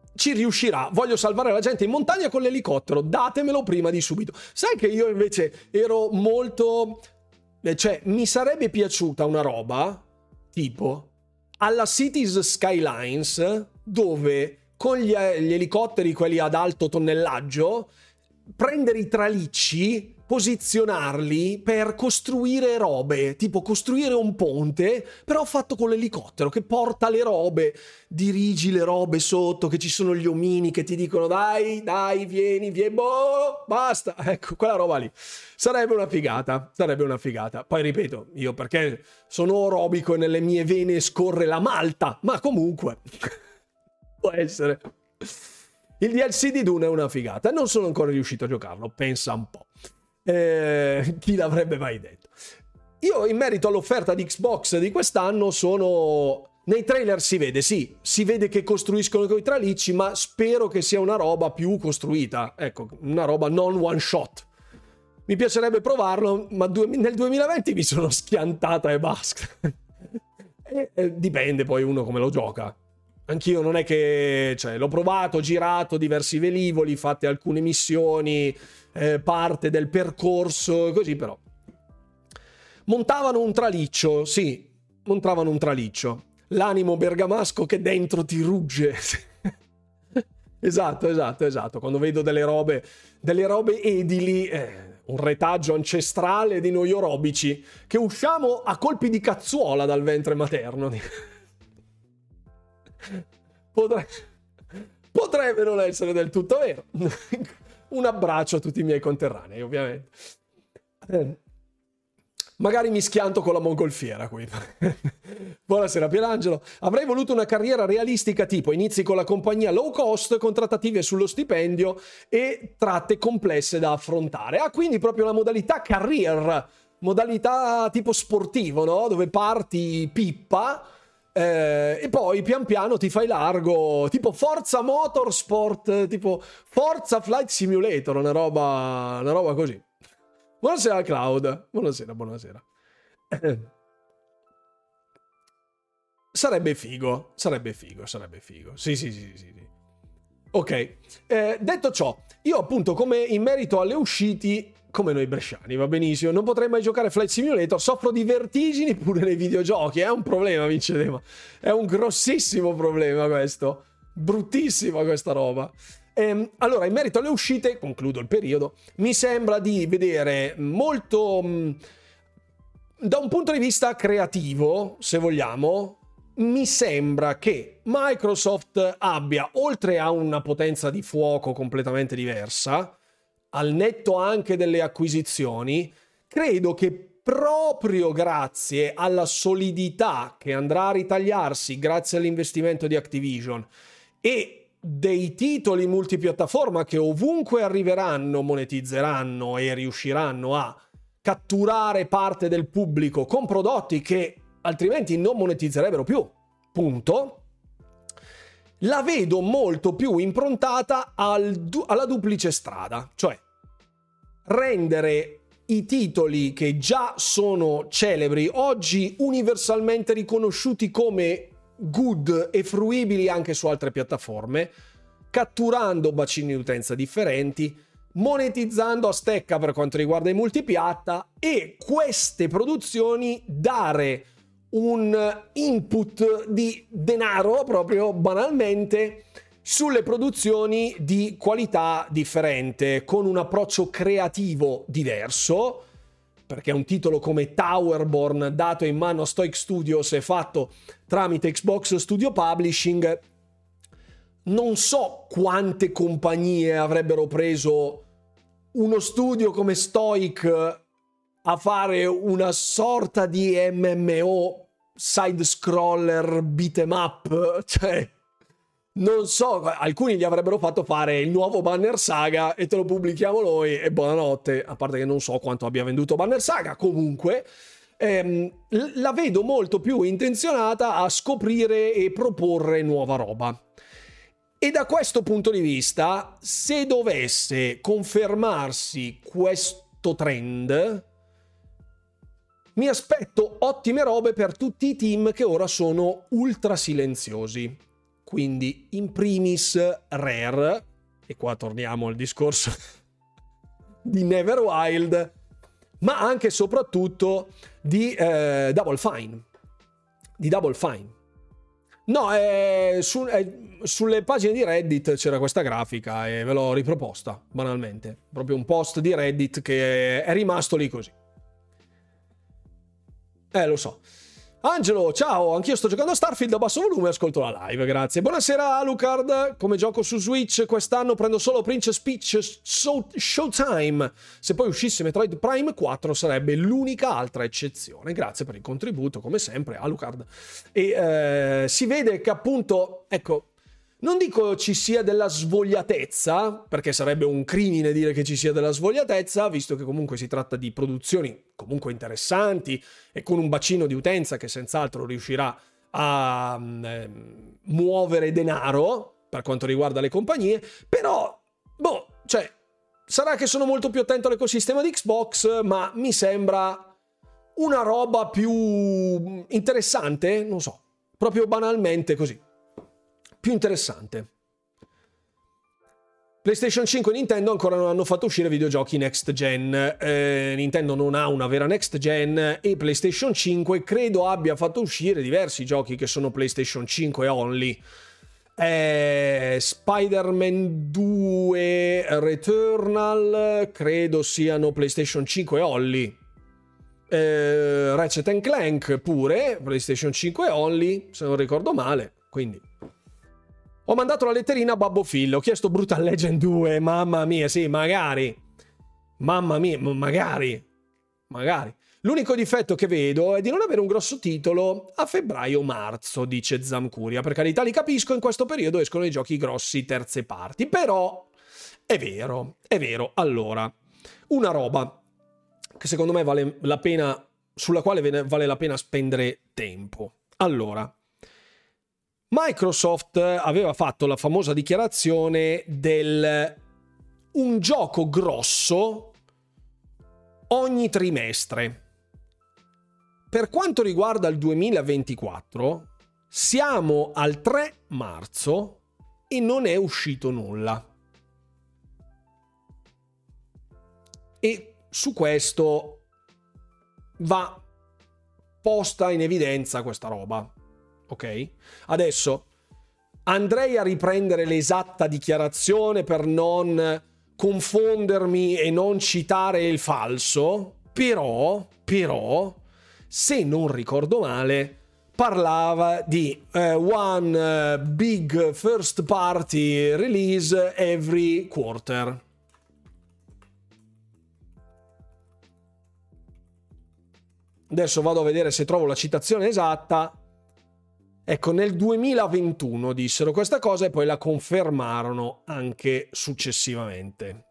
ci riuscirà. Voglio salvare la gente in montagna con l'elicottero, datemelo prima di subito. Sai che io invece ero molto, cioè mi sarebbe piaciuta una roba tipo alla Cities Skylines, dove con gli, gli elicotteri, quelli ad alto tonnellaggio, prendere i tralicci, posizionarli per costruire robe, tipo costruire un ponte, però fatto con l'elicottero che porta le robe, dirigi le robe sotto, che ci sono gli omini che ti dicono dai, dai, vieni, vieni, boh, basta. Ecco, quella roba lì. Sarebbe una figata, sarebbe una figata. Poi ripeto, io perché sono orobico e nelle mie vene scorre la malta, ma comunque può essere. Il D L C di Dune è una figata, non sono ancora riuscito a giocarlo, pensa un po'. Eh, chi l'avrebbe mai detto? Io in merito all'offerta di Xbox di quest'anno sono... Nei trailer si vede, sì, si vede che costruiscono coi tralicci, ma spero che sia una roba più costruita, ecco, una roba non one shot. Mi piacerebbe provarlo, ma du- nel duemilaventi mi sono schiantata e basta. e, e dipende poi uno come lo gioca. Anch'io non è che... Cioè, l'ho provato, girato diversi velivoli, fatte alcune missioni, eh, parte del percorso, così però. Montavano un traliccio, sì, montavano un traliccio. L'animo bergamasco che dentro ti rugge. Esatto, esatto, esatto. Quando vedo delle robe, delle robe edili, eh, un retaggio ancestrale di noi orobici, che usciamo a colpi di cazzuola dal ventre materno. Potrebbe, potrebbe non essere del tutto vero. Un abbraccio a tutti i miei conterranei, ovviamente. Eh, magari mi schianto con la mongolfiera qui. Buonasera Pierangelo. Avrei voluto una carriera realistica tipo inizi con la compagnia low cost con trattative sullo stipendio e tratte complesse da affrontare. Ah, quindi proprio la modalità career, modalità tipo sportivo, no? Dove parti pippa Eh, e poi pian piano ti fai largo, tipo Forza Motorsport, tipo Forza Flight Simulator, una roba, una roba così. Buonasera Cloud, buonasera, buonasera. Sarebbe figo, sarebbe figo, sarebbe figo. Sì, sì, sì, sì, sì. Ok, eh, detto ciò, io appunto come in merito alle uscite, come noi bresciani, va benissimo, non potrei mai giocare Flight Simulator, soffro di vertigini pure nei videogiochi, è un problema, Vince Dema, è un grossissimo problema questo, bruttissima questa roba. Ehm, allora, in merito alle uscite, concludo il periodo, mi sembra di vedere molto, mh, da un punto di vista creativo, se vogliamo, mi sembra che Microsoft abbia, oltre a una potenza di fuoco completamente diversa, al netto anche delle acquisizioni, credo che proprio grazie alla solidità che andrà a ritagliarsi grazie all'investimento di Activision e dei titoli multipiattaforma che ovunque arriveranno monetizzeranno e riusciranno a catturare parte del pubblico con prodotti che altrimenti non monetizzerebbero più, punto, la vedo molto più improntata al du- alla duplice strada, cioè rendere i titoli che già sono celebri, oggi universalmente riconosciuti come good e fruibili anche su altre piattaforme, catturando bacini di utenza differenti, monetizzando a stecca per quanto riguarda i multipiatta e queste produzioni dare un input di denaro proprio banalmente sulle produzioni di qualità differente, con un approccio creativo diverso, perché un titolo come Towerborn dato in mano a Stoic Studios e fatto tramite Xbox Studio Publishing, non so quante compagnie avrebbero preso uno studio come Stoic a fare una sorta di M M O side scroller beat 'em up, cioè non so, alcuni gli avrebbero fatto fare il nuovo Banner Saga e te lo pubblichiamo noi e buonanotte, a parte che non so quanto abbia venduto Banner Saga, comunque ehm, la vedo molto più intenzionata a scoprire e proporre nuova roba. E da questo punto di vista, se dovesse confermarsi questo trend, mi aspetto ottime robe per tutti i team che ora sono ultra silenziosi. quindi in primis Rare, e qua torniamo al discorso di Neverwild, ma anche e soprattutto di eh, Double Fine. Di Double Fine. No, è su, è, sulle pagine di Reddit c'era questa grafica e ve l'ho riproposta, banalmente. Proprio un post di Reddit che è rimasto lì così. Eh, lo so. Angelo, ciao, anch'io sto giocando a Starfield a basso volume e ascolto la live, grazie. Buonasera Alucard, come gioco su Switch quest'anno prendo solo Princess Peach Showtime. Se poi uscisse Metroid Prime quattro sarebbe l'unica altra eccezione. Grazie per il contributo, come sempre Alucard. E eh, si vede che appunto, ecco, non dico ci sia della svogliatezza, perché sarebbe un crimine dire che ci sia della svogliatezza, visto che comunque si tratta di produzioni comunque interessanti e con un bacino di utenza che senz'altro riuscirà a eh, muovere denaro per quanto riguarda le compagnie, però, boh, cioè, sarà che sono molto più attento all'ecosistema di Xbox, ma mi sembra una roba più interessante, non so, proprio banalmente così. Più interessante. PlayStation cinque e Nintendo ancora non hanno fatto uscire videogiochi next gen. Eh, Nintendo non ha una vera next gen e PlayStation cinque credo abbia fatto uscire diversi giochi che sono PlayStation cinque only. Eh, Spider-Man due Returnal credo siano PlayStation cinque only. Eh, Ratchet and Clank pure PlayStation cinque only, se non ricordo male, quindi ho mandato la letterina a Babbo Phil, ho chiesto Brutal Legend due, mamma mia, sì, magari. Mamma mia, magari. Magari. L'unico difetto che vedo è di non avere un grosso titolo a febbraio-marzo, dice Zamcuria. Per carità, li capisco, in questo periodo escono i giochi grossi terze parti. Però, è vero, è vero. Allora, una roba che secondo me vale la pena, sulla quale vale la pena spendere tempo. Allora, Microsoft aveva fatto la famosa dichiarazione del un gioco grosso ogni trimestre. Per quanto riguarda il duemilaventiquattro, siamo al tre marzo e non è uscito nulla. E su questo va posta in evidenza questa roba. Ok? Adesso andrei a riprendere l'esatta dichiarazione per non confondermi e non citare il falso, però, però, se non ricordo male, parlava di uh, one uh, big first party release every quarter. Adesso vado a vedere se trovo la citazione esatta. Ecco, nel duemilaventuno dissero questa cosa e poi la confermarono anche successivamente.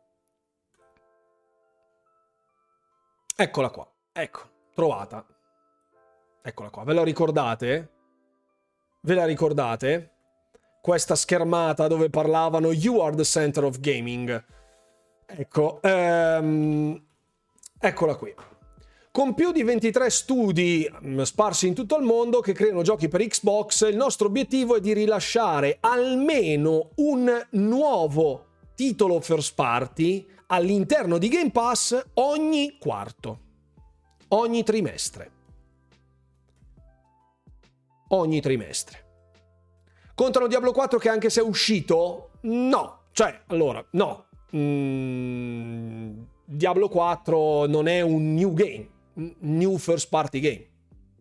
Eccola qua, ecco, trovata. Eccola qua, ve la ricordate? Ve la ricordate? Questa schermata dove parlavano You are the center of gaming. Ecco, ehm, eccola qui. Con più di ventitré studi sparsi in tutto il mondo che creano giochi per Xbox, il nostro obiettivo è di rilasciare almeno un nuovo titolo first party all'interno di Game Pass ogni quarto, ogni trimestre. Ogni trimestre. Contano Diablo quattro che anche se è uscito? No. Cioè, allora, no. Mm, Diablo quattro non è un new game. New first party game.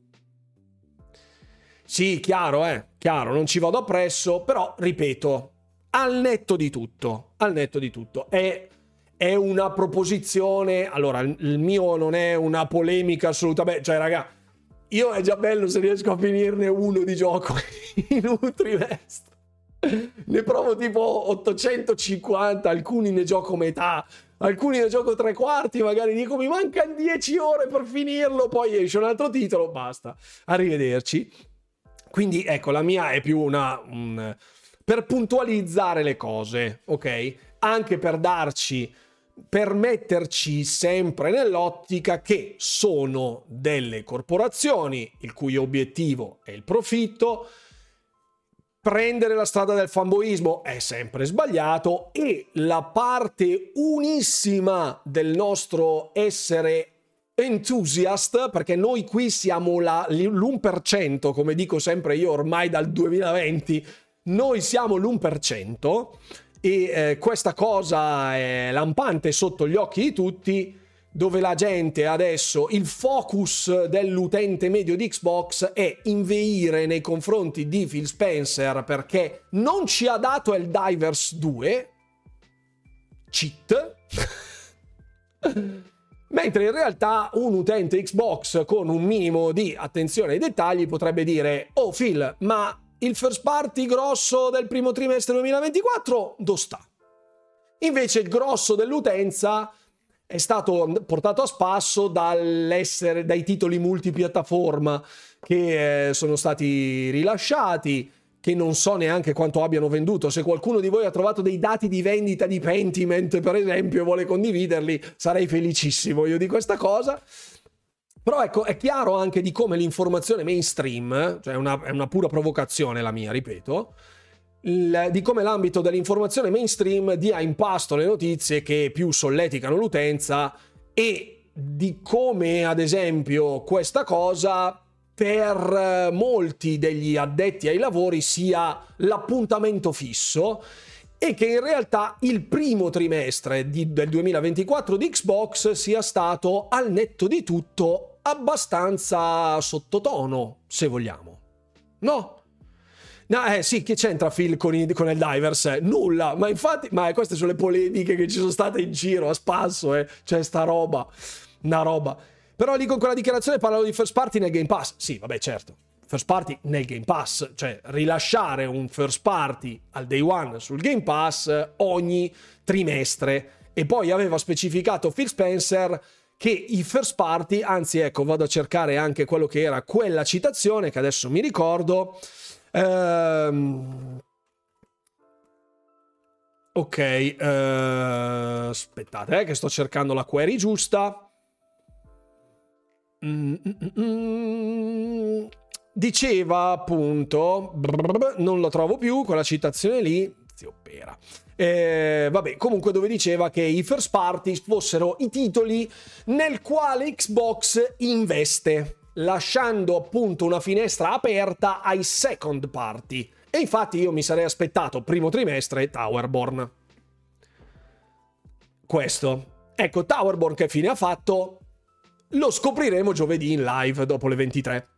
Sì, chiaro, eh, chiaro, non ci vado appresso, però ripeto, al netto di tutto, al netto di tutto, è, è una proposizione, allora, il mio non è una polemica assolutamente, cioè raga, io è già bello se riesco a finirne uno di gioco in un trimestre. Ne provo tipo ottocentocinquanta, alcuni ne gioco metà, alcuni ne gioco tre quarti, magari dico mi mancano dieci ore per finirlo, poi esce un altro titolo, basta, arrivederci. Quindi ecco, la mia è più una un, per puntualizzare le cose, ok? Anche per darci, per metterci sempre nell'ottica che sono delle corporazioni il cui obiettivo è il profitto. prendere la strada del fanboismo è sempre sbagliato, e la parte unissima del nostro essere enthusiast, perché noi qui siamo la, l'uno per cento, come dico sempre io ormai dal duemilaventi, noi siamo l'uno per cento, e eh, questa cosa è lampante sotto gli occhi di tutti, dove la gente adesso, il focus dell'utente medio di Xbox è inveire nei confronti di Phil Spencer perché non ci ha dato Helldivers due, cheat, mentre in realtà un utente Xbox con un minimo di attenzione ai dettagli potrebbe dire: oh Phil, ma il first party grosso del primo trimestre duemilaventiquattro dove sta? Invece il grosso dell'utenza è stato portato a spasso dall'essere, dai titoli multipiattaforma che eh, sono stati rilasciati, che non so neanche quanto abbiano venduto. Se qualcuno di voi ha trovato dei dati di vendita di Pentiment, per esempio, e vuole condividerli, sarei felicissimo io di questa cosa. Però ecco, è chiaro anche di come l'informazione mainstream, cioè una, è una pura provocazione la mia, ripeto, il, di come l'ambito dell'informazione mainstream dia in pasto le notizie che più solleticano l'utenza, e di come, ad esempio, questa cosa per molti degli addetti ai lavori sia l'appuntamento fisso, e che in realtà il primo trimestre di, del duemilaventiquattro di Xbox sia stato, al netto di tutto, abbastanza sottotono, se vogliamo. No? No, eh sì, che c'entra Phil con, i, con Helldivers? Eh? Nulla, ma infatti, ma queste sono le polemiche che ci sono state in giro a spasso, eh? Cioè sta roba, una roba. Però lì con quella dichiarazione parlano di first party nel Game Pass. Sì, vabbè, certo. First party nel Game Pass, cioè rilasciare un first party al day one sul Game Pass ogni trimestre. E poi aveva specificato Phil Spencer che i first party, anzi ecco, vado a cercare anche quello che era quella citazione che adesso mi ricordo. Ehm... Ok, uh, aspettate eh, che sto cercando la query giusta. Mm-mm-mm. Diceva appunto, non lo trovo più quella citazione lì, zio Pera. Eh, vabbè, comunque, dove diceva che i first party fossero i titoli nel quale Xbox investe, lasciando appunto una finestra aperta ai second party. E infatti io mi sarei aspettato primo trimestre Towerborn. Questo. Ecco, Towerborn che fine ha fatto? Lo scopriremo giovedì in live dopo le ventitré.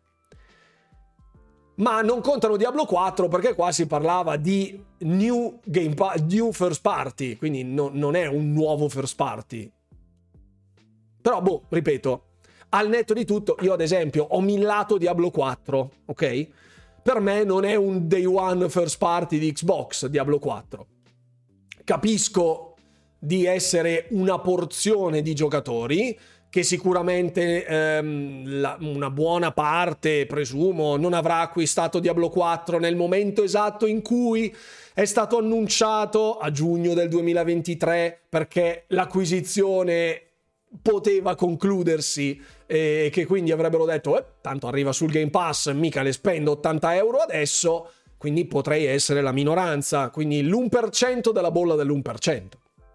Ma non contano Diablo quattro perché qua si parlava di new game pa- new first party, quindi no, non è un nuovo first party. Però boh, ripeto, al netto di tutto, io ad esempio ho millato Diablo quattro, ok? Per me non è un day one first party di Xbox Diablo quattro. Capisco di essere una porzione di giocatori che sicuramente ehm, la, una buona parte, presumo, non avrà acquistato Diablo quattro nel momento esatto in cui è stato annunciato a giugno del duemilaventitré, perché l'acquisizione poteva concludersi e che quindi avrebbero detto eh, tanto arriva sul Game Pass, mica le spendo ottanta euro adesso, quindi potrei essere la minoranza, quindi l'uno per cento della bolla dell'uno per cento.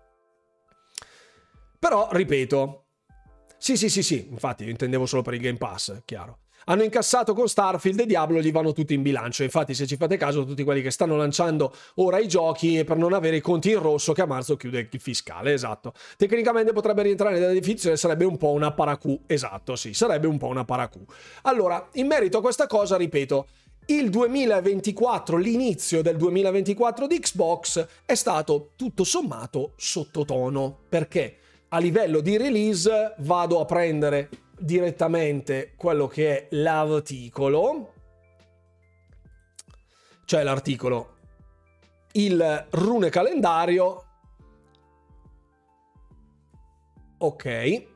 Però, ripeto, Sì, sì, sì, sì, infatti io intendevo solo per il Game Pass, chiaro. Hanno incassato con Starfield e Diablo, gli vanno tutti in bilancio. Infatti, se ci fate caso, tutti quelli che stanno lanciando ora i giochi per non avere i conti in rosso, che a marzo chiude il fiscale, esatto. Tecnicamente potrebbe rientrare nella definizione, sarebbe un po' una paracù, esatto, sì, sarebbe un po' una paracù. Allora, in merito a questa cosa, ripeto, il duemilaventiquattro, l'inizio del duemilaventiquattro di Xbox è stato tutto sommato sottotono. Perché? A livello di release vado a prendere direttamente quello che è l'articolo, cioè l'articolo, il rune calendario, ok,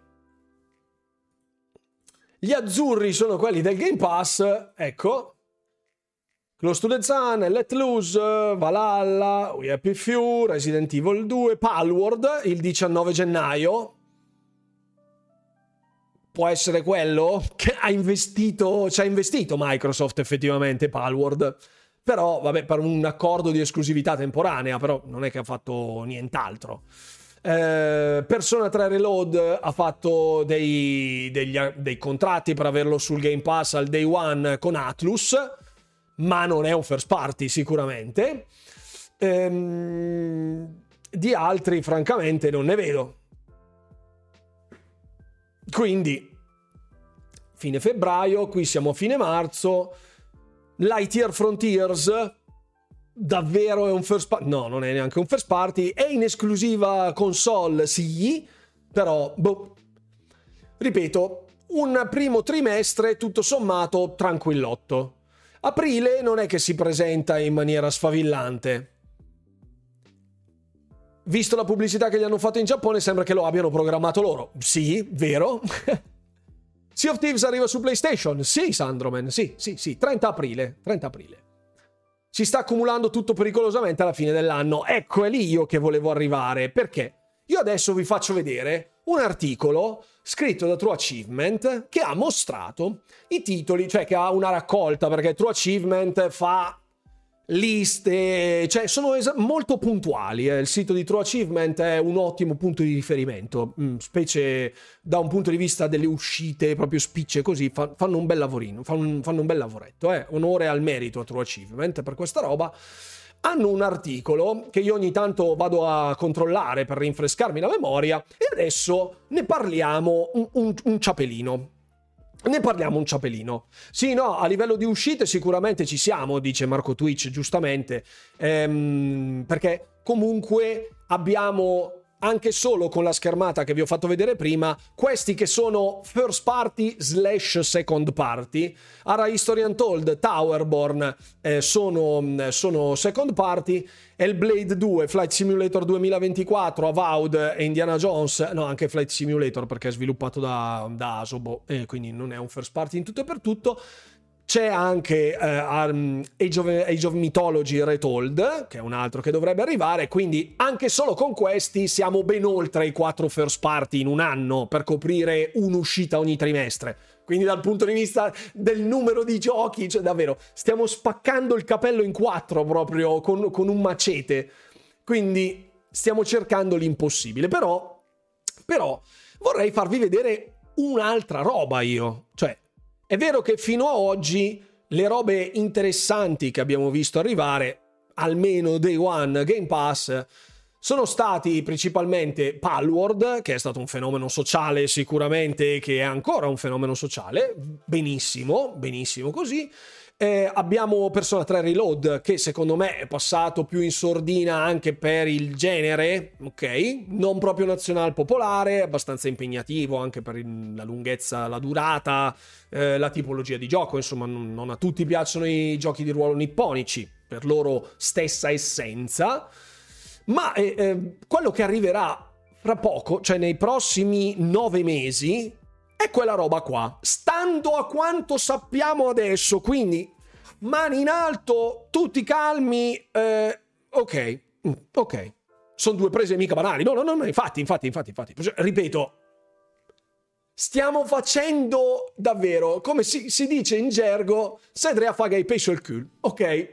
gli azzurri sono quelli del Game Pass, ecco, Close to the Sun, Let Loose, Valhalla, We Happy Few, Resident Evil due, Palworld il diciannove gennaio. Può essere quello che ha investito, ci ha investito Microsoft effettivamente, Palworld. però vabbè, per un accordo di esclusività temporanea, però non è che ha fatto nient'altro. Eh, Persona tre Reload ha fatto dei, degli, dei contratti per averlo sul Game Pass al day one con Atlus, ma non è un first party sicuramente. Ehm, di altri francamente non ne vedo, quindi fine febbraio, qui siamo a fine marzo. Lightyear Frontiers davvero è un first party? No, non è neanche un first party. È in esclusiva console, sì, però boh. Ripeto, un primo trimestre tutto sommato tranquillotto. Aprile non è che si presenta in maniera sfavillante. Visto la pubblicità che gli hanno fatto in Giappone, sembra che lo abbiano programmato loro. Sì, vero? Sea of Thieves arriva su PlayStation. Sì, Sandroman, sì, sì, sì, trenta aprile, trenta aprile. Si sta accumulando tutto pericolosamente alla fine dell'anno. Ecco, è lì io che volevo arrivare. Perché? Io adesso vi faccio vedere un articolo scritto da True Achievement che ha mostrato i titoli, cioè che ha una raccolta, perché True Achievement fa liste, cioè sono es- molto puntuali. Eh. Il sito di True Achievement è un ottimo punto di riferimento, mh, specie da un punto di vista delle uscite, proprio spicce così, fa- fanno un bel lavorino, fanno, fanno un bel lavoretto, eh. Onore al merito a True Achievement per questa roba. Hanno un articolo che io ogni tanto vado a controllare per rinfrescarmi la memoria e adesso ne parliamo un, un, un ciapelino. Ne parliamo un ciapelino. Sì, no, a livello di uscite sicuramente ci siamo, dice Marco Twitch, giustamente, ehm, perché comunque abbiamo, anche solo con la schermata che vi ho fatto vedere prima, questi che sono first party slash second party. Ara History Untold, Towerborn eh, sono, sono second party. Hellblade due, Flight Simulator duemilaventiquattro, Avowed e Indiana Jones, no, anche Flight Simulator perché è sviluppato da, da Asobo e quindi non è un first party in tutto e per tutto. C'è anche uh, um, Age, of, Age of Mythology Retold, che è un altro che dovrebbe arrivare, quindi anche solo con questi siamo ben oltre i quattro first party in un anno per coprire un'uscita ogni trimestre. Quindi dal punto di vista del numero di giochi, cioè davvero, stiamo spaccando il capello in quattro proprio con, con un macete. Quindi stiamo cercando l'impossibile. Però, però vorrei farvi vedere un'altra roba io. Cioè, è vero che fino a oggi le robe interessanti che abbiamo visto arrivare, almeno Day One Game Pass, sono stati principalmente Palworld, che è stato un fenomeno sociale sicuramente, che è ancora un fenomeno sociale, benissimo, benissimo così. Eh, abbiamo Persona tre Reload, che secondo me è passato più in sordina anche per il genere, ok? Non proprio nazional popolare, abbastanza impegnativo anche per il, la lunghezza, la durata, eh, la tipologia di gioco, insomma non, non a tutti piacciono i giochi di ruolo nipponici, per loro stessa essenza. Ma eh, eh, quello che arriverà fra poco, cioè nei prossimi nove mesi, è quella roba qua. Stando a quanto sappiamo adesso, quindi mani in alto, tutti calmi, eh, ok, ok. Sono due prese mica banali. No, no, no, no, infatti, infatti, infatti, infatti. Cioè, ripeto, stiamo facendo davvero, come si, si dice in gergo, Sedrea faga i pesci al cul, ok?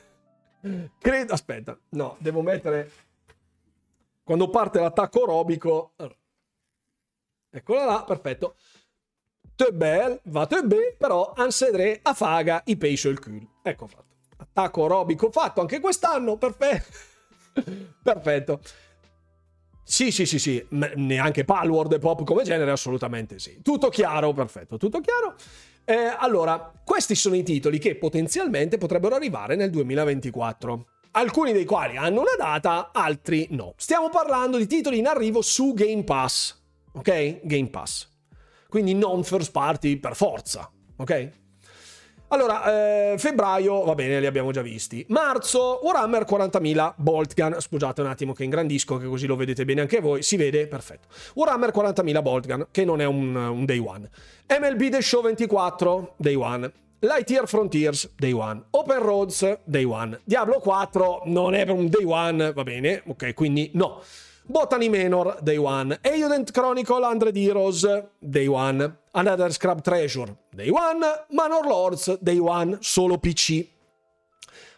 Credo, aspetta, no, devo mettere quando parte l'attacco aerobico. Allora. Eccola là, perfetto. Te bel, va te bel, però ansedre a faga i pesci al cul. Ecco fatto. Attacco aerobico fatto anche quest'anno, perfetto. Perfetto. Sì, sì, sì, sì, neanche Palworld e pop come genere, assolutamente sì. Tutto chiaro, perfetto, tutto chiaro. Eh, allora, questi sono i titoli che potenzialmente potrebbero arrivare nel duemilaventiquattro. Alcuni dei quali hanno una data, altri no. Stiamo parlando di titoli in arrivo su Game Pass, ok? Game Pass. Quindi non first party per forza, ok? Allora, eh, febbraio, va bene, li abbiamo già visti. Marzo, Warhammer quarantamila Boltgun. Scusate un attimo che ingrandisco, che così lo vedete bene anche voi. Si vede? Perfetto. Warhammer quarantamila Boltgun, che non è un, un Day One. M L B The Show ventiquattro, Day One. Lightyear Frontiers, Day One. Open Roads, Day One. Diablo quattro, non è un Day One, va bene, ok, quindi no. Botany Manor, Day One. Eodent Chronicle one hundred Heroes, Day One. Another Scrap Treasure, Day One. Manor Lords, Day One, solo P C.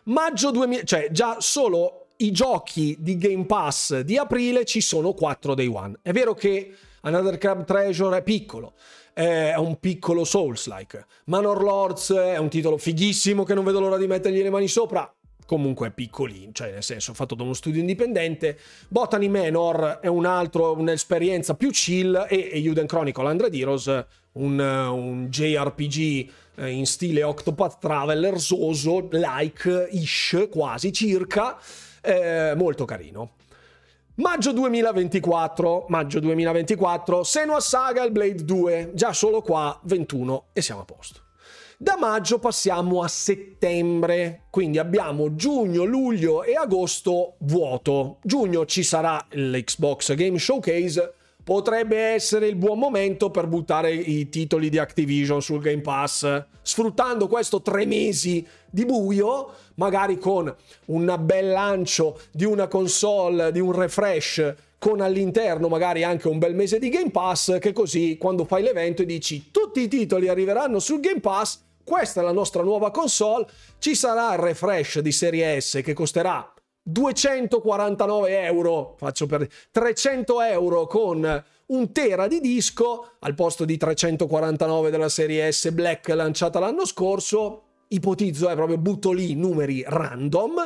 Maggio duemila, cioè già solo i giochi di Game Pass di aprile ci sono quattro day one. È vero che Another Crab Treasure è piccolo, è un piccolo Souls-like. Manor Lords è un titolo fighissimo che non vedo l'ora di mettergli le mani sopra. Comunque è piccolino, cioè nel senso fatto da uno studio indipendente. Botany Manor è un altro, un'esperienza più chill, e Eiyuden Chronicle hundred Heroes, un, un J R P G in stile Octopath Traveler, soso, like, ish, quasi, circa, eh, molto carino. Maggio duemilaventiquattro, maggio duemilaventiquattro, Senua's Saga il Blade due, già solo qua ventuno e siamo a posto. Da maggio passiamo a settembre, quindi abbiamo giugno, luglio e agosto vuoto. Giugno ci sarà l'Xbox Game Showcase, potrebbe essere il buon momento per buttare i titoli di Activision sul Game Pass, sfruttando questo tre mesi di buio, magari con un bel lancio di una console, di un refresh, con all'interno magari anche un bel mese di Game Pass, che così quando fai l'evento e dici tutti i titoli arriveranno sul Game Pass, questa è la nostra nuova console, ci sarà il refresh di Serie S che costerà duecentoquarantanove euro, faccio per trecento euro con un tera di disco al posto di trecentoquarantanove della serie S Black lanciata l'anno scorso. Ipotizzo, è proprio butto lì numeri random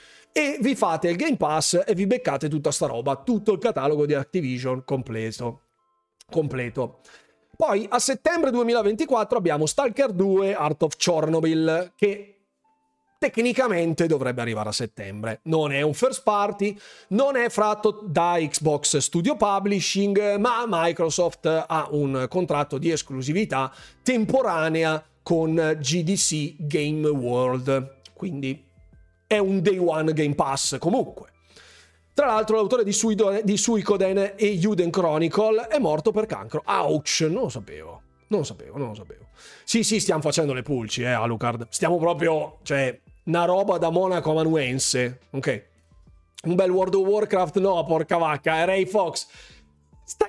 e vi fate il Game Pass e vi beccate tutta sta roba, tutto il catalogo di Activision completo. completo. Poi a settembre duemilaventiquattro abbiamo Stalker due Heart of Chernobyl, che tecnicamente dovrebbe arrivare a settembre. Non è un first party, non è fatto da Xbox Studio Publishing, ma Microsoft ha un contratto di esclusività temporanea con G D C Game World, quindi è un day one Game Pass comunque. Tra l'altro l'autore di, Suido, di Suikoden e Eiyuden Chronicle è morto per cancro. Ouch, non lo sapevo. Non lo sapevo, non lo sapevo. Sì, sì, stiamo facendo le pulci, eh, Alucard. Stiamo proprio, cioè, una roba da monaco amanuense, ok? Un bel World of Warcraft, no, porca vacca, è Ray Fox. Stai...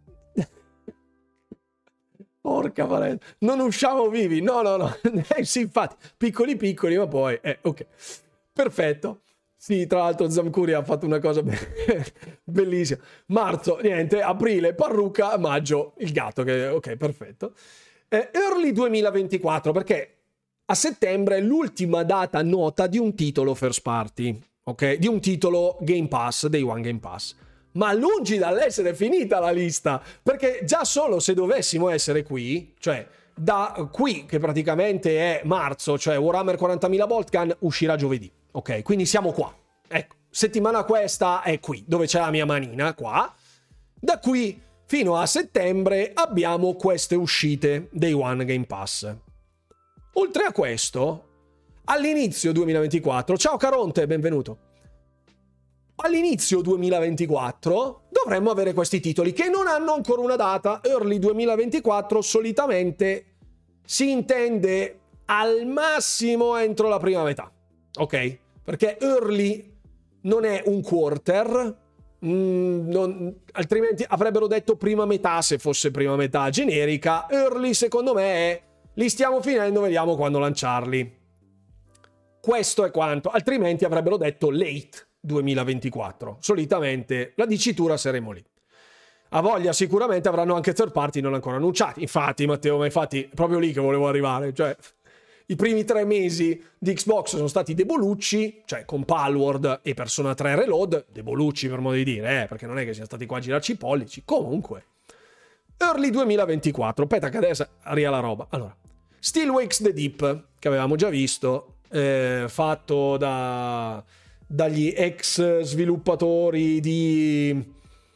Porca parella, non usciamo vivi, no, no, no. Eh, sì, infatti, piccoli piccoli, ma poi, eh, ok. Perfetto. Sì, tra l'altro Zamcuri ha fatto una cosa be- bellissima. Marzo, niente, aprile, parrucca, maggio, il gatto, che ok, perfetto. Eh, early duemilaventiquattro, perché a settembre è l'ultima data nota di un titolo first party, ok? Di un titolo Game Pass, Day One Game Pass. Ma lungi dall'essere finita la lista, perché già solo se dovessimo essere qui, cioè da qui che praticamente è marzo, cioè Warhammer quarantamila Boltgun uscirà giovedì. Ok, quindi siamo qua. Ecco, settimana questa è qui, dove c'è la mia manina, qua. Da qui fino a settembre abbiamo queste uscite Day One Game Pass. Oltre a questo, all'inizio duemilaventiquattro, ciao Caronte, benvenuto. All'inizio duemilaventiquattro dovremmo avere questi titoli che non hanno ancora una data. Early duemilaventiquattro solitamente si intende al massimo entro la prima metà. Ok? Perché early non è un quarter, mm, non, altrimenti avrebbero detto prima metà se fosse prima metà generica. Early secondo me è li stiamo finendo, vediamo quando lanciarli. Questo è quanto, altrimenti avrebbero detto late duemilaventiquattro. Solitamente la dicitura saremo lì. A voglia sicuramente avranno anche third party non ancora annunciati. Infatti Matteo, ma infatti è proprio lì che volevo arrivare, cioè... I primi tre mesi di Xbox sono stati debolucci, cioè con Palworld e Persona tre Reload, debolucci per modo di dire, eh, perché non è che siano stati qua a girarci i pollici. Comunque, early duemilaventiquattro, aspetta che adesso arriva la roba. Allora, Still Wakes the Deep, che avevamo già visto, eh, fatto da, dagli ex sviluppatori di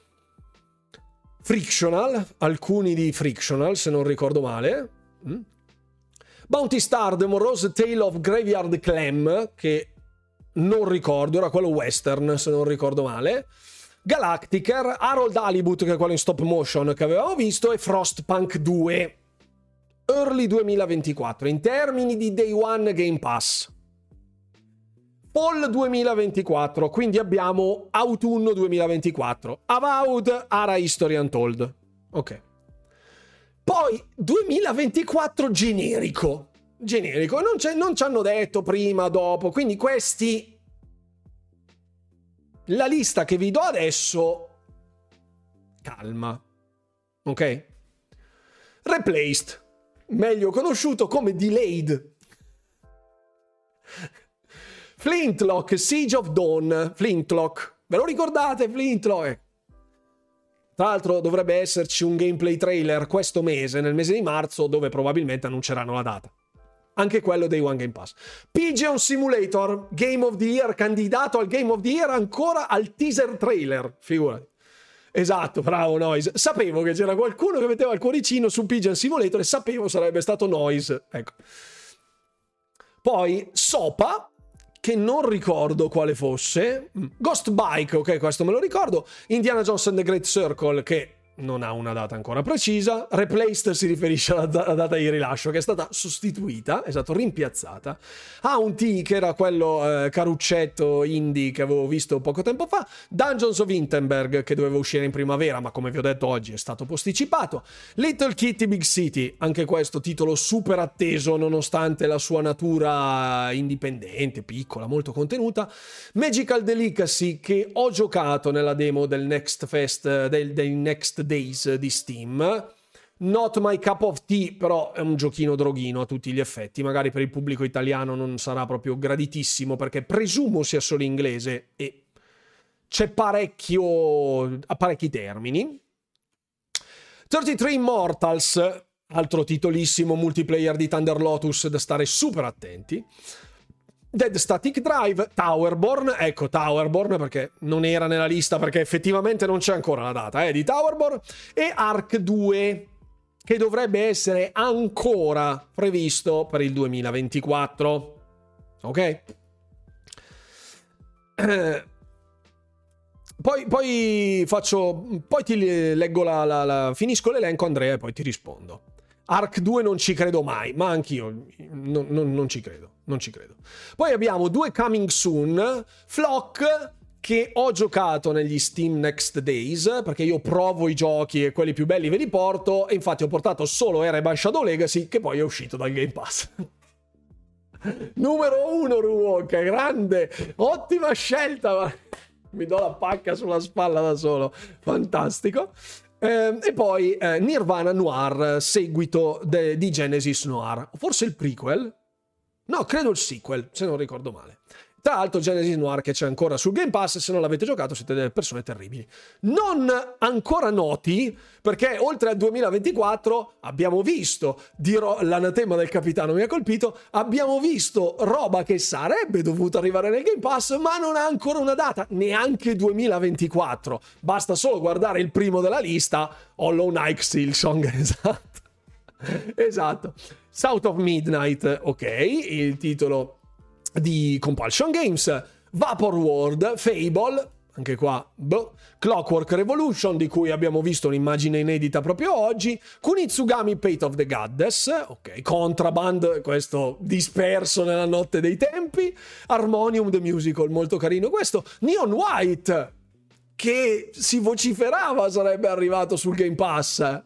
Frictional, alcuni di Frictional, se non ricordo male. Mm? Bounty Star, The Morose Tale of Graveyard Clam, che non ricordo, era quello western se non ricordo male, Galactiker, Harold Halibut, che è quello in stop motion che avevamo visto, e Frostpunk due. Early duemilaventiquattro, in termini di Day One Game Pass. Fall duemilaventiquattro, quindi abbiamo autunno duemilaventiquattro. About Ara History Untold. Ok. Poi duemilaventiquattro generico. generico, non, c'è, non ci hanno detto prima, dopo, quindi questi, la lista che vi do adesso, calma, ok? Replaced, meglio conosciuto come Delayed. Flintlock, Siege of Dawn, Flintlock, ve lo ricordate Flintlock? Tra l'altro dovrebbe esserci un gameplay trailer questo mese, nel mese di marzo, dove probabilmente annunceranno la data. Anche quello dei One Game Pass. Pigeon Simulator, Game of the Year, candidato al Game of the Year ancora al teaser trailer, figurati. Esatto, bravo Noise. Sapevo che c'era qualcuno che metteva il cuoricino su Pigeon Simulator e sapevo sarebbe stato Noise. Ecco. Poi Sopa, che non ricordo quale fosse. Ghost Bike, ok, questo me lo ricordo. Indiana Jones and the Great Circle, che non ha una data ancora precisa. Replaced si riferisce alla, d- alla data di rilascio, che è stata sostituita, è stata rimpiazzata. Ha un T che era quello eh, caruccetto indie che avevo visto poco tempo fa. Dungeons of Hinterberg, che doveva uscire in primavera, ma come vi ho detto oggi è stato posticipato. Little Kitty Big City, anche questo titolo super atteso nonostante la sua natura indipendente, piccola, molto contenuta. Magical Delicacy, che ho giocato nella demo del Next Fest, del, del Next Days di Steam. Not my cup of tea, però è un giochino droghino a tutti gli effetti, magari per il pubblico italiano non sarà proprio graditissimo perché presumo sia solo inglese e c'è parecchio a parecchi termini. trentatré Immortals, altro titolissimo multiplayer di Thunder Lotus da stare super attenti. Dead Static Drive, Towerborn, ecco Towerborn perché non era nella lista perché effettivamente non c'è ancora la data eh, di Towerborn, e Ark due, che dovrebbe essere ancora previsto per il duemilaventiquattro, ok? Eh, poi, poi faccio, poi ti leggo la, la, la finisco l'elenco Andrea e poi ti rispondo. Ark due non ci credo mai, ma anch'io non, non, non ci credo, non ci credo. Poi abbiamo due coming soon, Flock, che ho giocato negli Steam Next Days, perché io provo i giochi e quelli più belli ve li porto, e infatti ho portato solo Ereban Shadow Legacy, che poi è uscito dal Game Pass. Numero uno Ruok, grande, ottima scelta, ma mi do la pacca sulla spalla da solo, fantastico. Eh, e poi eh, Nirvana Noir, seguito de- di Genesis Noir, forse il prequel? No, credo il sequel, se non ricordo male. Tra l'altro Genesis Noir che c'è ancora sul Game Pass, se non l'avete giocato siete delle persone terribili. Non ancora noti, perché oltre al duemilaventiquattro abbiamo visto, dirò l'anatema del capitano mi ha colpito, abbiamo visto roba che sarebbe dovuta arrivare nel Game Pass, ma non ha ancora una data, neanche duemilaventiquattro. Basta solo guardare il primo della lista, Hollow Knight Silksong, esatto. Esatto. South of Midnight, ok, il titolo di Compulsion Games. Vapor World, Fable, anche qua boh. Clockwork Revolution, di cui abbiamo visto un'immagine inedita proprio oggi. Kunitsugami Fate of the Goddess, ok, Contraband, questo disperso nella notte dei tempi. Harmonium the Musical, molto carino questo. Neon White, che si vociferava sarebbe arrivato sul Game Pass,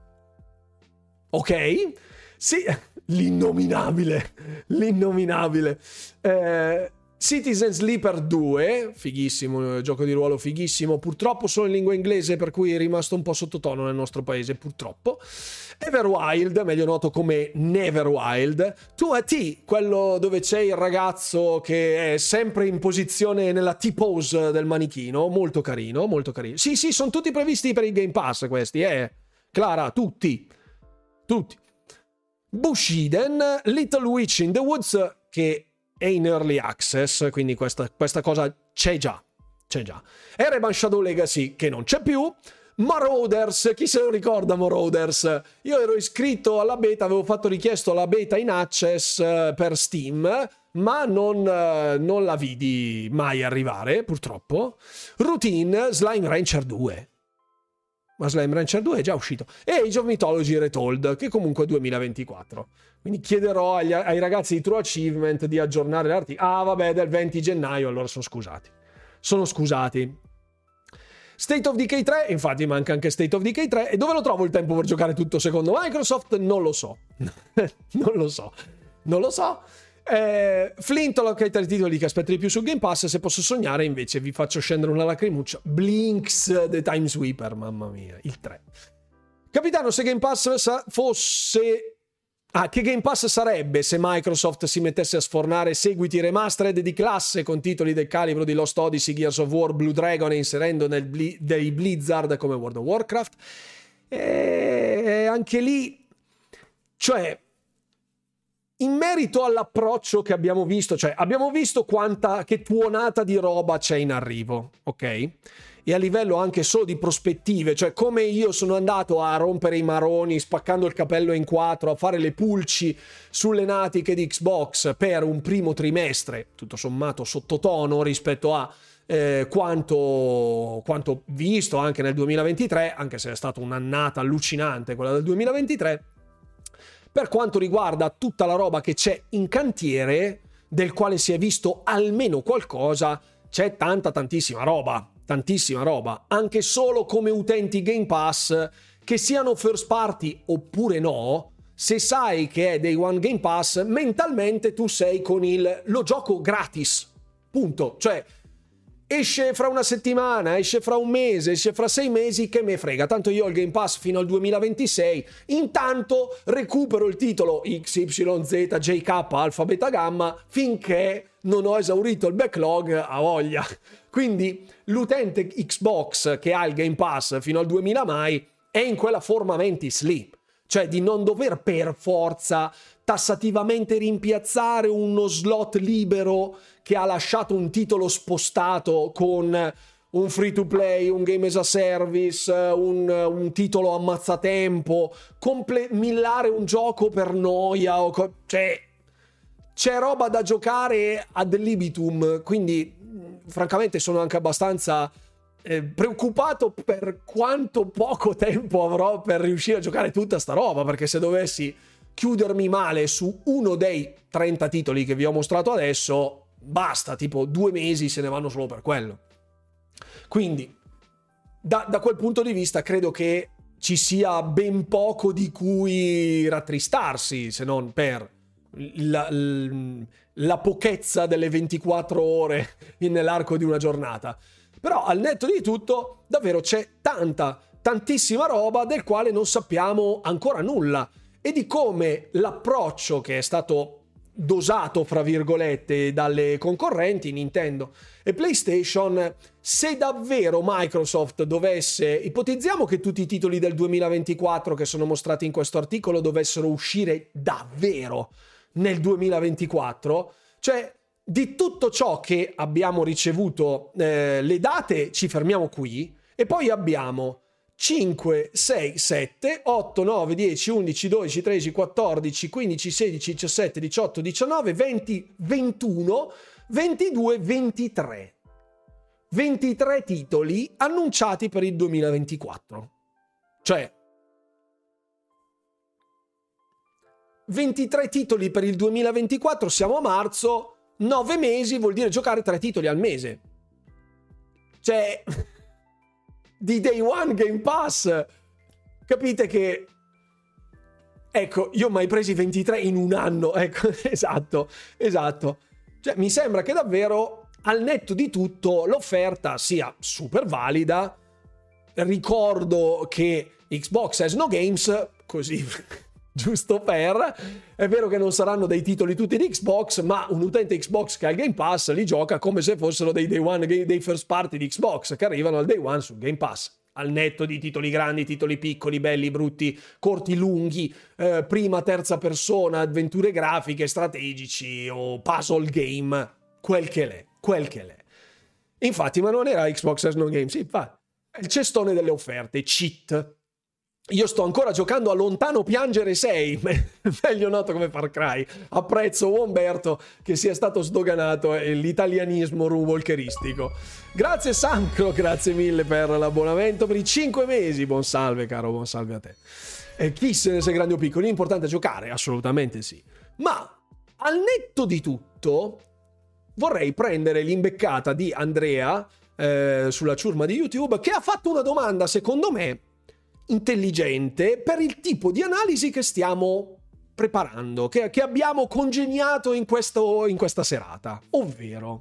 ok, sì, l'innominabile, l'innominabile. Eh, Citizen Sleeper due, fighissimo, gioco di ruolo fighissimo, purtroppo solo in lingua inglese, per cui è rimasto un po' sottotono nel nostro paese, purtroppo. Everwild, meglio noto come Neverwild. To a T, quello dove c'è il ragazzo che è sempre in posizione nella T-pose del manichino, molto carino, molto carino. Sì, sì, sono tutti previsti per il Game Pass questi, eh. Clara, tutti. Tutti. Bushiden, Little Witch in the Woods, che è in early access, quindi questa, questa cosa c'è già, c'è già. Ereban Shadow Legacy, che non c'è più. Marauders, chi se lo ricorda Marauders? Io ero iscritto alla beta, avevo fatto richiesto la beta in access per Steam, ma non, non la vidi mai arrivare, purtroppo. Routine, Slime Rancher due. Ma Slime Rancher due è già uscito. E Age of Mythology Retold, che comunque è duemilaventiquattro. Quindi chiederò agli, ai ragazzi di True Achievement di aggiornare l'articolo. Ah vabbè, del venti gennaio, allora sono scusati. Sono scusati. State of Decay tre, infatti manca anche State of Decay tre. E dove lo trovo il tempo per giocare tutto secondo Microsoft? Non lo so. Non lo so. Non lo so. Eh, Flintlock è tra i titoli che aspetto di più su Game Pass. Se posso sognare, invece, vi faccio scendere una lacrimuccia. Blinks The Time Sweeper, mamma mia, il tre. Capitano, se Game Pass sa- fosse... Ah, che Game Pass sarebbe se Microsoft si mettesse a sfornare seguiti remastered di classe con titoli del calibro di Lost Odyssey, Gears of War, Blue Dragon e inserendo nel Ble- dei Blizzard come World of Warcraft? E anche lì, cioè, in merito all'approccio che abbiamo visto, cioè abbiamo visto quanta, che tuonata di roba c'è in arrivo, ok? E a livello anche solo di prospettive, cioè come io sono andato a rompere i maroni spaccando il capello in quattro, a fare le pulci sulle natiche di Xbox per un primo trimestre, tutto sommato sottotono rispetto a eh, quanto, quanto visto anche nel duemilaventitré, anche se è stata un'annata allucinante quella del duemilaventitré, per quanto riguarda tutta la roba che c'è in cantiere, del quale si è visto almeno qualcosa, c'è tanta tantissima roba. Tantissima roba, anche solo come utenti Game Pass, che siano first party oppure no, se sai che è Day One Game Pass, mentalmente tu sei con il lo gioco gratis, punto. Cioè, esce fra una settimana, esce fra un mese, esce fra sei mesi, che me frega, tanto io ho il Game Pass fino al duemilaventisei, intanto recupero il titolo X Y Z J K Alpha Beta Gamma finché non ho esaurito il backlog a voglia. Quindi l'utente Xbox che ha il Game Pass fino al duemila mai è in quella forma mentis lì, cioè di non dover per forza tassativamente rimpiazzare uno slot libero che ha lasciato un titolo spostato con un free to play, un game as a service, un, un titolo ammazzatempo, comple- millare un gioco per noia, o co- cioè c'è roba da giocare ad libitum, quindi francamente sono anche abbastanza eh, preoccupato per quanto poco tempo avrò per riuscire a giocare tutta sta roba, perché se dovessi chiudermi male su uno dei trenta titoli che vi ho mostrato adesso, basta, tipo due mesi se ne vanno solo per quello. Quindi da, da quel punto di vista credo che ci sia ben poco di cui rattristarsi, se non per la, la, la pochezza delle ventiquattro ore nell'arco di una giornata. Però al netto di tutto davvero c'è tanta, tantissima roba del quale non sappiamo ancora nulla, e di come l'approccio che è stato dosato fra virgolette dalle concorrenti Nintendo e PlayStation, se davvero Microsoft dovesse, ipotizziamo che tutti i titoli del duemilaventiquattro che sono mostrati in questo articolo dovessero uscire davvero nel duemilaventiquattro, cioè di tutto ciò che abbiamo ricevuto eh, le date ci fermiamo qui, e poi abbiamo cinque, sei, sette, otto, nove, dieci, undici, dodici, tredici, quattordici, quindici, sedici, diciassette, diciotto, diciannove, venti, ventuno, ventidue, ventitré. ventitré titoli annunciati per il duemilaventiquattro. Cioè ventitré titoli per il duemilaventiquattro, siamo a marzo, nove mesi vuol dire giocare tre titoli al mese. Cioè di Day One Game Pass, capite che, ecco, io ho mai presi ventitré in un anno, ecco, esatto, esatto. Cioè mi sembra che davvero al netto di tutto l'offerta sia super valida. Ricordo che Xbox has no games, così giusto per, è vero che non saranno dei titoli tutti di Xbox, ma un utente Xbox che ha il Game Pass li gioca come se fossero dei Day One, dei first party di Xbox che arrivano al Day One sul Game Pass, al netto di titoli grandi, titoli piccoli, belli, brutti, corti, lunghi, eh, prima, terza persona, avventure grafiche, strategici o puzzle game, quel che l'è, quel che l'è. Infatti, ma non era Xbox has no games, sì, infatti, è il cestone delle offerte, cheat. Io sto ancora giocando a Lontano Piangere sei, meglio noto come Far Cry. Apprezzo Umberto che sia stato sdoganato e l'italianismo ruvolcheristico. Grazie Sancro, grazie mille per l'abbonamento per i cinque mesi. Buon salve caro, buon salve a te. E chi se ne sia grandi o piccoli, l'importante è giocare, assolutamente sì. Ma al netto di tutto vorrei prendere l'imbeccata di Andrea eh, sulla ciurma di YouTube, che ha fatto una domanda secondo me intelligente per il tipo di analisi che stiamo preparando, che, che abbiamo congegnato in, questo, in questa serata. Ovvero,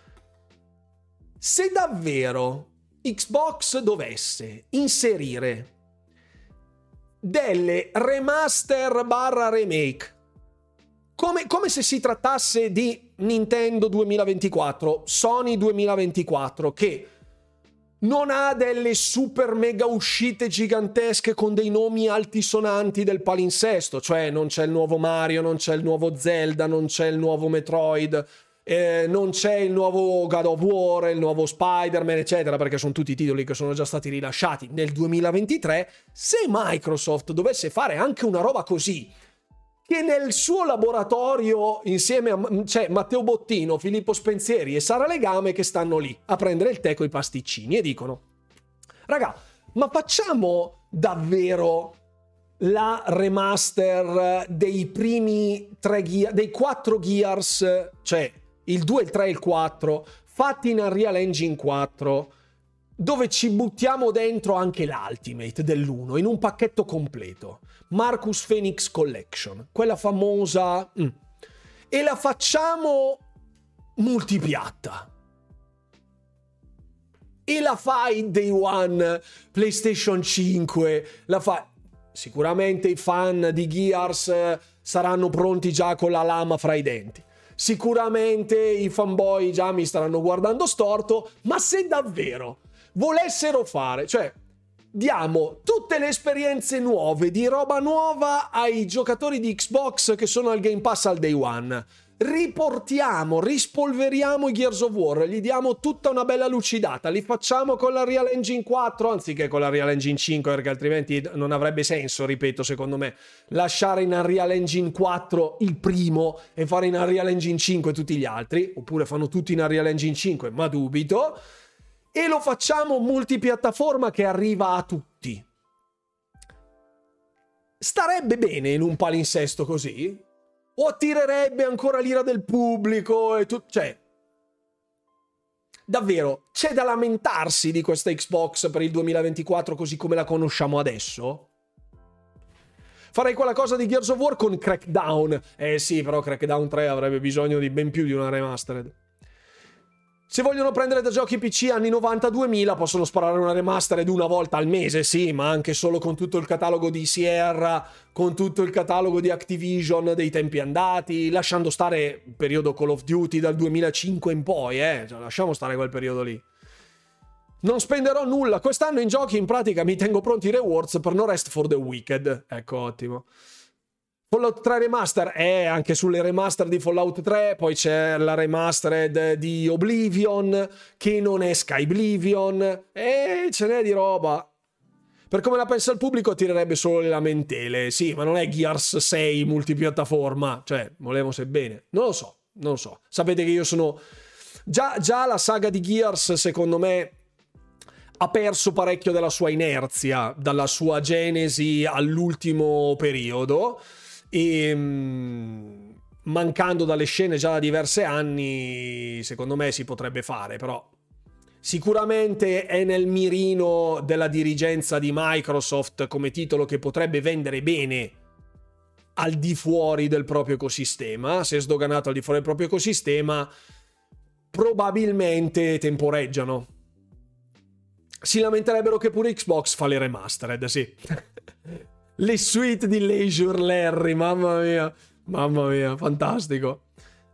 se davvero Xbox dovesse inserire delle remaster barra remake, come, come se si trattasse di Nintendo duemilaventiquattro, Sony duemilaventiquattro, che non ha delle super mega uscite gigantesche con dei nomi altisonanti del palinsesto, cioè non c'è il nuovo Mario, non c'è il nuovo Zelda, non c'è il nuovo Metroid, eh, non c'è il nuovo God of War, il nuovo Spider-Man, eccetera, perché sono tutti titoli che sono già stati rilasciati nel duemilaventitré. Se Microsoft dovesse fare anche una roba così, che nel suo laboratorio insieme a c'è Matteo Bottino, Filippo Spensieri e Sara Legame che stanno lì a prendere il tè con i pasticcini e dicono: raga, ma facciamo davvero la remaster dei primi tre Gears, dei quattro Gears, cioè il due, il tre e il quattro, fatti in Unreal Engine quattro, dove ci buttiamo dentro anche l'Ultimate dell'uno in un pacchetto completo, Marcus Phoenix Collection, quella famosa, mm. e la facciamo multipiatta, e la fai Day One PlayStation cinque, la fai. Sicuramente i fan di Gears saranno pronti già con la lama fra i denti, sicuramente i fanboy già mi staranno guardando storto, ma se davvero volessero fare, cioè diamo tutte le esperienze nuove di roba nuova ai giocatori di Xbox che sono al Game Pass al Day One, riportiamo, rispolveriamo i Gears of War, gli diamo tutta una bella lucidata, li facciamo con la Unreal Engine quattro anziché con la Unreal Engine cinque, perché altrimenti non avrebbe senso, ripeto, secondo me, lasciare in Unreal Engine quattro il primo e fare in Unreal Engine cinque tutti gli altri, oppure fanno tutti in Unreal Engine cinque, ma dubito. E lo facciamo multipiattaforma che arriva a tutti. Starebbe bene in un palinsesto così? O attirerebbe ancora l'ira del pubblico e tutto? Cioè, davvero, c'è da lamentarsi di questa Xbox per il duemilaventiquattro così come la conosciamo adesso? Farei quella cosa di Gears of War con Crackdown. Eh sì, però Crackdown tre avrebbe bisogno di ben più di una remastered. Se vogliono prendere da giochi P C anni novanta duemila possono sparare una remastered una volta al mese, sì, ma anche solo con tutto il catalogo di Sierra, con tutto il catalogo di Activision dei tempi andati, lasciando stare il periodo Call of Duty dal duemilacinque in poi, eh, cioè, lasciamo stare quel periodo lì. Non spenderò nulla, quest'anno in giochi in pratica mi tengo pronti i rewards per No Rest for the Wicked, ecco, ottimo. Fallout tre Remaster, eh, anche sulle remaster di Fallout tre, poi c'è la remastered di Oblivion, che non è Skyblivion, e ce n'è di roba. Per come la pensa il pubblico tirerebbe solo le lamentele, sì, ma non è Gears sei multipiattaforma, cioè, volevamo se bene, non lo so, non lo so. Sapete che io sono... Già, già la saga di Gears, secondo me, ha perso parecchio della sua inerzia, dalla sua genesi all'ultimo periodo, e mancando dalle scene già da diversi anni, secondo me si potrebbe fare, però sicuramente è nel mirino della dirigenza di Microsoft come titolo che potrebbe vendere bene al di fuori del proprio ecosistema. Se è sdoganato al di fuori del proprio ecosistema, probabilmente temporeggiano. Si lamenterebbero che pure Xbox fa le remastered, sì. Le suite di Leisure Larry, mamma mia, mamma mia, fantastico.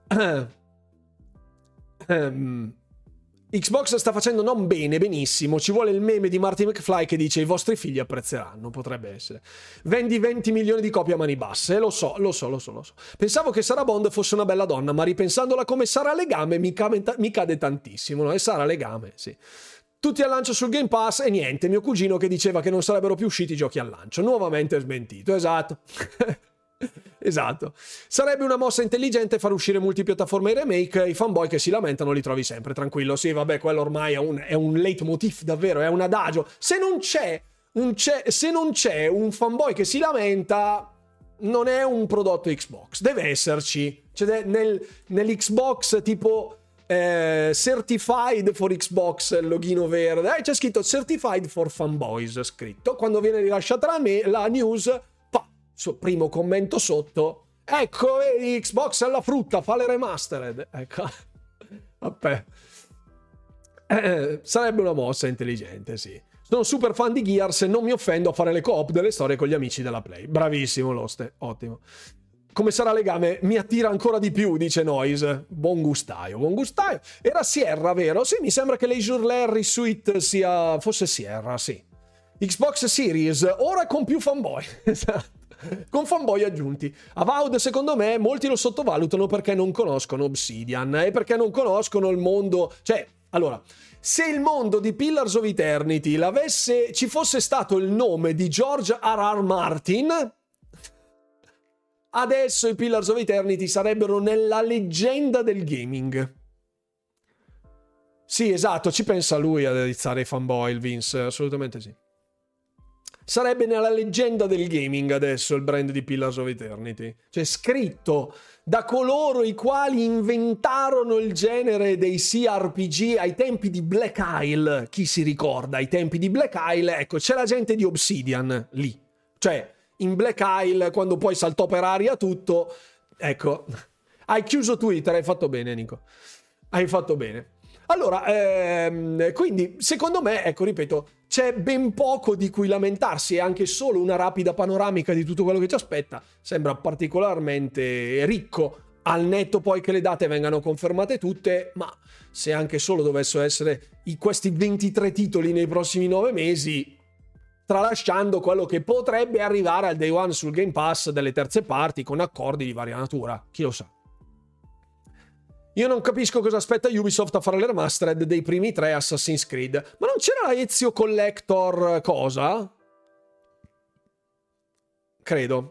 um, Xbox sta facendo non bene, benissimo. Ci vuole il meme di Marty McFly che dice: i vostri figli apprezzeranno, potrebbe essere. Vendi venti milioni di copie a mani basse, lo so, lo so, lo so, lo so. Pensavo che Sarah Bond fosse una bella donna, ma ripensandola come Sara Legame mi, cade, mi cade tantissimo, no? È Sara Legame, sì. Tutti al lancio sul Game Pass e niente, mio cugino che diceva che non sarebbero più usciti i giochi al lancio, nuovamente smentito, esatto. Esatto. Sarebbe una mossa intelligente far uscire multipiattaforma e remake, i fanboy che si lamentano li trovi sempre, tranquillo, sì vabbè, quello ormai è un, è un leitmotiv davvero, è un adagio. Se non c'è un, c'è, se non c'è un fanboy che si lamenta, non è un prodotto Xbox, deve esserci, cioè nel, nell'Xbox tipo... Eh, certified for Xbox, il logino verde, eh, c'è scritto certified for fanboys scritto, quando viene rilasciata la, me- la news, pa, suo primo commento sotto: ecco, vedi, Xbox alla frutta, fa le remastered. Ecco. Vabbè. Eh, sarebbe una mossa intelligente, sì. Sono super fan di Gears e non mi offendo a fare le co-op delle storie con gli amici della Play. Bravissimo Loste, ottimo. Come sarà legame? Mi attira ancora di più, dice Noise. Buon gustaio, buon gustaio. Era Sierra, vero? Sì, mi sembra che Leisure Larry Suite sia... fosse Sierra, sì. Xbox Series, ora con più fanboy. Esatto. Con fanboy aggiunti. Avowed, secondo me, molti lo sottovalutano perché non conoscono Obsidian e perché non conoscono il mondo... Cioè, allora... Se il mondo di Pillars of Eternity l'avesse, ci fosse stato il nome di George R R. Martin, adesso i Pillars of Eternity sarebbero nella leggenda del gaming. Sì, esatto, ci pensa lui ad iniziare i fanboy, il Vince, assolutamente sì. Sarebbe nella leggenda del gaming adesso il brand di Pillars of Eternity. Cioè scritto da coloro i quali inventarono il genere dei C R P G ai tempi di Black Isle. Chi si ricorda ai tempi di Black Isle? Ecco, c'è la gente di Obsidian lì. Cioè, in Black Isle, quando poi saltò per aria tutto... Ecco, hai chiuso Twitter, hai fatto bene, Nico. Hai fatto bene. Allora, ehm, quindi, secondo me, ecco, ripeto, c'è ben poco di cui lamentarsi e anche solo una rapida panoramica di tutto quello che ci aspetta sembra particolarmente ricco, al netto poi che le date vengano confermate tutte, ma se anche solo dovessero essere i, questi ventitré titoli nei prossimi nove mesi, tralasciando quello che potrebbe arrivare al day one sul Game Pass delle terze parti con accordi di varia natura, chi lo sa. Io non capisco cosa aspetta Ubisoft a fare le remastered dei primi tre Assassin's Creed. Ma non c'era la Ezio Collector cosa? Credo.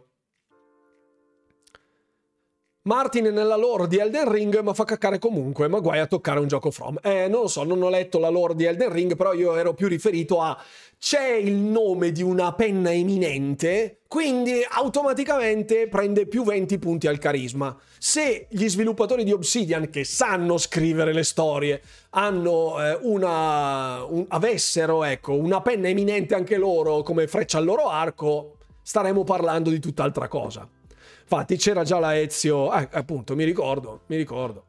Martin è nella lore di Elden Ring, ma fa caccare comunque, ma guai a toccare un gioco From. Eh, non lo so, non ho letto la lore di Elden Ring, però io ero più riferito a... C'è il nome di una penna eminente, quindi automaticamente prende più venti punti al carisma. Se gli sviluppatori di Obsidian, che sanno scrivere le storie, hanno eh, una... Un, avessero, ecco, una penna eminente anche loro come freccia al loro arco, staremmo parlando di tutt'altra cosa. Infatti c'era già la Ezio, eh, appunto, mi ricordo, mi ricordo.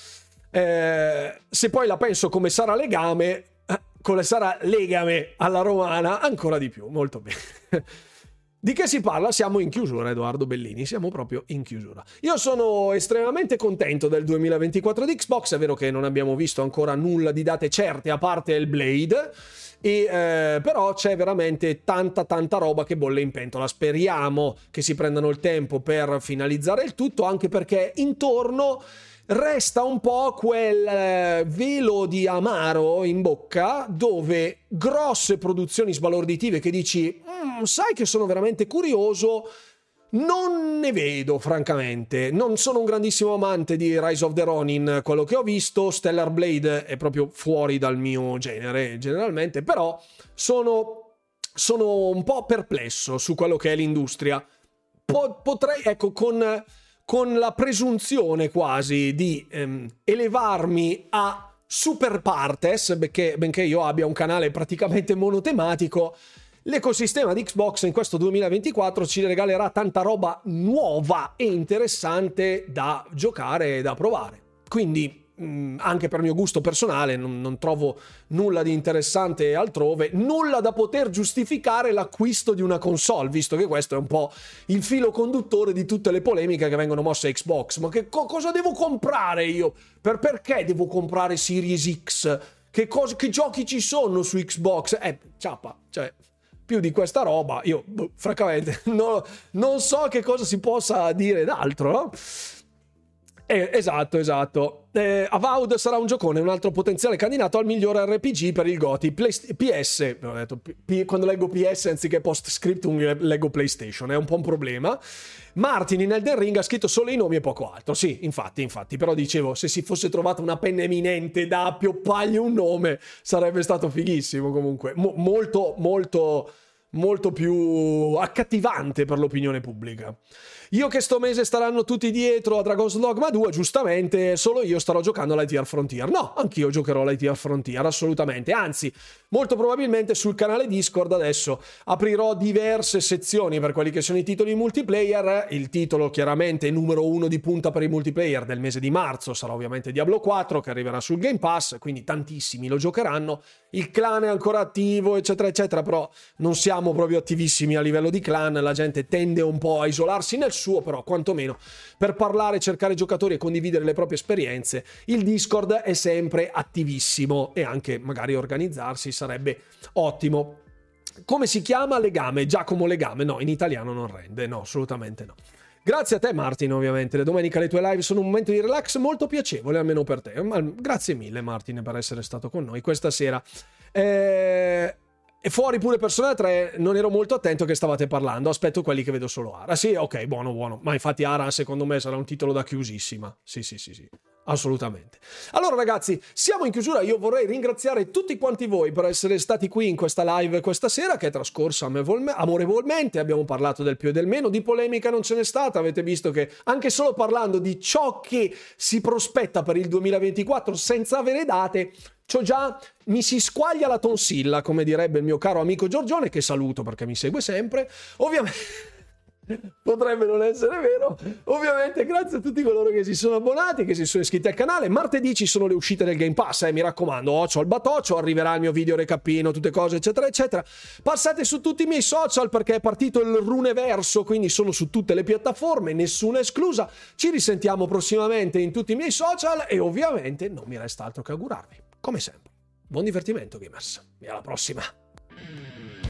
Eh, se poi la penso come Sara Legame, eh, come Sara Legame alla romana, ancora di più, molto bene. Di che si parla? Siamo in chiusura, Edoardo Bellini, siamo proprio in chiusura. Io sono estremamente contento del duemilaventiquattro di Xbox, è vero che non abbiamo visto ancora nulla di date certe a parte il Blade, e eh, però c'è veramente tanta tanta roba che bolle in pentola. Speriamo che si prendano il tempo per finalizzare il tutto, anche perché intorno resta un po' quel eh, velo di amaro in bocca, dove grosse produzioni sbalorditive che dici mm, sai che sono veramente curioso, non ne vedo francamente. Non sono un grandissimo amante di Rise of the Ronin, quello che ho visto. Stellar Blade è proprio fuori dal mio genere generalmente, però sono, sono un po' perplesso su quello che è l'industria. Po- potrei, ecco, con, con la presunzione quasi di ehm, elevarmi a super partes, benché, benché io abbia un canale praticamente monotematico, l'ecosistema di Xbox in questo duemilaventiquattro ci regalerà tanta roba nuova e interessante da giocare e da provare. Quindi, mh, anche per mio gusto personale, non, non trovo nulla di interessante altrove, nulla da poter giustificare l'acquisto di una console, visto che questo è un po' il filo conduttore di tutte le polemiche che vengono mosse a Xbox. Ma che co- cosa devo comprare io? Per perché devo comprare Series X? Che, cos- che giochi ci sono su Xbox? Eh, ciapa, cioè... più di questa roba, io boh, francamente no, non so che cosa si possa dire d'altro, no? Eh, esatto, esatto. Eh, Avowed sarà un giocone, un altro potenziale candidato al miglior R P G per il GOTY. Play- P S, ho detto, P- quando leggo P S anziché post-scriptum leggo PlayStation, è un po' un problema. Martin in Elden Ring ha scritto solo i nomi e poco altro. Sì, infatti, infatti, però dicevo, se si fosse trovata una penna eminente da appioppargli un nome, sarebbe stato fighissimo comunque. Mo- molto, molto... molto più accattivante per l'opinione pubblica. Io che sto mese staranno tutti dietro a Dragon's Dogma due, giustamente solo io starò giocando all'I T R Frontier. No, anch'io giocherò all'I T R Frontier, assolutamente. Anzi, molto probabilmente sul canale Discord adesso aprirò diverse sezioni per quelli che sono i titoli multiplayer. Il titolo chiaramente numero uno di punta per i multiplayer del mese di marzo sarà ovviamente Diablo quattro, che arriverà sul Game Pass, quindi tantissimi lo giocheranno. Il clan è ancora attivo, eccetera, eccetera, però non siamo proprio attivissimi a livello di clan, la gente tende un po' a isolarsi nel suo, però quantomeno per parlare, cercare giocatori e condividere le proprie esperienze, il Discord è sempre attivissimo e anche magari organizzarsi sarebbe ottimo. Come si chiama? Legame, Giacomo Legame, no, in italiano non rende, no, assolutamente no. Grazie a te Martin, ovviamente, le domeniche le tue live sono un momento di relax molto piacevole, almeno per te. Grazie mille Martin per essere stato con noi questa sera. Eh... E fuori pure Persona tre, non ero molto attento che stavate parlando, aspetto quelli che vedo solo Ara. Sì, ok, buono, buono. Ma infatti Ara secondo me sarà un titolo da chiusissima. Sì, sì, sì, sì. Assolutamente. Allora ragazzi, siamo in chiusura. Io vorrei ringraziare tutti quanti voi per essere stati qui in questa live questa sera, che è trascorsa amorevolmente. Abbiamo parlato del più e del meno, di polemica non ce n'è stata. Avete visto che anche solo parlando di ciò che si prospetta per il duemilaventiquattro senza avere date, c'ho già, mi si squaglia la tonsilla, come direbbe il mio caro amico Giorgione, che saluto perché mi segue sempre. Ovviamente potrebbe non essere vero. Ovviamente grazie a tutti coloro che si sono abbonati, che si sono iscritti al canale. Martedì ci sono le uscite del Game Pass, eh, mi raccomando, Ocio al Batoccio, arriverà il mio video recapino, tutte cose eccetera eccetera. Passate su tutti i miei social perché è partito il Runeverso, quindi sono su tutte le piattaforme, nessuna esclusa. Ci risentiamo prossimamente in tutti i miei social e ovviamente non mi resta altro che augurarvi, come sempre, buon divertimento gamers e alla prossima.